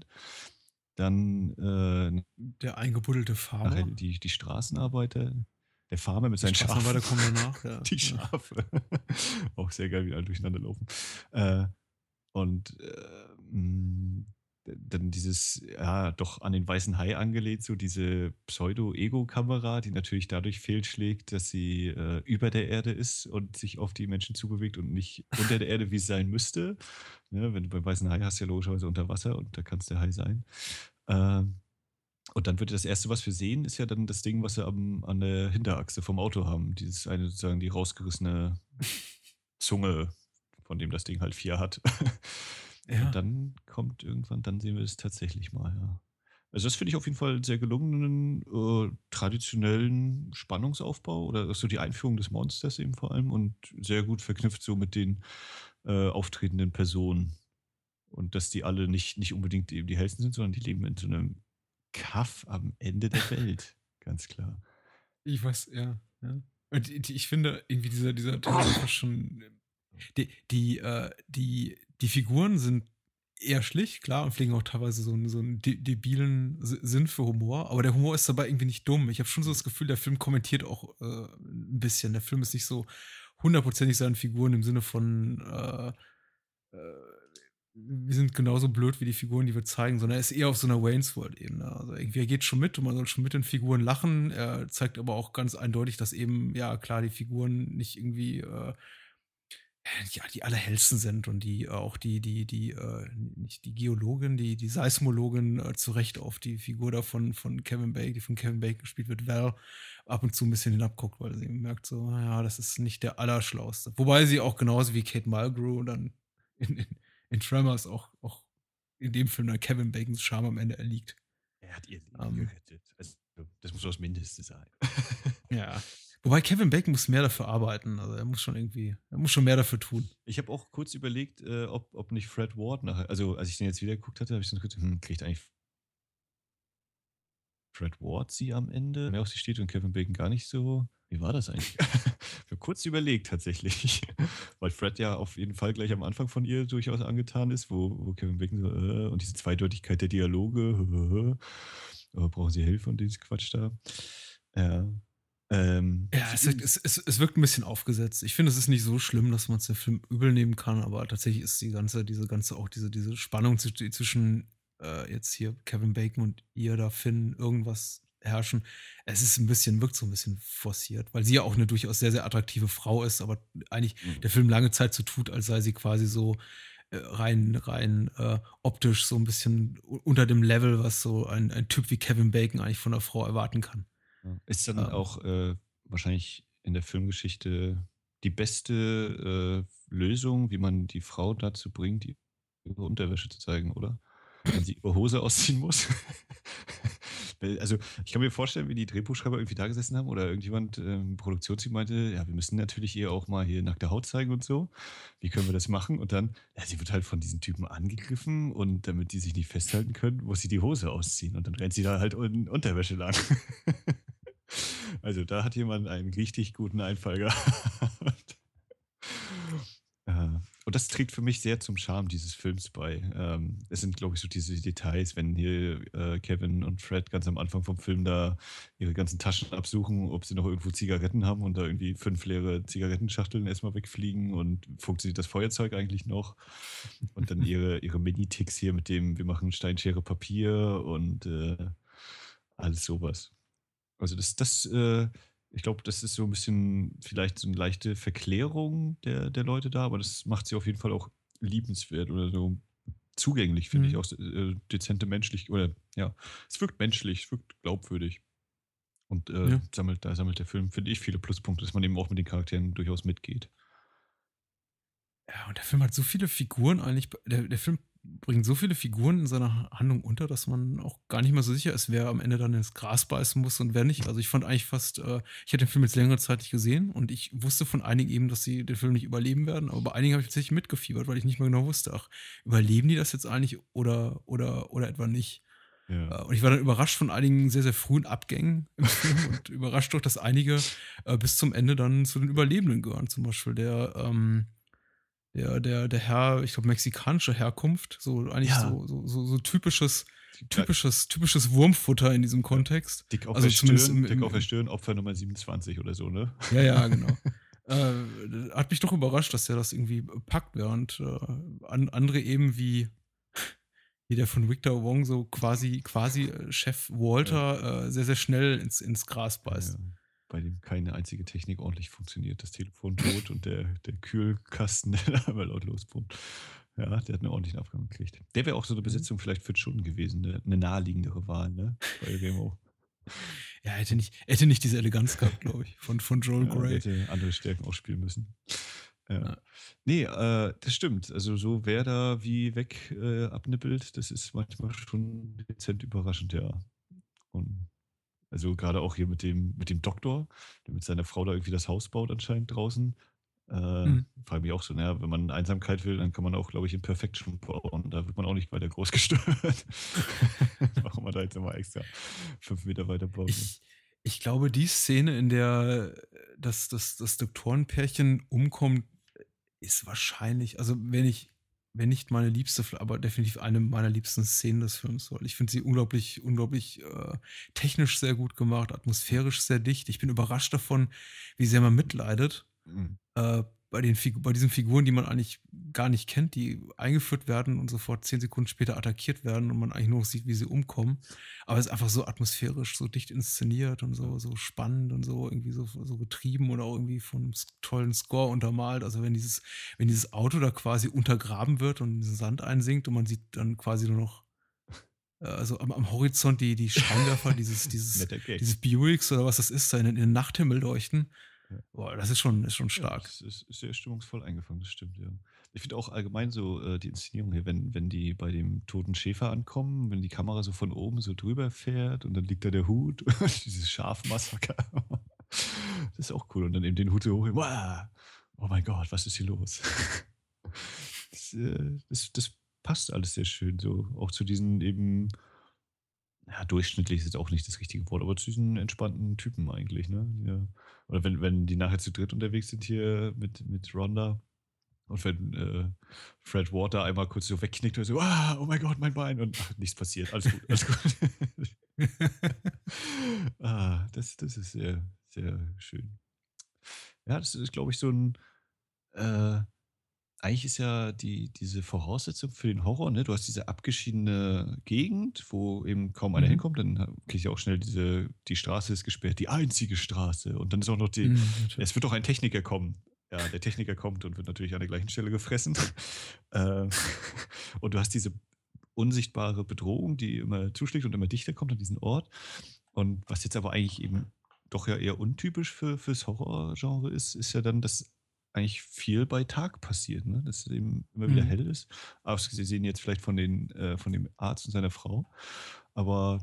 Speaker 2: Dann, äh
Speaker 1: Der eingebuddelte
Speaker 2: nachher
Speaker 1: Farmer.
Speaker 2: die die Straßenarbeiter, der Farmer mit
Speaker 1: Die
Speaker 2: seinen Schafen.
Speaker 1: Straßenarbeiter kommen danach, ja,
Speaker 2: Die
Speaker 1: ja.
Speaker 2: Schafe. Auch sehr geil, wie die alle durcheinanderlaufen. Äh, und, äh, hm, d dann dieses, ja, doch an den Weißen Hai angelehnt, so diese Pseudo-Ego-Kamera, die natürlich dadurch fehlschlägt, dass sie, äh, über der Erde ist und sich auf die Menschen zubewegt und nicht unter der Erde, wie's sein müsste. Ne, wenn du beim Weißen Hai hast du ja logischerweise unter Wasser und da kann's der Hai sein. Ähm, und dann wird das erste, was wir sehen, ist ja dann das Ding, was sie am an der Hinterachse vom Auto haben. Dieses eine sozusagen die rausgerissene Zunge, von dem das Ding halt vier hat. Und
Speaker 1: Ja.
Speaker 2: dann kommt irgendwann dann sehen wir es tatsächlich mal, ja. Also, das finde ich auf jeden Fall 'n sehr gelungenen, äh, traditionellen Spannungsaufbau oder so die Einführung des Monsters eben vor allem und sehr gut verknüpft so mit den, äh, auftretenden Personen. Und dass die alle nicht nicht unbedingt eben die Hellsten sind, sondern die leben in so 'nem Kaff am Ende der Welt, ganz klar.
Speaker 1: Ich weiß, ja, ja. Und die die ich finde irgendwie dieser dieser teilweise fast schon die die, äh die die Figuren sind eher schlicht, klar, und pflegen auch teilweise so 'n so 'n de debilen Si Sinn für Humor, aber der Humor ist dabei irgendwie nicht dumm. Ich habe schon so das Gefühl, der Film kommentiert auch, äh, 'n bisschen. Der Film ist nicht so hundertprozentig seinen Figuren im Sinne von, äh, äh, wir sind genauso blöd wie die Figuren, die wir zeigen, sondern er ist eher auf so 'ner Wayne's-World-Ebene. Also, irgendwie er geht schon mit und man soll schon mit den Figuren lachen. Er zeigt aber auch ganz eindeutig, dass eben, ja klar, die Figuren nicht irgendwie, äh ja, die allerhellsten sind und die auch die die die, äh nicht die Geologin, die die Seismologin, äh, zu Recht auf die Figur da von von Kevin Bacon die von Kevin Bacon gespielt wird, Val, ab und zu 'n bisschen hinabguckt, weil sie merkt so, na ja, das ist nicht der Allerschlauste. Wobei sie auch genauso wie Kate Mulgrew dann in in in Tremors auch auch in dem Film dann Kevin Bacons Charme am Ende erliegt.
Speaker 2: Er hat ihr Leben
Speaker 1: Ähm
Speaker 2: gerettet. Also, das muss so das Mindeste sein.
Speaker 1: Ja. Wobei Kevin Bacon muss mehr dafür arbeiten. Also, er muss schon irgendwie er muss schon mehr dafür tun.
Speaker 2: Ich habe auch kurz überlegt, äh, ob ob nicht Fred Ward nachher also, als ich den jetzt wieder geguckt hatte, habe ich so kurz: „Hm, kriegt eigentlich Fred Ward sie am Ende mehr auf sie steht und Kevin Bacon gar nicht so? Wie war das eigentlich?“ Ich habe kurz überlegt tatsächlich, weil Fred ja auf jeden Fall gleich am Anfang von ihr durchaus angetan ist, wo wo Kevin Bacon so: „Äh“ und diese Zweideutigkeit der Dialoge, äh, „Brauchen Sie Hilfe“ und dieses Quatsch da. Ja. Ähm,
Speaker 1: Ja,
Speaker 2: zu
Speaker 1: es wirkt
Speaker 2: ihm
Speaker 1: es es es wirkt 'n bisschen aufgesetzt. Ich finde, es ist nicht so schlimm, dass man's dem Film übel nehmen kann, aber tatsächlich ist die ganze diese ganze auch diese diese Spannung zw zwischen, äh, jetzt hier Kevin Bacon und ihr da Finn irgendwas herrschen. Es ist 'n bisschen wirkt so 'n bisschen forciert, weil sie ja auch 'ne durchaus sehr, sehr attraktive Frau ist, aber eigentlich
Speaker 2: Mhm.
Speaker 1: der Film lange Zeit so tut, als sei sie quasi so äh, rein, rein äh, optisch so ein bisschen u- unter dem Level, was so ein, ein Typ wie Kevin Bacon eigentlich von einer Frau erwarten kann.
Speaker 2: Ja. Ist dann
Speaker 1: Ähm,
Speaker 2: auch äh, wahrscheinlich in der Filmgeschichte die beste äh, Lösung, wie man die Frau dazu bringt, ihre Unterwäsche zu zeigen, oder? Wenn sie ihre Hose ausziehen muss. Weil, also, ich kann mir vorstellen, wie die Drehbuchschreiber irgendwie da gesessen haben oder irgendjemand ähm, im Produktionsteam meinte, ja, wir müssen natürlich ihr auch mal hier nackte Haut zeigen und so. Wie können wir das machen? Und dann, ja, sie wird halt von diesen Typen angegriffen und damit die sich nicht festhalten können, muss sie die Hose ausziehen und dann rennt sie da halt in Unterwäsche lang. Also da hat jemand einen richtig guten Einfall gehabt. Äh, und das trägt für mich sehr zum Charme dieses Films bei. Ähm, es sind, glaube ich, so diese Details, wenn hier äh, Kevin und Fred ganz am Anfang vom Film da ihre ganzen Taschen absuchen, ob sie noch irgendwo Zigaretten haben und da irgendwie fünf leere Zigarettenschachteln erstmal wegfliegen und funktioniert das Feuerzeug eigentlich noch? Und dann ihre, ihre Mini-Ticks hier mit dem, wir machen Stein, Schere, Papier und äh, alles sowas. Also das, das, äh, ich glaube, das ist so ein bisschen vielleicht so eine leichte Verklärung der, der Leute da, aber das macht sie auf jeden Fall auch liebenswert oder so zugänglich, finde ich,
Speaker 1: mhm.
Speaker 2: auch äh, dezente menschlich oder ja, es wirkt menschlich, es wirkt glaubwürdig und äh,
Speaker 1: Ja.
Speaker 2: sammelt, da sammelt der Film, finde ich, viele Pluspunkte, dass man eben auch mit den Charakteren durchaus mitgeht.
Speaker 1: Ja, und der Film hat so viele Figuren eigentlich. Der, der Film bringt so viele Figuren in seiner Handlung unter, dass man auch gar nicht mehr so sicher ist, wer am Ende dann ins Gras beißen muss und wer nicht. Also ich fand eigentlich fast, äh, ich hätte den Film jetzt längere Zeit nicht gesehen und ich wusste von einigen eben, dass sie den Film nicht überleben werden, aber bei einigen habe ich tatsächlich mitgefiebert, weil ich nicht mehr genau wusste, ach, überleben die das jetzt eigentlich oder, oder, oder etwa nicht.
Speaker 2: Ja.
Speaker 1: Äh, Und ich war dann überrascht von einigen sehr, sehr frühen Abgängen im Film und überrascht doch, dass einige äh, bis zum Ende dann zu den Überlebenden gehören. Zum Beispiel der, ähm, der, der, der Herr, ich glaube, mexikanische Herkunft, so eigentlich
Speaker 2: Ja,
Speaker 1: so, so, so, so typisches,
Speaker 2: geil.
Speaker 1: typisches, typisches Wurmfutter in diesem
Speaker 2: Ja.
Speaker 1: Kontext.
Speaker 2: Dick auf der
Speaker 1: Also zumindest im,
Speaker 2: Stirn, dick
Speaker 1: im,
Speaker 2: auf der
Speaker 1: im
Speaker 2: Stirn, Opfer Nummer siebenundzwanzig oder so, ne?
Speaker 1: ja, ja, genau. Äh, hat mich doch überrascht, dass er das irgendwie packt, während äh, an, andere eben wie, wie der von Victor Wong so quasi, quasi äh, Chef
Speaker 2: Ja.
Speaker 1: Walter äh, sehr, sehr schnell ins, ins Gras
Speaker 2: Ja, ja.
Speaker 1: beißt.
Speaker 2: Bei dem keine einzige Technik ordentlich funktioniert. Das Telefon tot und der, der Kühlkasten, der da einmal laut losbrummt. Ja, der hat einen ordentlichen Abgang gekriegt. Der wäre auch so eine
Speaker 1: Mhm.
Speaker 2: Besetzung vielleicht für Stunden gewesen, ne? Eine naheliegendere Wahl, ne? Bei Remo.
Speaker 1: Ja, er hätte nicht, er hätte nicht diese Eleganz gehabt, glaube ich, von, von Joel
Speaker 2: Ja, der
Speaker 1: Grey.
Speaker 2: hätte andere Stärken ausspielen müssen. Ja.
Speaker 1: Ja.
Speaker 2: Nee, äh, das stimmt. Also so wer da wie weg äh, abnippelt, das ist manchmal schon dezent überraschend, ja. Und also gerade auch hier mit dem, mit dem Doktor, der mit seiner Frau da irgendwie das Haus baut anscheinend draußen. Äh,
Speaker 1: Mhm.
Speaker 2: frage mich auch so, naja, wenn man Einsamkeit will, dann kann man auch, glaube ich, in Perfection bauen. Da wird man auch nicht weiter groß gestört. Warum man da jetzt nochmal extra fünf Meter weiter bauen muss.
Speaker 1: Ich, ich glaube, die Szene, in der äh, das, das, das Doktorenpärchen umkommt, ist wahrscheinlich, also wenn ich, wenn nicht meine liebste, aber definitiv eine meiner liebsten Szenen des Films, weil ich finde sie unglaublich, unglaublich äh, technisch sehr gut gemacht, atmosphärisch sehr dicht. Ich bin überrascht davon, wie sehr man mitleidet
Speaker 2: Mhm.
Speaker 1: äh, bei, den Figu bei diesen Figuren, die man eigentlich gar nicht kennt, die eingeführt werden und sofort zehn Sekunden später attackiert werden und man eigentlich nur noch sieht, wie sie umkommen. Aber es ist einfach so atmosphärisch, so dicht inszeniert und
Speaker 2: Ja.
Speaker 1: so, so spannend und so irgendwie so, so getrieben oder auch irgendwie von einem s- tollen Score untermalt. Also wenn dieses, wenn dieses Auto da quasi untergraben wird und in den Sand einsinkt und man sieht dann quasi nur noch äh, also am, am Horizont die, die Scheinwerfer dieses, dieses,
Speaker 2: Netter Gag.
Speaker 1: dieses Buicks oder was das ist, da in, den- in den Nachthimmel leuchten.
Speaker 2: Ja.
Speaker 1: Boah, das ist schon, ist schon
Speaker 2: Ja,
Speaker 1: stark.
Speaker 2: das ist, ist sehr stimmungsvoll eingefangen, das stimmt, ja. Ich finde auch allgemein so äh, die Inszenierung hier, wenn, wenn die bei dem toten Schäfer ankommen, wenn die Kamera so von oben so drüber fährt und dann liegt da der Hut, dieses Schafmassaker. Das ist auch cool. Und dann eben den Hut so hoch, wow, oh mein Gott, was ist hier los? Das, äh, das, das passt alles sehr schön so. Auch zu diesen eben, ja, durchschnittlich ist jetzt auch nicht das richtige Wort, aber zu diesen entspannten Typen eigentlich, ne? Ja. Oder wenn, wenn die nachher zu dritt unterwegs sind hier mit, mit Rhonda und wenn äh, Fred Water einmal kurz so wegknickt und so, ah, oh mein Gott, mein Bein und ach, nichts passiert, alles gut, alles gut. Ah, das, das ist sehr, sehr schön. Ja, das ist, glaube ich, so ein, äh, eigentlich ist ja die, diese Voraussetzung für den Horror, ne? Du hast diese abgeschiedene Gegend, wo eben kaum einer
Speaker 1: Mhm.
Speaker 2: hinkommt, dann kriege ich auch schnell diese, die Straße ist gesperrt, die einzige Straße. Und dann ist auch noch die,
Speaker 1: Mhm,
Speaker 2: es
Speaker 1: natürlich.
Speaker 2: wird doch ein Techniker kommen. ja, der Techniker kommt und wird natürlich an der gleichen Stelle gefressen. Ähm, und du hast diese unsichtbare Bedrohung, die immer zuschlägt und immer dichter kommt an diesen Ort. Und was jetzt aber eigentlich eben doch ja eher untypisch für fürs Horrorgenre ist, ist ja dann, dass eigentlich viel bei Tag passiert, ne? Dass es eben immer wieder
Speaker 1: Mhm.
Speaker 2: hell ist. Abgesehen jetzt vielleicht von den äh, von dem Arzt und seiner Frau. Aber,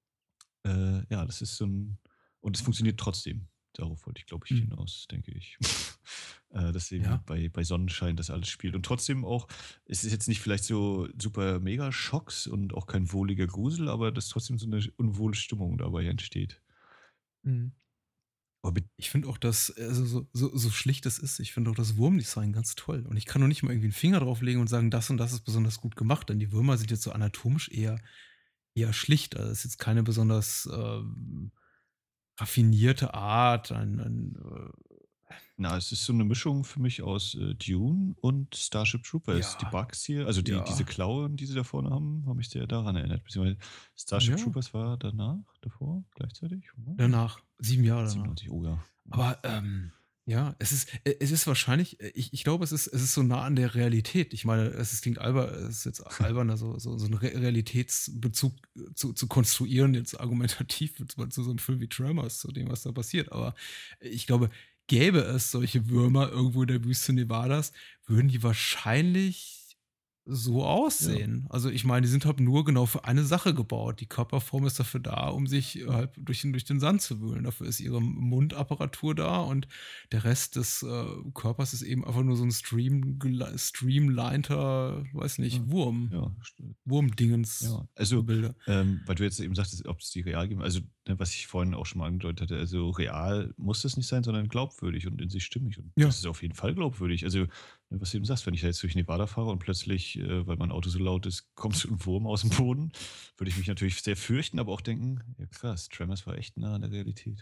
Speaker 2: äh, ja, das ist so 'n und es funktioniert trotzdem. Darauf wollte ich, glaube ich,
Speaker 1: Mhm.
Speaker 2: hinaus, denke ich. Äh, dass eben
Speaker 1: Ja.
Speaker 2: bei bei Sonnenschein das alles spielt. Und trotzdem auch es ist jetzt nicht vielleicht so super mega Schocks und auch kein wohliger Grusel, aber dass trotzdem so 'ne unwohle Stimmung dabei entsteht.
Speaker 1: Mhm.
Speaker 2: Aber mit
Speaker 1: Ich finde auch, dass also, so so so schlicht es ist, ich finde auch das Wurmdesign ganz toll. Und ich kann noch nicht mal irgendwie 'n Finger drauf legen und sagen: „Das und das ist besonders gut gemacht“, denn die Würmer sind jetzt so anatomisch eher eher schlicht. Also, ist jetzt keine besonders, ähm, raffinierte Art, ein ein, äh
Speaker 2: Na, es ist so 'ne Mischung für mich aus, äh, Dune und Starship Troopers. Die
Speaker 1: ja,
Speaker 2: Bugs hier, also die diese
Speaker 1: ja,
Speaker 2: Klauen, die sie da vorne haben, haben mich sehr daran erinnert. Beziehungsweise Starship
Speaker 1: ja,
Speaker 2: Troopers war danach, davor, gleichzeitig? Oh,
Speaker 1: danach, sieben Jahre danach.
Speaker 2: siebenundneunzig, oh ja.
Speaker 1: Aber, ähm, ja, es ist äh, es ist wahrscheinlich äh, ich ich glaube, es ist es ist so nah an der Realität. Ich meine, es ist klingt albern es ist jetzt albern, so so so 'n Re Realitätsbezug äh, zu zu konstruieren, jetzt argumentativ zu zu so 'nem Film wie Tremors, zu dem, was da passiert. Aber ich glaube, gäbe es solche Würmer irgendwo in der Wüste Nevadas, würden die wahrscheinlich so
Speaker 2: Ja.
Speaker 1: aussehen. Also, ich meine, die sind halt nur genau für eine Sache gebaut. Die Körperform ist dafür da, um sich halt durch den durch den Sand zu wühlen. Dafür ist ihre Mundapparatur da und der Rest des, äh, Körpers ist eben einfach nur so 'n streamgeli streamliner, weiß nicht,
Speaker 2: Ja.
Speaker 1: Wurm
Speaker 2: Ja, stimmt.
Speaker 1: Wurmdingens
Speaker 2: Ja, also,
Speaker 1: Gebilde.
Speaker 2: ähm, weil du jetzt eben sagtest, ob's die real geben also, ne, was ich vorhin auch schon mal angedeutet hatte, also, real muss es nicht sein, sondern glaubwürdig und in sich stimmig. Und
Speaker 1: Ja.
Speaker 2: das ist auf jeden Fall glaubwürdig. Also, ne, was du eben sagst, wenn ich da jetzt durch Nevada fahre und plötzlich, äh, weil mein Auto so laut ist, kommt so 'n Wurm aus'm Boden, würde ich mich natürlich sehr fürchten, aber auch denken: „Ja krass, Tremors war echt nah an der Realität.“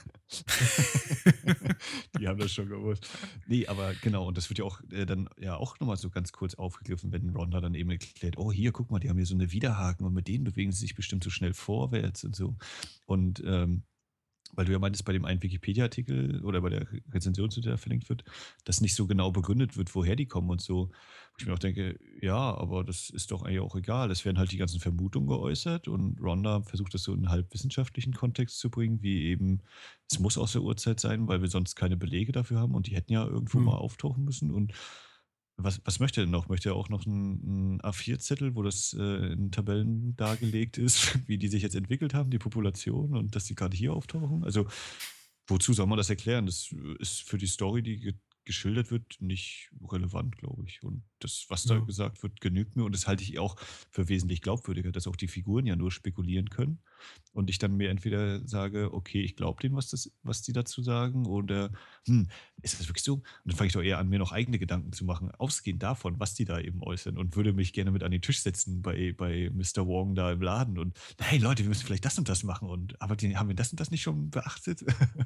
Speaker 2: Die haben das schon gewusst. Ne, aber genau, und das wird ja auch, äh, dann ja auch noch mal so ganz kurz aufgegriffen, wenn Rhonda dann eben erklärt: „Oh, hier, guck mal, die haben hier so 'ne Widerhaken und mit denen bewegen sie sich bestimmt so schnell vorwärts“ und so. Und, ähm, weil du ja meintest, bei dem einen Wikipedia-Artikel oder bei der Re Rezension, zu der er verlinkt wird, dass nicht so genau begründet wird, woher die kommen und so. Wo ich mir auch denke: „Ja, aber das ist doch eigentlich auch egal.“ Es werden halt die ganzen Vermutungen geäußert und Rhonda versucht das so in 'n halb wissenschaftlichen Kontext zu bringen, wie eben, es muss aus der Urzeit sein, weil wir sonst keine Belege dafür haben und die hätten ja irgendwo mal
Speaker 1: Mhm.
Speaker 2: auftauchen müssen. Und was was möchte er denn noch? Möchte er auch noch 'n 'n A vier Zettel, wo das, äh, in Tabellen dargelegt ist, wie die sich jetzt entwickelt haben, die Population und dass die grade hier auftauchen? Also, wozu soll man das erklären? Das, äh, ist für die Story, die ge geschildert wird, nicht relevant, glaube ich. Und das, was da
Speaker 1: Ja.
Speaker 2: gesagt wird, genügt mir und das halte ich auch für wesentlich glaubwürdiger, dass auch die Figuren ja nur spekulieren können und ich dann mir entweder sage: „Okay, ich glaube denen, was das was die dazu sagen“, oder: „Hm, ist das wirklich so?“ Und dann fange ich doch eher an, mir noch eigene Gedanken zu machen, ausgehend davon, was die da eben äußern und würde mich gerne mit an den Tisch setzen bei bei Mister Wong da im Laden und: „Hey Leute, wir müssen vielleicht das und das machen und aber die haben wir das und das nicht schon beachtet?“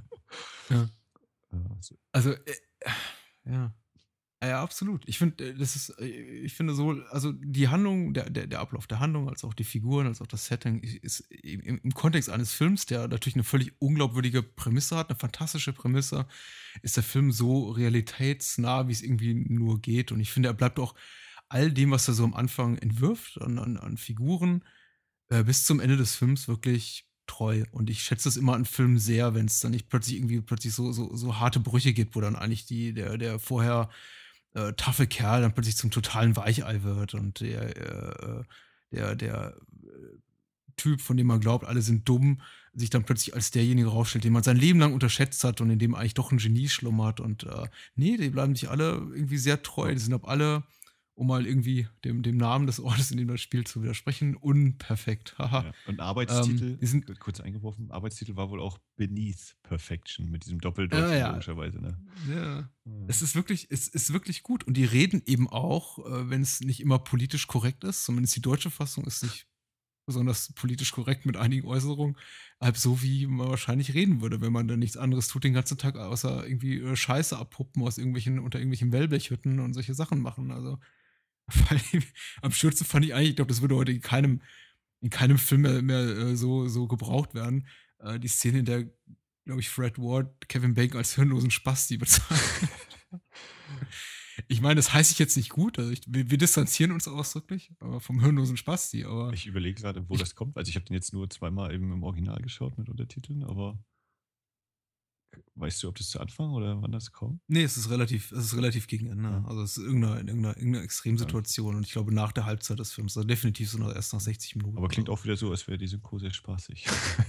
Speaker 1: Ja.
Speaker 2: Ja, also
Speaker 1: Also, äh, ja. Ja, absolut. Ich finde, äh, das ist äh, ich finde sowohl also die Handlung, der der der Ablauf der Handlung, als auch die Figuren, als auch das Setting i ist im im im Kontext eines Films, der natürlich 'ne völlig unglaubwürdige Prämisse hat, 'ne fantastische Prämisse, ist der Film so realitätsnah, wie's irgendwie nur geht. Und ich finde, er bleibt auch all dem, was er so am Anfang entwirft an an an Figuren, äh, bis zum Ende des Films wirklich treu. Und ich schätze es immer an Filmen sehr, wenn's dann nicht plötzlich irgendwie plötzlich so so so harte Brüche gibt, wo dann eigentlich die der der vorher, äh, toughe Kerl dann plötzlich zum totalen Weichei wird und der, äh, äh der der, äh, Typ, von dem man glaubt, alle sind dumm, sich dann plötzlich als derjenige rausstellt, den man sein Leben lang unterschätzt hat und in dem eigentlich doch 'n Genie schlummert. Und, äh, ne, die bleiben sich alle irgendwie sehr treu.
Speaker 2: Ja.
Speaker 1: Die sind auch alle, um mal irgendwie dem dem Namen des Ortes, in dem das spielt, zu widersprechen, unperfekt. Haha.
Speaker 2: Ja, und
Speaker 1: Ähm,
Speaker 2: Arbeitstitel,
Speaker 1: die sind
Speaker 2: k kurz eingeworfen, Arbeitstitel war wohl auch „Beneath Perfection“ mit diesem
Speaker 1: Ja,
Speaker 2: Doppeldeutung
Speaker 1: ja.
Speaker 2: logischerweise, ne?
Speaker 1: Ja. Es
Speaker 2: Mhm.
Speaker 1: ist wirklich es ist wirklich gut. Und die reden eben auch, äh, wenn's nicht immer politisch korrekt ist, zumindest die deutsche Fassung ist nicht besonders politisch korrekt mit einigen Äußerungen, halb so, wie man wahrscheinlich reden würde, wenn man da nichts anderes tut den ganzen Tag, außer irgendwie, äh, Scheiße abpuppen aus irgendwelchen unter irgendwelchen Wellblechhütten und solche Sachen machen. Also, vor allem am schönsten fand ich eigentlich ich glaube, das würde heute in keinem in keinem Film mehr mehr, äh, so so gebraucht werden, äh, die Szene, in der, glaube ich, Fred Ward Kevin Bacon als hirnlosen Spasti bezeichnet. Ich meine, das heiße ich jetzt nicht gut. Also ich, wir, wir distanzieren uns ausdrücklich aber vom hirnlosen Spasti, aber
Speaker 2: Ich überlege gerade, wo
Speaker 1: ich,
Speaker 2: das kommt. Also, ich habe den jetzt nur zweimal eben im Original geschaut mit Untertiteln, aber weißt du, ob das zu Anfang oder wann das kommt?
Speaker 1: nee, es ist relativ, es ist relativ gegen Ende.
Speaker 2: Ja,
Speaker 1: Also es ist irgendeine, irgendeine, irgendeine
Speaker 2: ja, okay.
Speaker 1: Extremsituation und ich glaube nach der Halbzeit des Films, also definitiv so nach, erst nach sechzig
Speaker 2: Aber
Speaker 1: Minuten oder
Speaker 2: klingt
Speaker 1: so.
Speaker 2: auch wieder so, als wäre die Synchro sehr spaßig.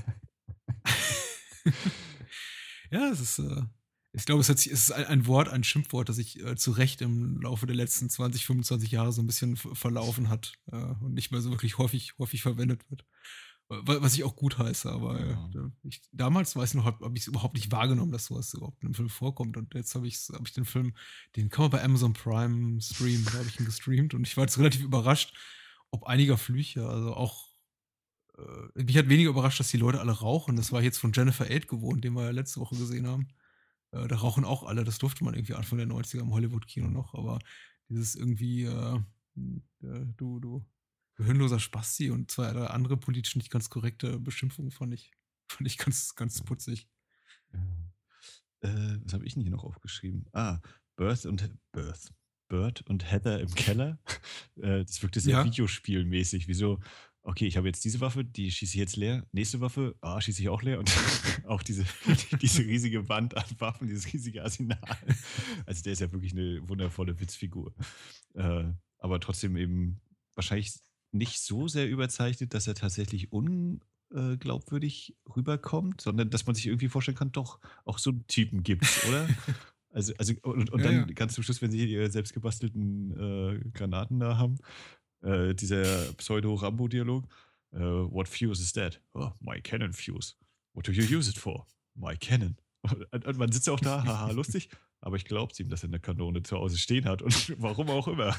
Speaker 1: Ja, es ist, äh, ich glaube, es, hat sich, es ist ein, ein Wort, ein Schimpfwort, das sich äh, zu Recht im Laufe der letzten zwanzig, fünfundzwanzig Jahre so ein bisschen v- verlaufen hat äh, und nicht mehr so wirklich häufig, häufig verwendet wird. Wa- Was ich auch gut heiße, aber äh,
Speaker 2: Ja.
Speaker 1: ich, damals weiß ich noch, habe hab ich es überhaupt nicht wahrgenommen, dass sowas überhaupt in einem Film vorkommt. Und jetzt habe ich, hab ich den Film, den kann man bei Amazon Prime streamen, da habe ich ihn gestreamt und ich war jetzt relativ überrascht, ob einiger Flüche, also auch äh, mich hat weniger überrascht, dass die Leute alle rauchen. Das war jetzt von Jennifer Aid gewohnt, den wir ja letzte Woche gesehen haben. Äh, da rauchen auch alle, das durfte man irgendwie Anfang der neunziger im Hollywood-Kino
Speaker 2: Ja.
Speaker 1: noch, aber dieses irgendwie, äh, äh, du, du, du hirnloser Spasti und zwei, drei andere politisch nicht ganz korrekte Beschimpfungen fand ich, fand ich ganz, ganz putzig.
Speaker 2: Ja. Äh, was habe ich denn hier noch aufgeschrieben? Ah, Birth und Birth. Bird und Heather im Keller. Äh, das wirkte sehr
Speaker 1: Ja.
Speaker 2: videospielmäßig. Wie so, okay, ich habe jetzt diese Waffe, die schieße ich jetzt leer. Nächste Waffe, ah, schieße ich auch leer. Und auch diese, diese riesige Wand an Waffen, dieses riesige Arsenal. Also der ist ja wirklich eine wundervolle Witzfigur. Äh, aber trotzdem eben wahrscheinlich nicht so sehr überzeichnet, dass er tatsächlich unglaubwürdig rüberkommt, sondern dass man sich irgendwie vorstellen kann, doch, auch so einen Typen gibt's, oder? Also, also und, und
Speaker 1: Ja,
Speaker 2: dann
Speaker 1: ja.
Speaker 2: ganz zum Schluss, wenn sie ihre selbstgebastelten äh, Granaten da haben, äh, dieser Pseudo-Rambo-Dialog. Äh, What fuse is that? Oh, my cannon fuse. What do you use it for? My cannon. Und, und man sitzt auch da, haha, lustig, aber ich glaube ihm, dass er eine Kanone zu Hause stehen hat und warum auch immer.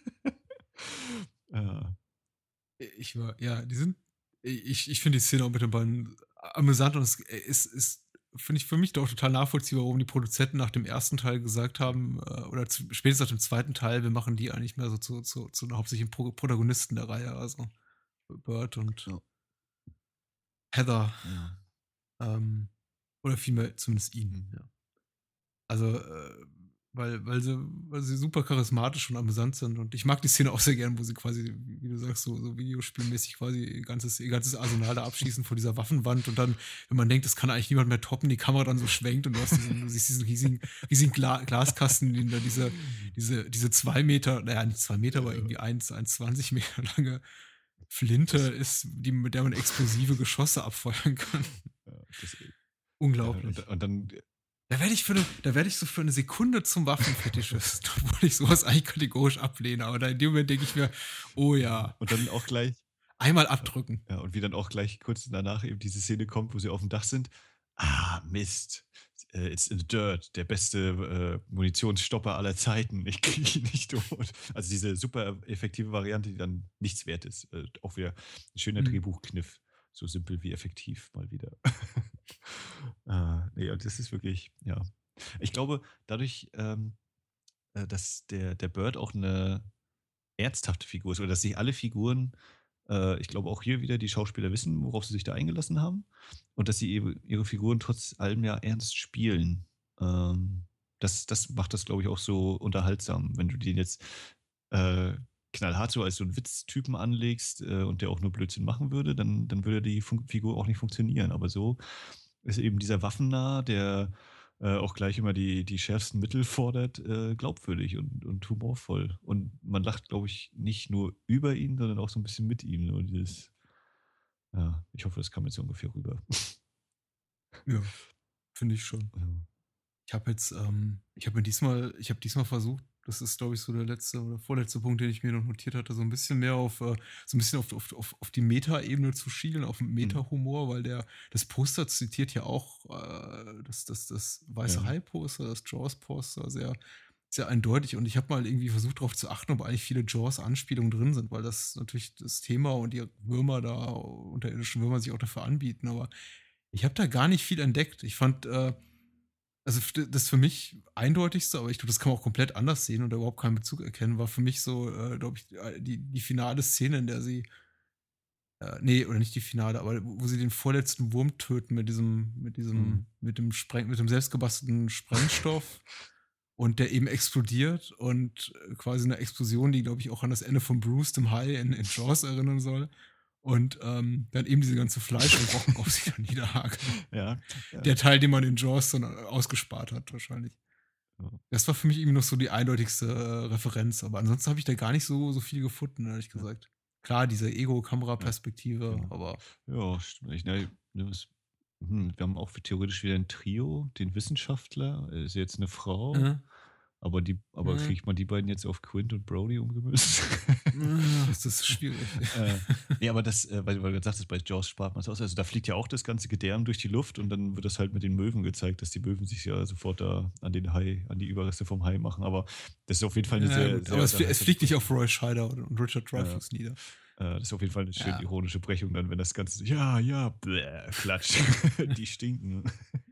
Speaker 2: Ja,
Speaker 1: Ich war, ja, die sind, ich, ich finde die Szene auch mit den beiden amüsant und es ist, ist finde ich für mich doch total nachvollziehbar, warum die Produzenten nach dem ersten Teil gesagt haben, äh, oder zu, spätestens nach dem zweiten Teil, wir machen die eigentlich mehr so zu, zu, zu einer hauptsächlichen Pro Protagonisten der Reihe, also Bert und
Speaker 2: ja,
Speaker 1: Heather,
Speaker 2: ja.
Speaker 1: ähm, oder vielmehr zumindest ihn,
Speaker 2: Hm.
Speaker 1: ja. Also, äh, weil, weil, sie, weil sie super charismatisch und amüsant sind. Und ich mag die Szene auch sehr gern, wo sie quasi, wie du sagst, so, so videospielmäßig quasi ihr ganzes, ihr ganzes Arsenal da abschießen vor dieser Waffenwand. Und dann, wenn man denkt, das kann eigentlich niemand mehr toppen, die Kamera dann so schwenkt und du hast diesen, du siehst diesen riesigen, riesigen Gla Glaskasten, den da diese, diese, diese zwei Meter, naja, nicht zwei Meter, aber
Speaker 2: Äh,
Speaker 1: irgendwie eins, eins zwanzig Meter lange Flinte
Speaker 2: das,
Speaker 1: ist, die, mit der man explosive Geschosse abfeuern kann.
Speaker 2: ja, das, ja, und,
Speaker 1: Unglaublich.
Speaker 2: und dann,
Speaker 1: Da werde ich, für eine, da werd ich so für eine Sekunde zum Waffenfetischist, obwohl ich sowas eigentlich kategorisch ablehne. Aber da in dem Moment denke ich mir, oh ja,
Speaker 2: und dann auch gleich,
Speaker 1: einmal
Speaker 2: ja,
Speaker 1: abdrücken.
Speaker 2: ja, und wie dann auch gleich kurz danach eben diese Szene kommt, wo sie auf dem Dach sind. Ah, Mist. Äh, It's in the dirt. Der beste äh, Munitionsstopper aller Zeiten. Ich kriege ihn nicht tot. Also diese super effektive Variante, die dann nichts wert ist. Äh, auch wieder ein schöner
Speaker 1: Hm.
Speaker 2: Drehbuchkniff. So simpel wie effektiv mal wieder. Ah, nee, und das ist wirklich, ja. Ich glaube, dadurch, ähm, äh, dass der, der Bird auch eine ernsthafte Figur ist oder dass sich alle Figuren, äh, ich glaube auch hier wieder die Schauspieler wissen, worauf sie sich da eingelassen haben und dass sie ihre, ihre Figuren trotz allem ja ernst spielen. Ähm, das, das macht das, glaube ich, auch so unterhaltsam, wenn du den jetzt äh, knallhart so als so einen Witztypen anlegst äh, und der auch nur Blödsinn machen würde, dann, dann würde die Fun Figur auch nicht funktionieren. Aber so ist eben dieser Waffennah, der äh, auch gleich immer die, die schärfsten Mittel fordert, äh, glaubwürdig und, und humorvoll. Und man lacht, glaube ich, nicht nur über ihn, sondern auch so ein bisschen mit ihm. Nur dieses, ja, ich hoffe, das kam jetzt so ungefähr rüber.
Speaker 1: Ja, finde ich schon.
Speaker 2: Ja.
Speaker 1: Ich habe jetzt, ähm, ich habe mir diesmal, ich habe diesmal versucht, das ist, glaube ich, so der letzte oder vorletzte Punkt, den ich mir noch notiert hatte, so ein bisschen mehr auf, äh, so ein bisschen auf, auf, auf, auf die Meta-Ebene zu schielen, auf den
Speaker 2: Hm.
Speaker 1: Meta-Humor, weil der, das Poster zitiert ja auch äh, das, das, das weiße
Speaker 2: Ja.
Speaker 1: Hai-Poster, das Jaws-Poster, sehr, sehr eindeutig. Und ich habe mal irgendwie versucht, darauf zu achten, ob eigentlich viele Jaws-Anspielungen drin sind, weil das natürlich das Thema und die Würmer da, unterirdischen Würmer sich auch dafür anbieten. Aber ich habe da gar nicht viel entdeckt. Ich fand, äh, also f- das für mich eindeutigste, aber ich glaube, das kann man auch komplett anders sehen und da überhaupt keinen Bezug erkennen, war für mich so, äh, glaube ich, äh, die, die finale Szene, in der sie, äh, nee, oder nicht die Finale, aber wo wo sie den vorletzten Wurm töten mit diesem, mit
Speaker 2: Hm.
Speaker 1: diesem, mit dem Spreng, mit dem selbstgebastelten Sprengstoff und der eben explodiert und äh, quasi eine Explosion, die, glaube ich, auch an das Ende von Bruce dem Hai in, in Jaws erinnern soll. Und ähm, dann eben diese ganze Fleisch und Rochen auf sich dann niederhaken.
Speaker 2: Ja, ja,
Speaker 1: Der Teil, den man in Jaws dann ausgespart hat, wahrscheinlich.
Speaker 2: ja.
Speaker 1: Das war für mich irgendwie noch so die eindeutigste äh, Referenz. Aber ansonsten habe ich da gar nicht so, so viel gefunden, ehrlich
Speaker 2: Ja.
Speaker 1: gesagt. Klar, diese
Speaker 2: Ja,
Speaker 1: Ego-Kamera-Perspektive,
Speaker 2: genau.
Speaker 1: aber
Speaker 2: Ja, stimmt. Ich, ne, ne, was, hm, wir haben auch theoretisch wieder ein Trio, den Wissenschaftler, äh, ist jetzt eine Frau,
Speaker 1: äh,
Speaker 2: aber die, aber
Speaker 1: äh,
Speaker 2: kriegt man die beiden jetzt auf Quint und Brody umgemünzt?
Speaker 1: äh, das ist schwierig.
Speaker 2: äh, nee, aber das, äh, weil, weil du gesagt hast, bei Jaws spart man es aus. Also da fliegt ja auch das ganze Gedärm durch die Luft und dann wird das halt mit den Möwen gezeigt, dass die Möwen sich ja sofort da an den Hai, an die Überreste vom Hai machen. Aber das ist auf jeden Fall eine
Speaker 1: Ja,
Speaker 2: sehr,
Speaker 1: gut, aber
Speaker 2: sehr
Speaker 1: es, flie- es
Speaker 2: unterhaltsame
Speaker 1: fliegt nicht auf
Speaker 2: Brechung.
Speaker 1: Roy Scheider und und Richard
Speaker 2: Äh,
Speaker 1: Dreyfuss nieder.
Speaker 2: äh, das ist auf jeden Fall eine schön
Speaker 1: Ja.
Speaker 2: ironische Brechung dann, wenn das Ganze so, ja, ja, bläh, klatscht. Die stinken.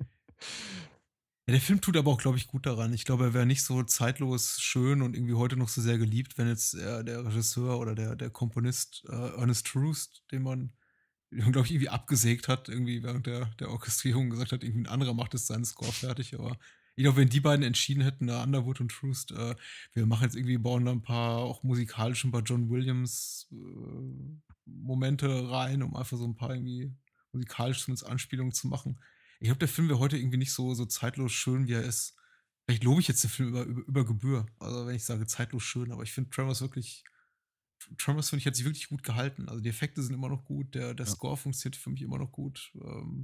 Speaker 1: Ja, der Film tut aber auch, glaube ich, gut daran. Ich glaube, er wäre nicht so zeitlos schön und irgendwie heute noch so sehr geliebt, wenn jetzt äh, der Regisseur oder der, der Komponist äh, Ernest Troost, den man, glaube ich, irgendwie abgesägt hat, irgendwie während der, der Orchestrierung gesagt hat, irgendwie ein anderer macht jetzt seinen Score fertig. Aber ich glaube, wenn die beiden entschieden hätten, äh, Underwood und Troost, äh, wir machen jetzt irgendwie, bauen da ein paar auch musikalische, ein paar John Williams äh, Momente rein, um einfach so ein paar irgendwie musikalische zumindest Anspielungen zu machen. Ich glaube, der Film wäre heute irgendwie nicht so, so zeitlos schön, wie er ist. Vielleicht lobe ich jetzt den Film über, über, über Gebühr. Also, wenn ich sage zeitlos schön, aber ich finde Tremors wirklich, Tremors finde ich, hat sich wirklich gut gehalten. Also, die Effekte sind immer noch gut, der, der
Speaker 2: Ja.
Speaker 1: Score funktioniert für mich immer noch gut. Ähm,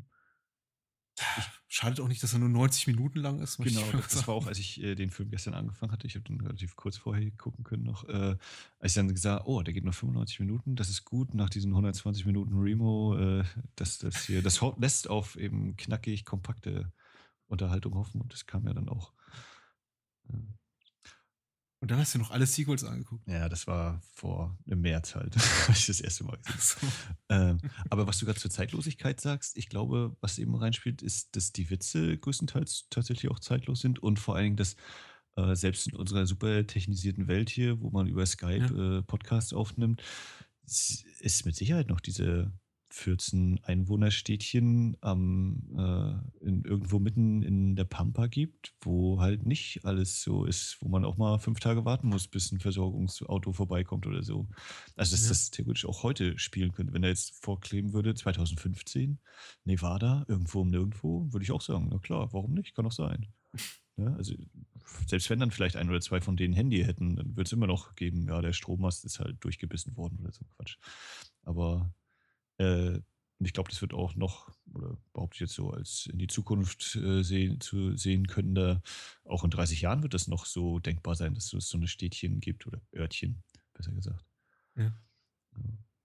Speaker 2: Ich,
Speaker 1: schadet auch nicht, dass er nur neunzig Minuten lang ist, möchte
Speaker 2: genau,
Speaker 1: ich mal
Speaker 2: das, das war
Speaker 1: sagen.
Speaker 2: auch, als ich äh, den Film gestern angefangen hatte. Ich habe den relativ kurz vorher gucken können noch. Äh, als ich dann gesagt, oh, der geht nur fünfundneunzig Minuten, das ist gut nach diesen hundertzwanzig Minuten Remo. Äh, das, das hier, das ho- lässt auf eben knackig, kompakte Unterhaltung hoffen und das kam ja dann auch. Äh,
Speaker 1: Und dann hast du noch alle Sequels angeguckt.
Speaker 2: Ja, das war vor im März halt, als ich das erste Mal gesehen
Speaker 1: So.
Speaker 2: habe. Ähm, aber was du gerade zur Zeitlosigkeit sagst, ich glaube, was eben reinspielt, ist, dass die Witze größtenteils tatsächlich auch zeitlos sind und vor allen Dingen, dass äh, selbst in unserer super technisierten Welt hier, wo man über
Speaker 1: Ja.
Speaker 2: Skype äh, Podcasts aufnimmt, s- es mit Sicherheit noch diese vierzehn Einwohnerstädtchen am, äh, in, irgendwo mitten in der Pampa gibt, wo halt nicht alles so ist, wo man auch mal fünf Tage warten muss, bis ein Versorgungsauto vorbeikommt oder so. Also, dass
Speaker 1: Ja.
Speaker 2: das theoretisch auch heute spielen könnte. Wenn er jetzt vorkleben würde, zwanzig fünfzehn, Nevada, irgendwo um nirgendwo, würde ich auch sagen, na klar, warum nicht? Kann doch sein. Ja, also, selbst wenn dann vielleicht ein oder zwei von denen Handy hätten, dann würde es immer noch geben, ja, der Strommast ist halt durchgebissen worden oder so Quatsch. Aber äh, und ich glaube, das wird auch noch, oder behaupte ich jetzt so, als in die Zukunft äh, sehen, zu sehen können, da auch in dreißig Jahren wird das noch so denkbar sein, dass es so eine Städtchen gibt oder Örtchen, besser gesagt.
Speaker 1: Ja.
Speaker 2: Ja.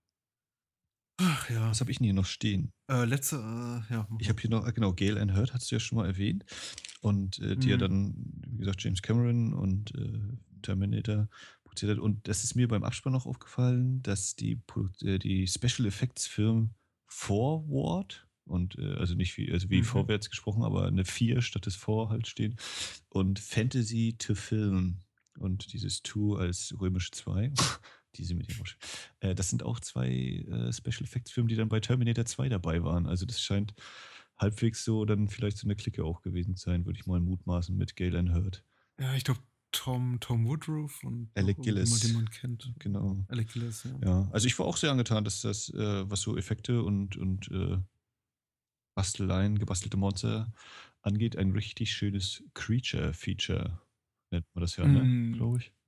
Speaker 1: Ach ja.
Speaker 2: Was habe ich denn hier noch stehen?
Speaker 1: Äh, letzte, äh, ja. mach
Speaker 2: Ich
Speaker 1: mal.
Speaker 2: habe hier noch, ah, genau, Gail Ann Hurd, hast du ja schon mal erwähnt. Und äh, die ja
Speaker 1: Mhm.
Speaker 2: dann, wie gesagt, James Cameron und äh, Terminator produziert hat. Und das ist mir beim Abspann noch aufgefallen, dass die, Produ- äh, die Special Effects Film Forward und äh, also nicht wie, also wie
Speaker 1: Mhm.
Speaker 2: vorwärts gesprochen, aber eine vier statt des vor halt stehen. Und Fantasy to Film und dieses To als römisch zwei. Diese mit dem Rausch. Äh, das sind auch zwei äh, Special Effects Filme, die dann bei Terminator zwei dabei waren. Also das scheint halbwegs so dann vielleicht so eine Clique auch gewesen zu sein, würde ich mal mutmaßen mit Gale Ann Hurd.
Speaker 1: Ja, ich glaube, Tom, Tom Woodruff und noch
Speaker 2: Alec
Speaker 1: irgendjemand, den
Speaker 2: Gillis,
Speaker 1: man kennt.
Speaker 2: genau.
Speaker 1: Alec Gillis, ja.
Speaker 2: Ja, also ich war auch sehr angetan, dass das, äh, was so Effekte und, und äh, Basteleien, gebastelte Monster angeht, ein richtig schönes Creature-Feature nennt man das ja, ne?
Speaker 1: Mm,
Speaker 2: Glaube ich.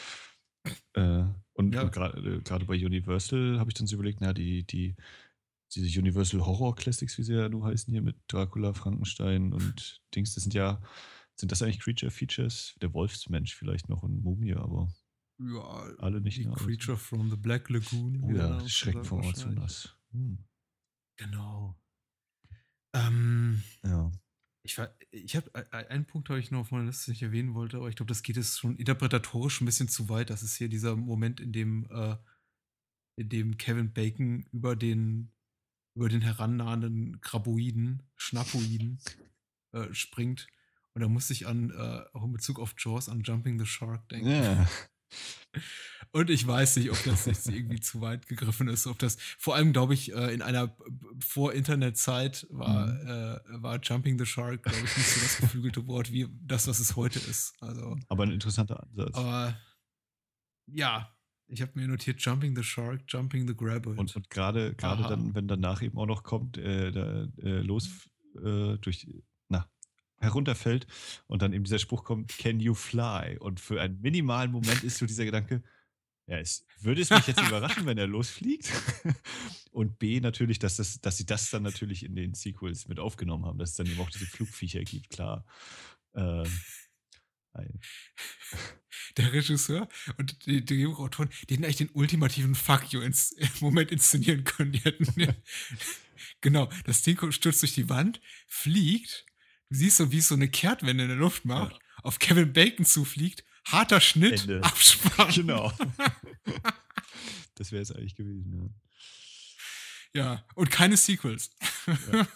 Speaker 2: Äh, und und
Speaker 1: ja,
Speaker 2: gerade äh, gerade bei Universal habe ich dann so überlegt, na, die, die, diese Universal Horror Classics, wie sie ja nur heißen, hier mit Dracula, Frankenstein und Dings, das sind ja, sind das eigentlich Creature Features? Der Wolfsmensch vielleicht noch und Mumie, aber
Speaker 1: ja,
Speaker 2: alle nicht,
Speaker 1: die
Speaker 2: ne? Also,
Speaker 1: Creature from the Black Lagoon,
Speaker 2: oh
Speaker 1: wie der
Speaker 2: ja,
Speaker 1: Name schon
Speaker 2: Schrecken
Speaker 1: sagt,
Speaker 2: vom
Speaker 1: wahrscheinlich.
Speaker 2: Amazonas. Hm.
Speaker 1: Genau. Ähm,
Speaker 2: Ja.
Speaker 1: ich war, ich habe einen Punkt habe ich noch auf meiner Liste, den ich erwähnen wollte, aber ich glaube, das geht jetzt schon interpretatorisch ein bisschen zu weit. Das ist hier dieser Moment, in dem, äh, in dem Kevin Bacon über den, über den herannahenden Graboiden, Schnappoiden, äh, springt. Und da musste ich an, äh, auch in Bezug auf Jaws, an Jumping the Shark denken.
Speaker 2: Ja.
Speaker 1: Und ich weiß nicht, ob das jetzt irgendwie zu weit gegriffen ist. Ob das, vor allem glaube ich, äh, in einer b- b- Vor-Internet-Zeit war,
Speaker 2: Mhm.
Speaker 1: äh, war Jumping the Shark, glaube ich, nicht so das geflügelte Wort wie das, was es heute ist. Also,
Speaker 2: Aber ein interessanter Ansatz.
Speaker 1: aber ja, ich habe mir notiert: Jumping the Shark, Jumping the
Speaker 2: Und
Speaker 1: Graboid.
Speaker 2: und gerade gerade
Speaker 1: Aha.
Speaker 2: dann, wenn danach eben auch noch kommt, äh, da, äh, los äh, durch na, herunterfällt und dann eben dieser Spruch kommt: „Can you fly?“ Und für einen minimalen Moment ist so dieser Gedanke: „Ja, es würde es mich jetzt überraschen, wenn er losfliegt?“ Und B natürlich, dass das dass sie das dann natürlich in den Sequels mit aufgenommen haben, dass es dann eben auch diese Flugviecher gibt, klar. Ähm, ei
Speaker 1: Der Regisseur und die die Drehbuchautoren, die hätten eigentlich den ultimativen Fuck you ins Moment inszenieren können. Die hätten genau, das Ding ko stürzt durch die Wand, fliegt. Du siehst so, wie es so eine Kehrtwende in der Luft
Speaker 2: ja,
Speaker 1: macht, auf Kevin Bacon zufliegt, harter Schnitt,
Speaker 2: Ende.
Speaker 1: Abspann.
Speaker 2: Genau. Das wäre es eigentlich gewesen,
Speaker 1: Ja, und keine Sequels.
Speaker 2: ja. Ja.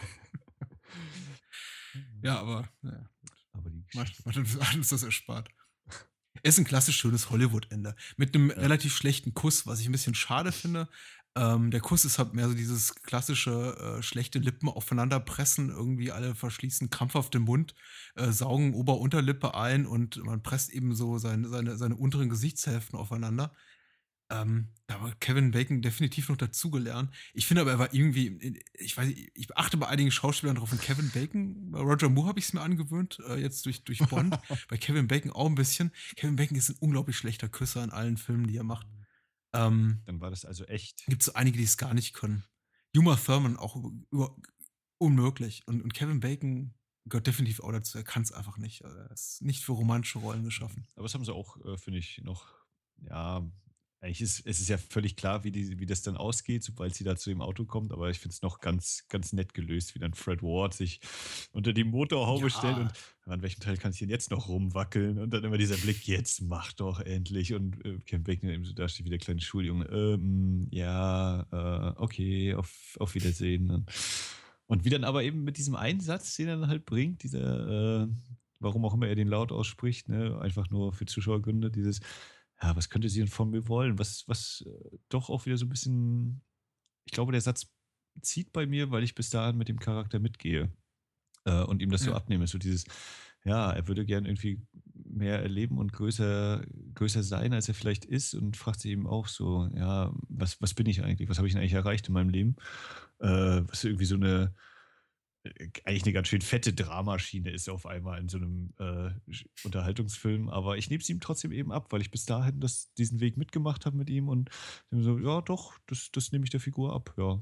Speaker 1: Ja, aber na ja,
Speaker 2: Aber die
Speaker 1: man
Speaker 2: Geschichte.
Speaker 1: man hat uns das erspart. Ist ein klassisch schönes Hollywood-Ende. Mit einem
Speaker 2: Ja.
Speaker 1: relativ schlechten Kuss, was ich ein bisschen schade finde. Ähm, der Kuss ist halt mehr so dieses klassische, äh, schlechte Lippen aufeinanderpressen, irgendwie alle verschließen krampfhaft den Mund, äh, saugen Ober-Unterlippe ein und man presst eben so seine seine seine unteren Gesichtshälften aufeinander. Ähm, da war Kevin Bacon definitiv noch dazugelernt. Ich finde aber, er war irgendwie, in- ich weiß nicht, ich achte bei einigen Schauspielern drauf. Und Kevin Bacon, bei Roger Moore habe ich es mir angewöhnt, äh, jetzt durch, durch Bond. Bei Kevin Bacon auch ein bisschen. Kevin Bacon ist ein unglaublich schlechter Küsser in allen Filmen, die er macht. Ähm,
Speaker 2: Dann war das also echt.
Speaker 1: Gibt so einige, die es gar nicht können. Uma Thurman auch über, über, unmöglich. Und, und Kevin Bacon gehört definitiv auch dazu. Er kann es einfach nicht. Er ist nicht für romantische Rollen geschaffen.
Speaker 2: Aber das haben sie auch, äh, finde ich, noch, ja, eigentlich ist es ist ja völlig klar, wie die wie das dann ausgeht, sobald sie da zu dem Auto kommt, aber ich finde es noch ganz ganz nett gelöst, wie dann Fred Ward sich unter die Motorhaube stellt und:
Speaker 1: Ja,
Speaker 2: „An welchem Teil kann ich denn jetzt noch rumwackeln?“ Und dann immer dieser Blick: „Jetzt mach doch endlich.“ Und, äh, Kevin Bacon eben so da steht wie der kleine Schuljunge: „Ähm, ja, äh, okay, auf auf Wiedersehen.“ Und und wie dann aber eben mit diesem einen Satz, den er dann halt bringt, dieser, äh warum auch immer er den laut ausspricht, ne? Einfach nur für Zuschauergründe, dieses: „Ja, was könnte sie denn von mir wollen?“ Was was, äh, doch auch wieder so ein bisschen, ich glaube, der Satz zieht bei mir, weil ich bis dahin mit dem Charakter mitgehe, äh, und ihm das so
Speaker 1: ja.
Speaker 2: abnehme. So dieses, ja, er würde gern irgendwie mehr erleben und größer größer sein, als er vielleicht ist, und fragt sich eben auch so: „Ja, was was bin ich eigentlich? Was habe ich denn eigentlich erreicht in meinem Leben?“ Äh, was irgendwie so eine äh, eigentlich eine ganz schön fette Dramaschiene ist auf einmal in so einem äh, Sch Unterhaltungsfilm, aber ich nehme es ihm trotzdem eben ab, weil ich bis dahin das diesen Weg mitgemacht habe mit ihm und dann so: „Ja doch, das das nehme ich der Figur ab“, ja.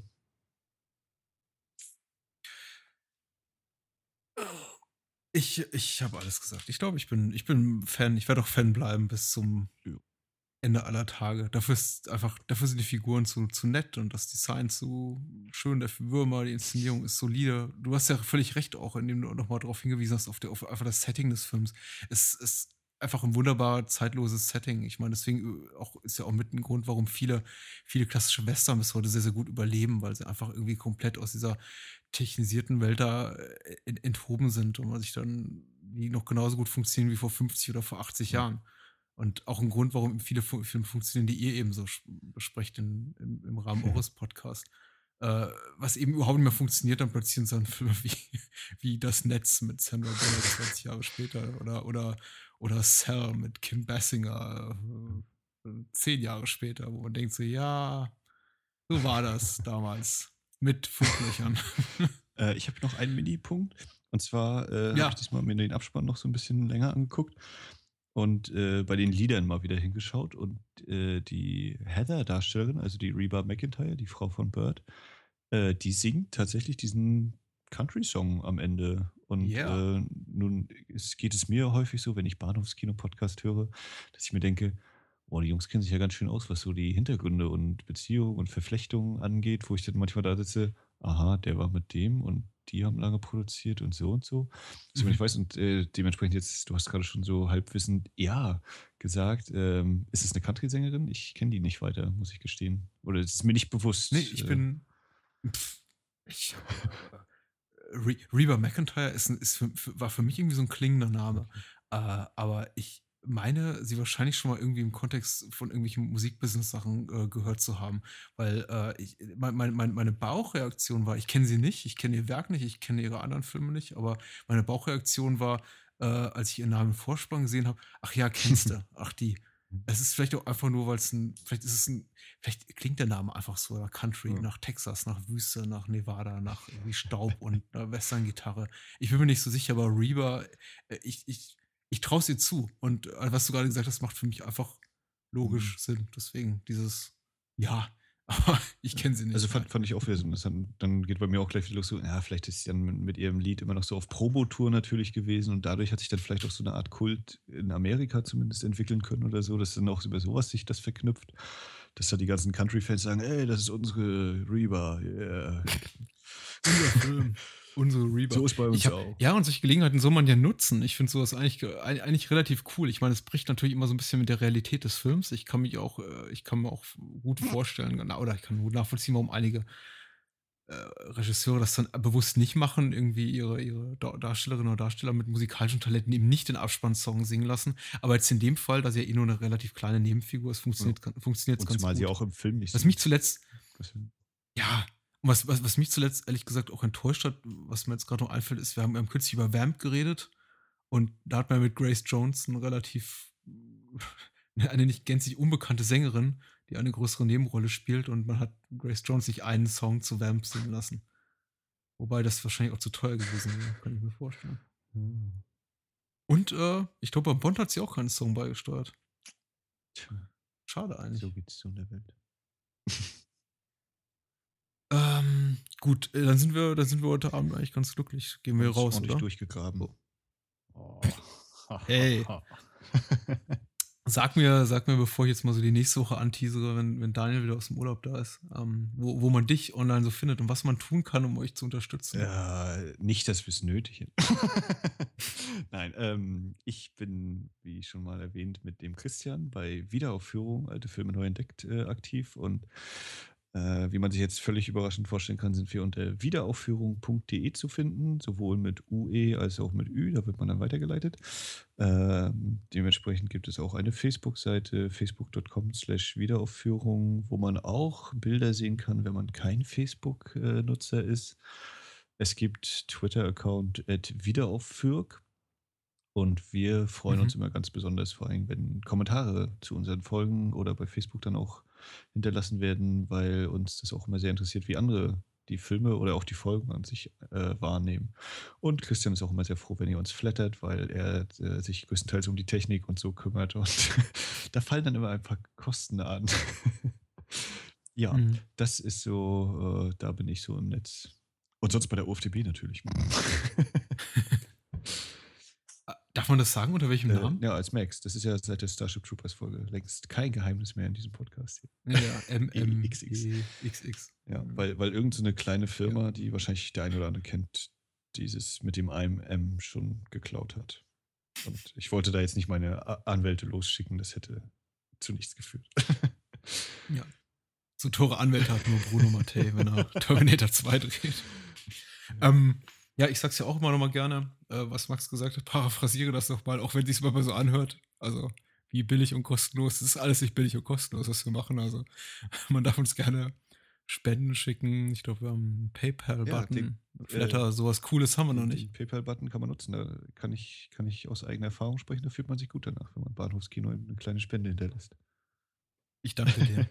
Speaker 1: Ich ich habe alles gesagt. Ich glaube, ich bin ich bin Fan. Ich werde auch Fan bleiben bis zum
Speaker 2: Ja.
Speaker 1: Ende aller Tage. Dafür ist einfach dafür sind die Figuren zu zu nett und das Design zu schön, der Würmer, die Inszenierung ist solide. Du hast ja völlig recht auch, indem du noch mal drauf hingewiesen hast, auf der auf einfach das Setting des Films. Es ist einfach ein wunderbar zeitloses Setting. Ich meine, deswegen, äh, auch ist ja auch mit 'n Grund, warum viele viele klassische Western bis heute sehr, sehr gut überleben, weil sie einfach irgendwie komplett aus dieser technisierten Welt da, äh, ent enthoben sind und man sich dann die noch genauso gut funktionieren wie vor fünfzig oder vor achtzig
Speaker 2: Ja.
Speaker 1: Jahren. Und auch ein Grund, warum viele Fu Filme funktionieren, die ihr eben so sch besprecht in im im Rahmen eures Podcasts. Äh, Was eben überhaupt nicht mehr funktioniert, dann plötzlich sind so 'n Filme wie wie Das Netz mit Sandra Bullock zwanzig Jahre später oder oder oder Cell mit Kim Basinger, äh, äh, zehn Jahre später, wo man denkt so: „Ja, so war das damals mit Funklöchern.“
Speaker 2: Äh, ich habe noch einen Mini-Punkt, und zwar, äh, habe ich
Speaker 1: Ja,
Speaker 2: diesmal mir den Abspann noch so ein bisschen länger angeguckt und, äh, bei den Liedern mal wieder hingeschaut und, äh, die Heather-Darstellerin, also die Reba McEntire, die Frau von Bird, äh, die singt tatsächlich diesen Country-Song am Ende. Und,
Speaker 1: yeah.
Speaker 2: äh, nun es geht es mir häufig so, wenn ich Bahnhofskino-Podcast höre, dass ich mir denke: „Boah, die Jungs kennen sich ja ganz schön aus, was so die Hintergründe und Beziehungen und Verflechtungen angeht“, wo ich dann manchmal da sitze: „Aha, der war mit dem und die haben lange produziert und so und so.“ So, wenn
Speaker 1: Mhm.
Speaker 2: ich weiß und, äh, dementsprechend jetzt, du hast gerade schon so halbwissend „ja“ gesagt. Ähm, ist es eine Country-Sängerin? Ich kenne die nicht weiter, muss ich gestehen. Oder es ist mir nicht
Speaker 1: Ne,
Speaker 2: bewusst,
Speaker 1: ich
Speaker 2: äh
Speaker 1: bin pf, ich habe, äh Re Reba McEntire ist 'n ist für für war für mich irgendwie so 'n klingender Name.
Speaker 2: okay.
Speaker 1: Äh, aber ich meine, sie wahrscheinlich schon mal irgendwie im Kontext von irgendwelchen Musikbusiness-Sachen äh, gehört zu haben. Weil äh, ich, mein, mein, mein- meine Bauchreaktion war, ich kenne sie nicht, ich kenne ihr Werk nicht, ich kenne ihre anderen Filme nicht, aber meine Bauchreaktion war, äh, als ich ihren Namen im Vorspann gesehen habe, ach ja, kennst du, ach die. Es ist vielleicht auch einfach nur, weil es ein, vielleicht ist es ein, vielleicht klingt der Name einfach so nach Country,
Speaker 2: Ja.
Speaker 1: nach Texas, nach Wüste, nach Nevada, nach irgendwie Staub und einer Western-Gitarre. Ich bin mir nicht so sicher, aber Reba, äh, ich, ich, ich traue es ihr zu. Und äh, was du gerade gesagt hast, macht für mich einfach
Speaker 2: Mhm.
Speaker 1: logisch Sinn. Deswegen dieses, ja, aber ich kenne sie
Speaker 2: Also
Speaker 1: nicht,
Speaker 2: fand,
Speaker 1: nein.
Speaker 2: fand ich auch wieder so interessant. Dann geht bei mir auch gleich wieder los so, ja, vielleicht ist sie dann mit, mit ihrem Lied immer noch so auf Promotour natürlich gewesen und dadurch hat sich dann vielleicht auch so eine Art Kult in Amerika zumindest entwickeln können oder so, dass dann auch über sowas sich das verknüpft, dass da die ganzen Country-Fans sagen, ey, das ist unsere Reba, yeah.
Speaker 1: Unser Film, unsere Reba.
Speaker 2: So ist bei
Speaker 1: Ich
Speaker 2: uns
Speaker 1: habe,
Speaker 2: auch.
Speaker 1: ja, und solche Gelegenheiten soll man ja nutzen. Ich finde sowas eigentlich, ge- eig- eigentlich relativ cool. Ich meine, es bricht natürlich immer so ein bisschen mit der Realität des Films. Ich kann mich auch, äh, ich kann mir auch gut vorstellen, genau, oder ich kann gut nachvollziehen, warum einige äh, Regisseure das dann bewusst nicht machen, irgendwie ihre, ihre Dar- Darstellerinnen oder Darsteller mit musikalischen Talenten eben nicht den Abspannsong singen lassen. Aber jetzt in dem Fall, da sie ja eh nur eine relativ kleine Nebenfigur ist,
Speaker 2: Ja.
Speaker 1: funktioniert funktioniert es
Speaker 2: Und
Speaker 1: ganz
Speaker 2: zumal sie
Speaker 1: gut.
Speaker 2: auch im Film nicht
Speaker 1: Was mich
Speaker 2: singt.
Speaker 1: zuletzt
Speaker 2: Was-
Speaker 1: ja, und was, was, was mich zuletzt ehrlich gesagt auch enttäuscht hat, was mir jetzt gerade noch einfällt, ist, wir haben, wir haben kürzlich über Vamp geredet und da hat man mit Grace Jones eine relativ, eine nicht gänzlich unbekannte Sängerin, die eine größere Nebenrolle spielt und man hat Grace Jones nicht einen Song zu Vamp singen lassen. Wobei das wahrscheinlich auch zu teuer gewesen wäre, kann ich mir vorstellen.
Speaker 2: Hm.
Speaker 1: Und äh, ich glaube, beim Bond hat sie auch keinen Song beigesteuert.
Speaker 2: Tja,
Speaker 1: Schade
Speaker 2: so
Speaker 1: eigentlich.
Speaker 2: geht's so in der Welt.
Speaker 1: Ähm, gut, äh, dann sind wir, dann sind wir heute Abend eigentlich ganz glücklich. Gehen wir
Speaker 2: Uns
Speaker 1: raus,
Speaker 2: ordentlich
Speaker 1: oder?
Speaker 2: durchgegraben.
Speaker 1: Oh.
Speaker 2: Oh.
Speaker 1: Ey. Sag mir, sag mir, bevor ich jetzt mal so die nächste Woche anteasere, wenn, wenn Daniel wieder aus dem Urlaub da ist, ähm, wo, wo man dich online so findet und was man tun kann, um euch zu unterstützen.
Speaker 2: Ja, nicht, dass wir es nötig hätten. Nein, ähm, ich bin, wie schon mal erwähnt, mit dem Christian bei Wiederaufführung Alte Filme neu entdeckt äh, aktiv und äh, wie man sich jetzt völlig überraschend vorstellen kann, sind wir unter wiederaufführung punkt de zu finden, sowohl mit U E als auch mit Ü, da wird man dann weitergeleitet. Ähm, dementsprechend gibt es auch eine Facebook-Seite, facebook punkt com slash Wiederaufführung, wo man auch Bilder sehen kann, wenn man kein Facebook-Nutzer ist. Es gibt Twitter-Account at Wiederaufführk und wir freuen
Speaker 1: Mhm.
Speaker 2: uns immer ganz besonders, vor allem, wenn Kommentare zu unseren Folgen oder bei Facebook dann auch hinterlassen werden, weil uns das auch immer sehr interessiert, wie andere die Filme oder auch die Folgen an sich äh, wahrnehmen. Und Christian ist auch immer sehr froh, wenn ihr uns flattert, weil er äh, sich größtenteils um die Technik und so kümmert. Und da fallen dann immer ein paar Kosten an. Ja,
Speaker 1: Mhm.
Speaker 2: das ist so, äh, da bin ich so im Netz. Und sonst bei der O F D B natürlich.
Speaker 1: Äh, Darf man das sagen, unter welchem
Speaker 2: Äh,
Speaker 1: Namen?
Speaker 2: ja, als Max. Das ist ja seit der Starship Troopers Folge längst kein Geheimnis mehr in diesem Podcast hier.
Speaker 1: Ja, ja, M M
Speaker 2: X X.
Speaker 1: E X X.
Speaker 2: Ja, weil, weil irgend so eine kleine Firma,
Speaker 1: Ja.
Speaker 2: die wahrscheinlich der eine oder andere kennt, dieses mit dem einem M schon geklaut hat. Und ich wollte da jetzt nicht meine A- Anwälte losschicken, das hätte zu nichts geführt.
Speaker 1: Ja. So teure Anwälte hat nur Bruno Mattei, wenn er Terminator zwei dreht. Ähm, ja, ich sag's ja auch immer noch mal gerne, äh, was Max gesagt hat, paraphrasiere das noch mal, auch wenn sich's mal so anhört. Also, wie billig und kostenlos, das ist alles nicht billig und kostenlos, was wir machen. Also, man darf uns gerne Spenden schicken. Ich glaube, wir haben einen
Speaker 2: Ja, den,
Speaker 1: PayPal-Button,
Speaker 2: äh,
Speaker 1: Flatter, sowas Cooles haben wir noch
Speaker 2: den,
Speaker 1: nicht.
Speaker 2: den PayPal-Button kann man nutzen. Da kann ich, kann ich aus eigener Erfahrung sprechen. Da fühlt man sich gut danach, wenn man Bahnhofskino eine kleine Spende hinterlässt.
Speaker 1: Ich danke dir.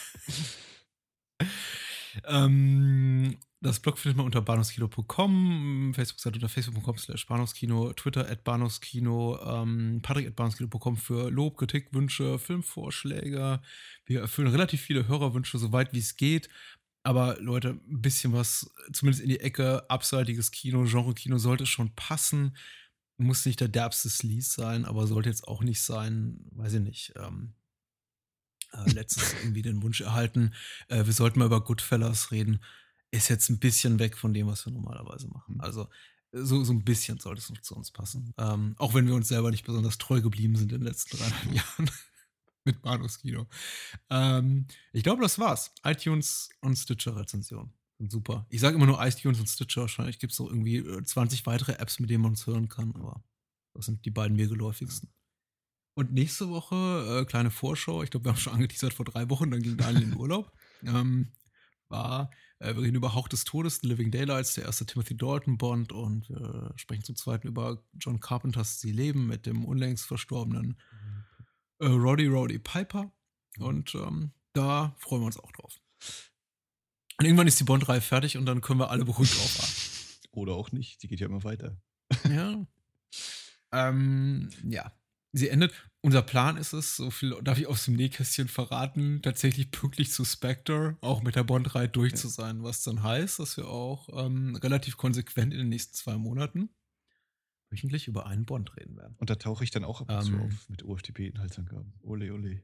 Speaker 1: Ähm, das Blog findet man unter bahnhofskino punkt com, Facebook-Seite unter facebook punkt com slash bahnhofskino, Twitter at bahnhofskino, ähm, patrick at bahnhofskino punkt com für Lob, Kritik, Wünsche, Filmvorschläge. Wir erfüllen relativ viele Hörerwünsche, soweit wie es geht. Aber Leute, ein bisschen was, zumindest in die Ecke, abseitiges Kino, Genre-Kino sollte schon passen. Muss nicht der derbste Sleaze sein, aber sollte jetzt auch nicht sein, weiß ich nicht, ähm, äh, letztens irgendwie den Wunsch erhalten, äh, wir sollten mal über Goodfellas reden. Ist jetzt ein bisschen weg von dem, was wir normalerweise machen. Also so, so ein bisschen sollte es noch zu uns passen. Ähm, auch wenn wir uns selber nicht besonders treu geblieben sind in den letzten dreieinhalb Jahren mit Bahnhofskino. Ähm, ich glaube, das war's. iTunes und Stitcher-Rezension sind super. Ich sage immer nur iTunes und Stitcher. Wahrscheinlich gibt es noch irgendwie äh, zwanzig weitere Apps, mit denen man uns hören kann, aber das sind die beiden mir geläufigsten. Und nächste Woche, äh, kleine Vorschau, ich glaube, wir haben schon angeteasert vor drei Wochen, dann ging Daniel in Urlaub. Ähm, war, äh, wir reden über Hauch des Todes, The Living Daylights, der erste Timothy Dalton Bond und wir sprechen zum zweiten über John Carpenters Sie leben mit dem unlängst verstorbenen äh, Roddy Roddy Piper. Und ähm, da freuen wir uns auch drauf. Und irgendwann ist die Bond-Reihe fertig und dann können wir alle beruhigt aufatmen.
Speaker 2: Oder auch nicht, die geht ja immer weiter.
Speaker 1: Ja. ähm, ja. Sie endet. Unser Plan ist es, so viel darf ich aus dem Nähkästchen verraten, tatsächlich pünktlich zu Spectre auch mit der Bond-Reihe durch
Speaker 2: Ja.
Speaker 1: zu sein. Was dann heißt, dass wir auch ähm, relativ konsequent in den nächsten zwei Monaten wöchentlich über einen Bond reden werden.
Speaker 2: Und da tauche ich dann auch ab und zu
Speaker 1: Ähm,
Speaker 2: auf mit O F D P-Inhaltsangaben. Ole, ole.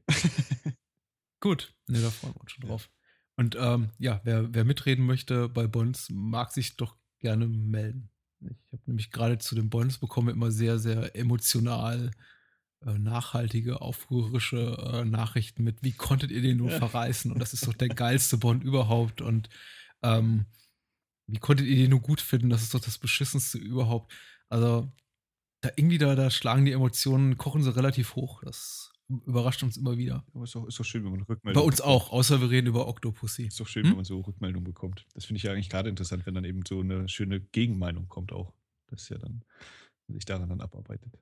Speaker 1: Gut, ne, da freuen wir uns schon drauf. Und ähm, ja, wer, wer mitreden möchte bei Bonds, mag sich doch gerne melden. Ich habe nämlich gerade zu den Bonds bekomme immer sehr, sehr emotional äh, nachhaltige, aufrührerische äh, Nachrichten mit, wie konntet ihr den nur
Speaker 2: Ja.
Speaker 1: verreißen? Und das ist doch der geilste Bond überhaupt. Und ähm, wie konntet ihr den nur gut finden? Das ist doch das Beschissenste überhaupt. Also, da irgendwie da, da schlagen die Emotionen, kochen sie relativ hoch. Das überrascht uns immer wieder.
Speaker 2: Aber ist doch, ist doch schön, wenn man
Speaker 1: Bei
Speaker 2: Rückmeldung
Speaker 1: uns
Speaker 2: bekommt.
Speaker 1: auch, außer wir reden über Octopussy.
Speaker 2: Ist doch schön, wenn
Speaker 1: Hm?
Speaker 2: man so Rückmeldung bekommt. Das finde ich ja eigentlich gerade interessant, wenn dann eben so eine schöne Gegenmeinung kommt auch. Das ist ja dann, wenn sich daran dann abarbeitet.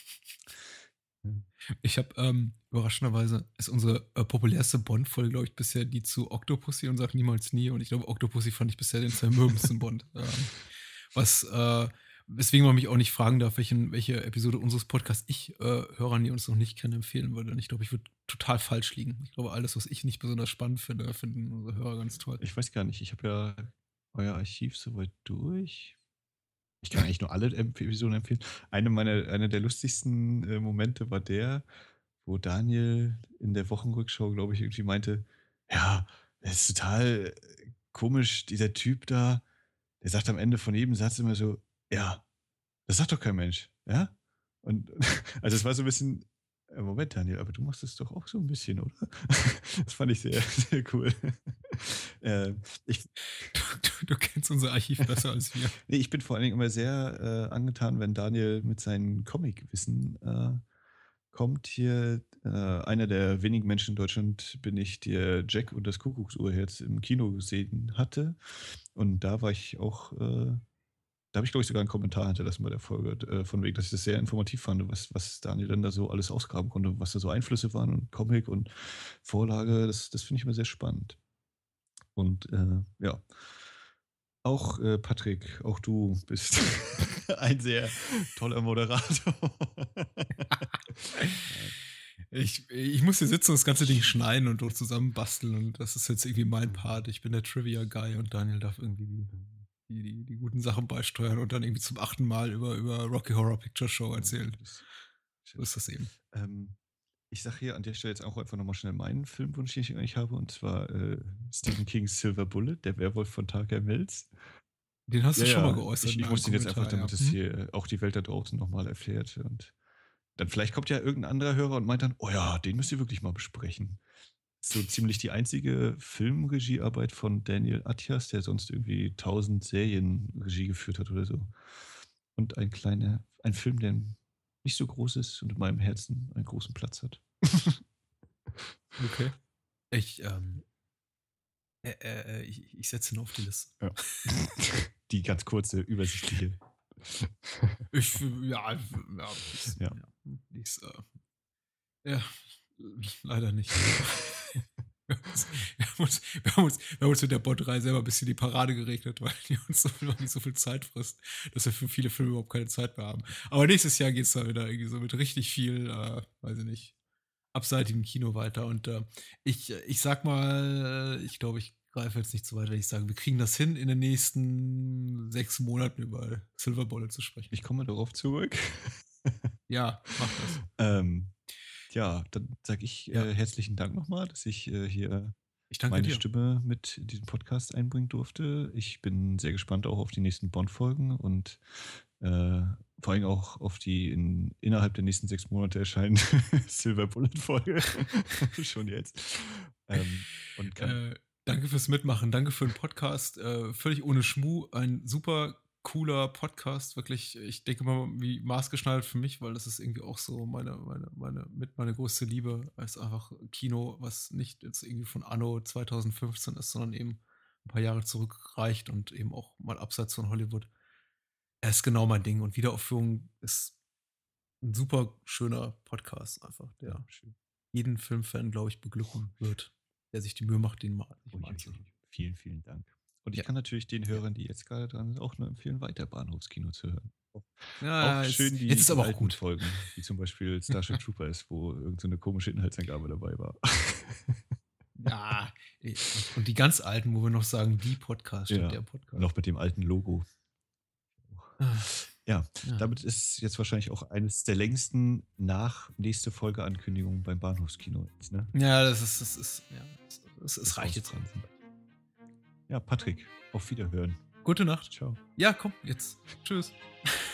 Speaker 2: Ja.
Speaker 1: Ich habe ähm, überraschenderweise ist unsere äh, populärste Bond-Folge, glaube ich, bisher die zu Octopussy und sagt niemals nie. Und ich glaube, Octopussy fand ich bisher den zermürbensten Bond. Ähm, was, äh, weswegen man mich auch nicht fragen darf, welchen, welche Episode unseres Podcasts ich äh, Hörern, die uns noch nicht kennen, empfehlen würde. Und ich glaube, ich würde total falsch liegen. Ich glaube, alles, was ich nicht besonders spannend finde, finden unsere Hörer ganz toll.
Speaker 2: Ich weiß gar nicht, ich habe ja euer Archiv soweit durch. Ich kann eigentlich nur alle Episoden empfehlen. Eine meiner, einer der lustigsten äh, Momente war der, wo Daniel in der Wochenrückschau, glaube ich, irgendwie meinte, ja, das ist total äh, komisch, dieser Typ da, der sagt am Ende von jedem Satz immer so, ja, das sagt doch kein Mensch, ja? Und also es war so ein bisschen, äh, Moment, Daniel, aber du machst es doch auch so ein bisschen, oder? Das fand ich sehr, sehr cool. äh, ich,
Speaker 1: Du, du kennst unser Archiv besser als wir.
Speaker 2: Nee, ich bin vor allen Dingen immer sehr äh, angetan, wenn Daniel mit seinem Comic-Wissen äh, kommt. Hier, äh, einer der wenigen Menschen in Deutschland bin ich, der Jack und das Kuckucksuhrherz im Kino gesehen hatte. Und da war ich auch, äh, da habe ich, glaube ich, sogar einen Kommentar hinterlassen bei der Folge, äh, von wegen, dass ich das sehr informativ fand, was, was Daniel dann da so alles ausgraben konnte, was da so Einflüsse waren und Comic und Vorlage. Das, das finde ich immer sehr spannend. Und äh, ja. Auch äh, Patrick, auch du bist ein sehr toller Moderator.
Speaker 1: Ich, ich muss hier sitzen und das ganze Ding schneiden und dort zusammenbasteln und das ist jetzt irgendwie mein Part. Ich bin der Trivia-Guy und Daniel darf irgendwie die, die, die, die guten Sachen beisteuern und dann irgendwie zum achten Mal über, über Rocky Horror Picture Show erzählen. So ist das eben.
Speaker 2: Ähm, ich sage hier an der Stelle jetzt auch einfach nochmal schnell meinen Filmwunsch, den ich eigentlich habe, und zwar äh, Stephen Kings Silver Bullet, der Werwolf von Tucker Mills.
Speaker 1: Den hast
Speaker 2: Ja,
Speaker 1: du schon
Speaker 2: ja,
Speaker 1: mal geäußert.
Speaker 2: ich,
Speaker 1: in
Speaker 2: ich
Speaker 1: einem
Speaker 2: muss den jetzt
Speaker 1: Kommentar,
Speaker 2: einfach, damit
Speaker 1: ja.
Speaker 2: es
Speaker 1: Hm?
Speaker 2: hier äh, auch die Welt da draußen nochmal erfährt. Und dann vielleicht kommt ja irgendein anderer Hörer und meint dann, oh ja, den müsst ihr wirklich mal besprechen. So ziemlich die einzige Filmregiearbeit von Daniel Attias, der sonst irgendwie tausend Serien Regie geführt hat oder so. Und ein kleiner, ein Film, der nicht so groß ist und in meinem Herzen einen großen Platz hat.
Speaker 1: Okay. Ich, ähm, äh, äh, ich, ich setze ihn auf die Liste.
Speaker 2: Ja. Die ganz kurze, übersichtliche.
Speaker 1: Ich, ja, ja, die ist,
Speaker 2: Ja.
Speaker 1: ja, die ist, äh, ja, leider nicht. Wir haben, uns, wir, haben uns, wir, haben uns, wir haben uns mit der Bot-Reihe selber ein bisschen die Parade geregnet, weil die uns so, nicht so viel Zeit frisst, dass wir für viele Filme überhaupt keine Zeit mehr haben. Aber nächstes Jahr geht es da wieder irgendwie so mit richtig viel, äh, weiß ich nicht, abseitigem Kino weiter. Und äh, ich, ich sag mal, ich glaube, ich greife jetzt nicht zu weit, wenn ich sage, wir kriegen das hin, in den nächsten sechs Monaten über Silver Bullet zu sprechen.
Speaker 2: Ich komme darauf zurück.
Speaker 1: Ja, mach das.
Speaker 2: ähm, ja, dann sage ich
Speaker 1: Ja.
Speaker 2: äh, herzlichen Dank nochmal, dass ich äh, hier
Speaker 1: Ich danke
Speaker 2: meine
Speaker 1: dir.
Speaker 2: Stimme mit in diesen Podcast einbringen durfte. Ich bin sehr gespannt auch auf die nächsten Bond-Folgen und äh, vor allem auch auf die in, innerhalb der nächsten sechs Monate erscheinende Silver Bullet-Folge. Schon jetzt. Ähm, und kann,
Speaker 1: Äh, danke fürs Mitmachen, danke für den Podcast. Äh, völlig ohne Schmuh, ein super cooler Podcast, wirklich, ich denke mal, wie maßgeschneidert für mich, weil das ist irgendwie auch so meine, meine, meine, mit meine größte Liebe, als einfach Kino, was nicht jetzt irgendwie von Anno zwanzig fünfzehn ist, sondern eben ein paar Jahre zurückreicht und eben auch mal abseits von Hollywood. Er ist genau mein Ding und Wiederaufführung ist ein super schöner Podcast einfach,
Speaker 2: Ja,
Speaker 1: der
Speaker 2: schön.
Speaker 1: jeden Filmfan, glaube ich, beglücken wird, der sich die Mühe macht, den mal, sich mal anzuhören.
Speaker 2: Uiuiui. Vielen, vielen Dank. Und ich
Speaker 1: Ja,
Speaker 2: kann natürlich den
Speaker 1: ja.
Speaker 2: Hörern, die jetzt gerade dran sind, auch nur empfehlen, weiter Bahnhofskino zu hören. Auch
Speaker 1: Ja,
Speaker 2: auch
Speaker 1: jetzt,
Speaker 2: schön
Speaker 1: jetzt
Speaker 2: die
Speaker 1: ist
Speaker 2: die
Speaker 1: aber auch
Speaker 2: alten
Speaker 1: gut.
Speaker 2: Folgen, wie zum Beispiel Starship Troopers, wo irgend so 'ne komische Inhaltsangabe dabei war.
Speaker 1: Ja, äh, und, und die ganz alten, wo wir noch sagen, die Podcast statt
Speaker 2: Ja,
Speaker 1: der Podcast.
Speaker 2: noch mit dem alten Logo.
Speaker 1: Ah,
Speaker 2: Ja,
Speaker 1: ja.
Speaker 2: damit ist jetzt wahrscheinlich auch eines der längsten nach nächste Folge-Ankündigungen beim Bahnhofskino jetzt, ne?
Speaker 1: Ja, das ist, das ist, ja, es, es, es
Speaker 2: Bis
Speaker 1: reicht jetzt.
Speaker 2: rausgekommen sind. Ja, Patrick, auf Wiederhören.
Speaker 1: Gute Nacht.
Speaker 2: Ciao.
Speaker 1: Ja, komm, jetzt. Tschüss.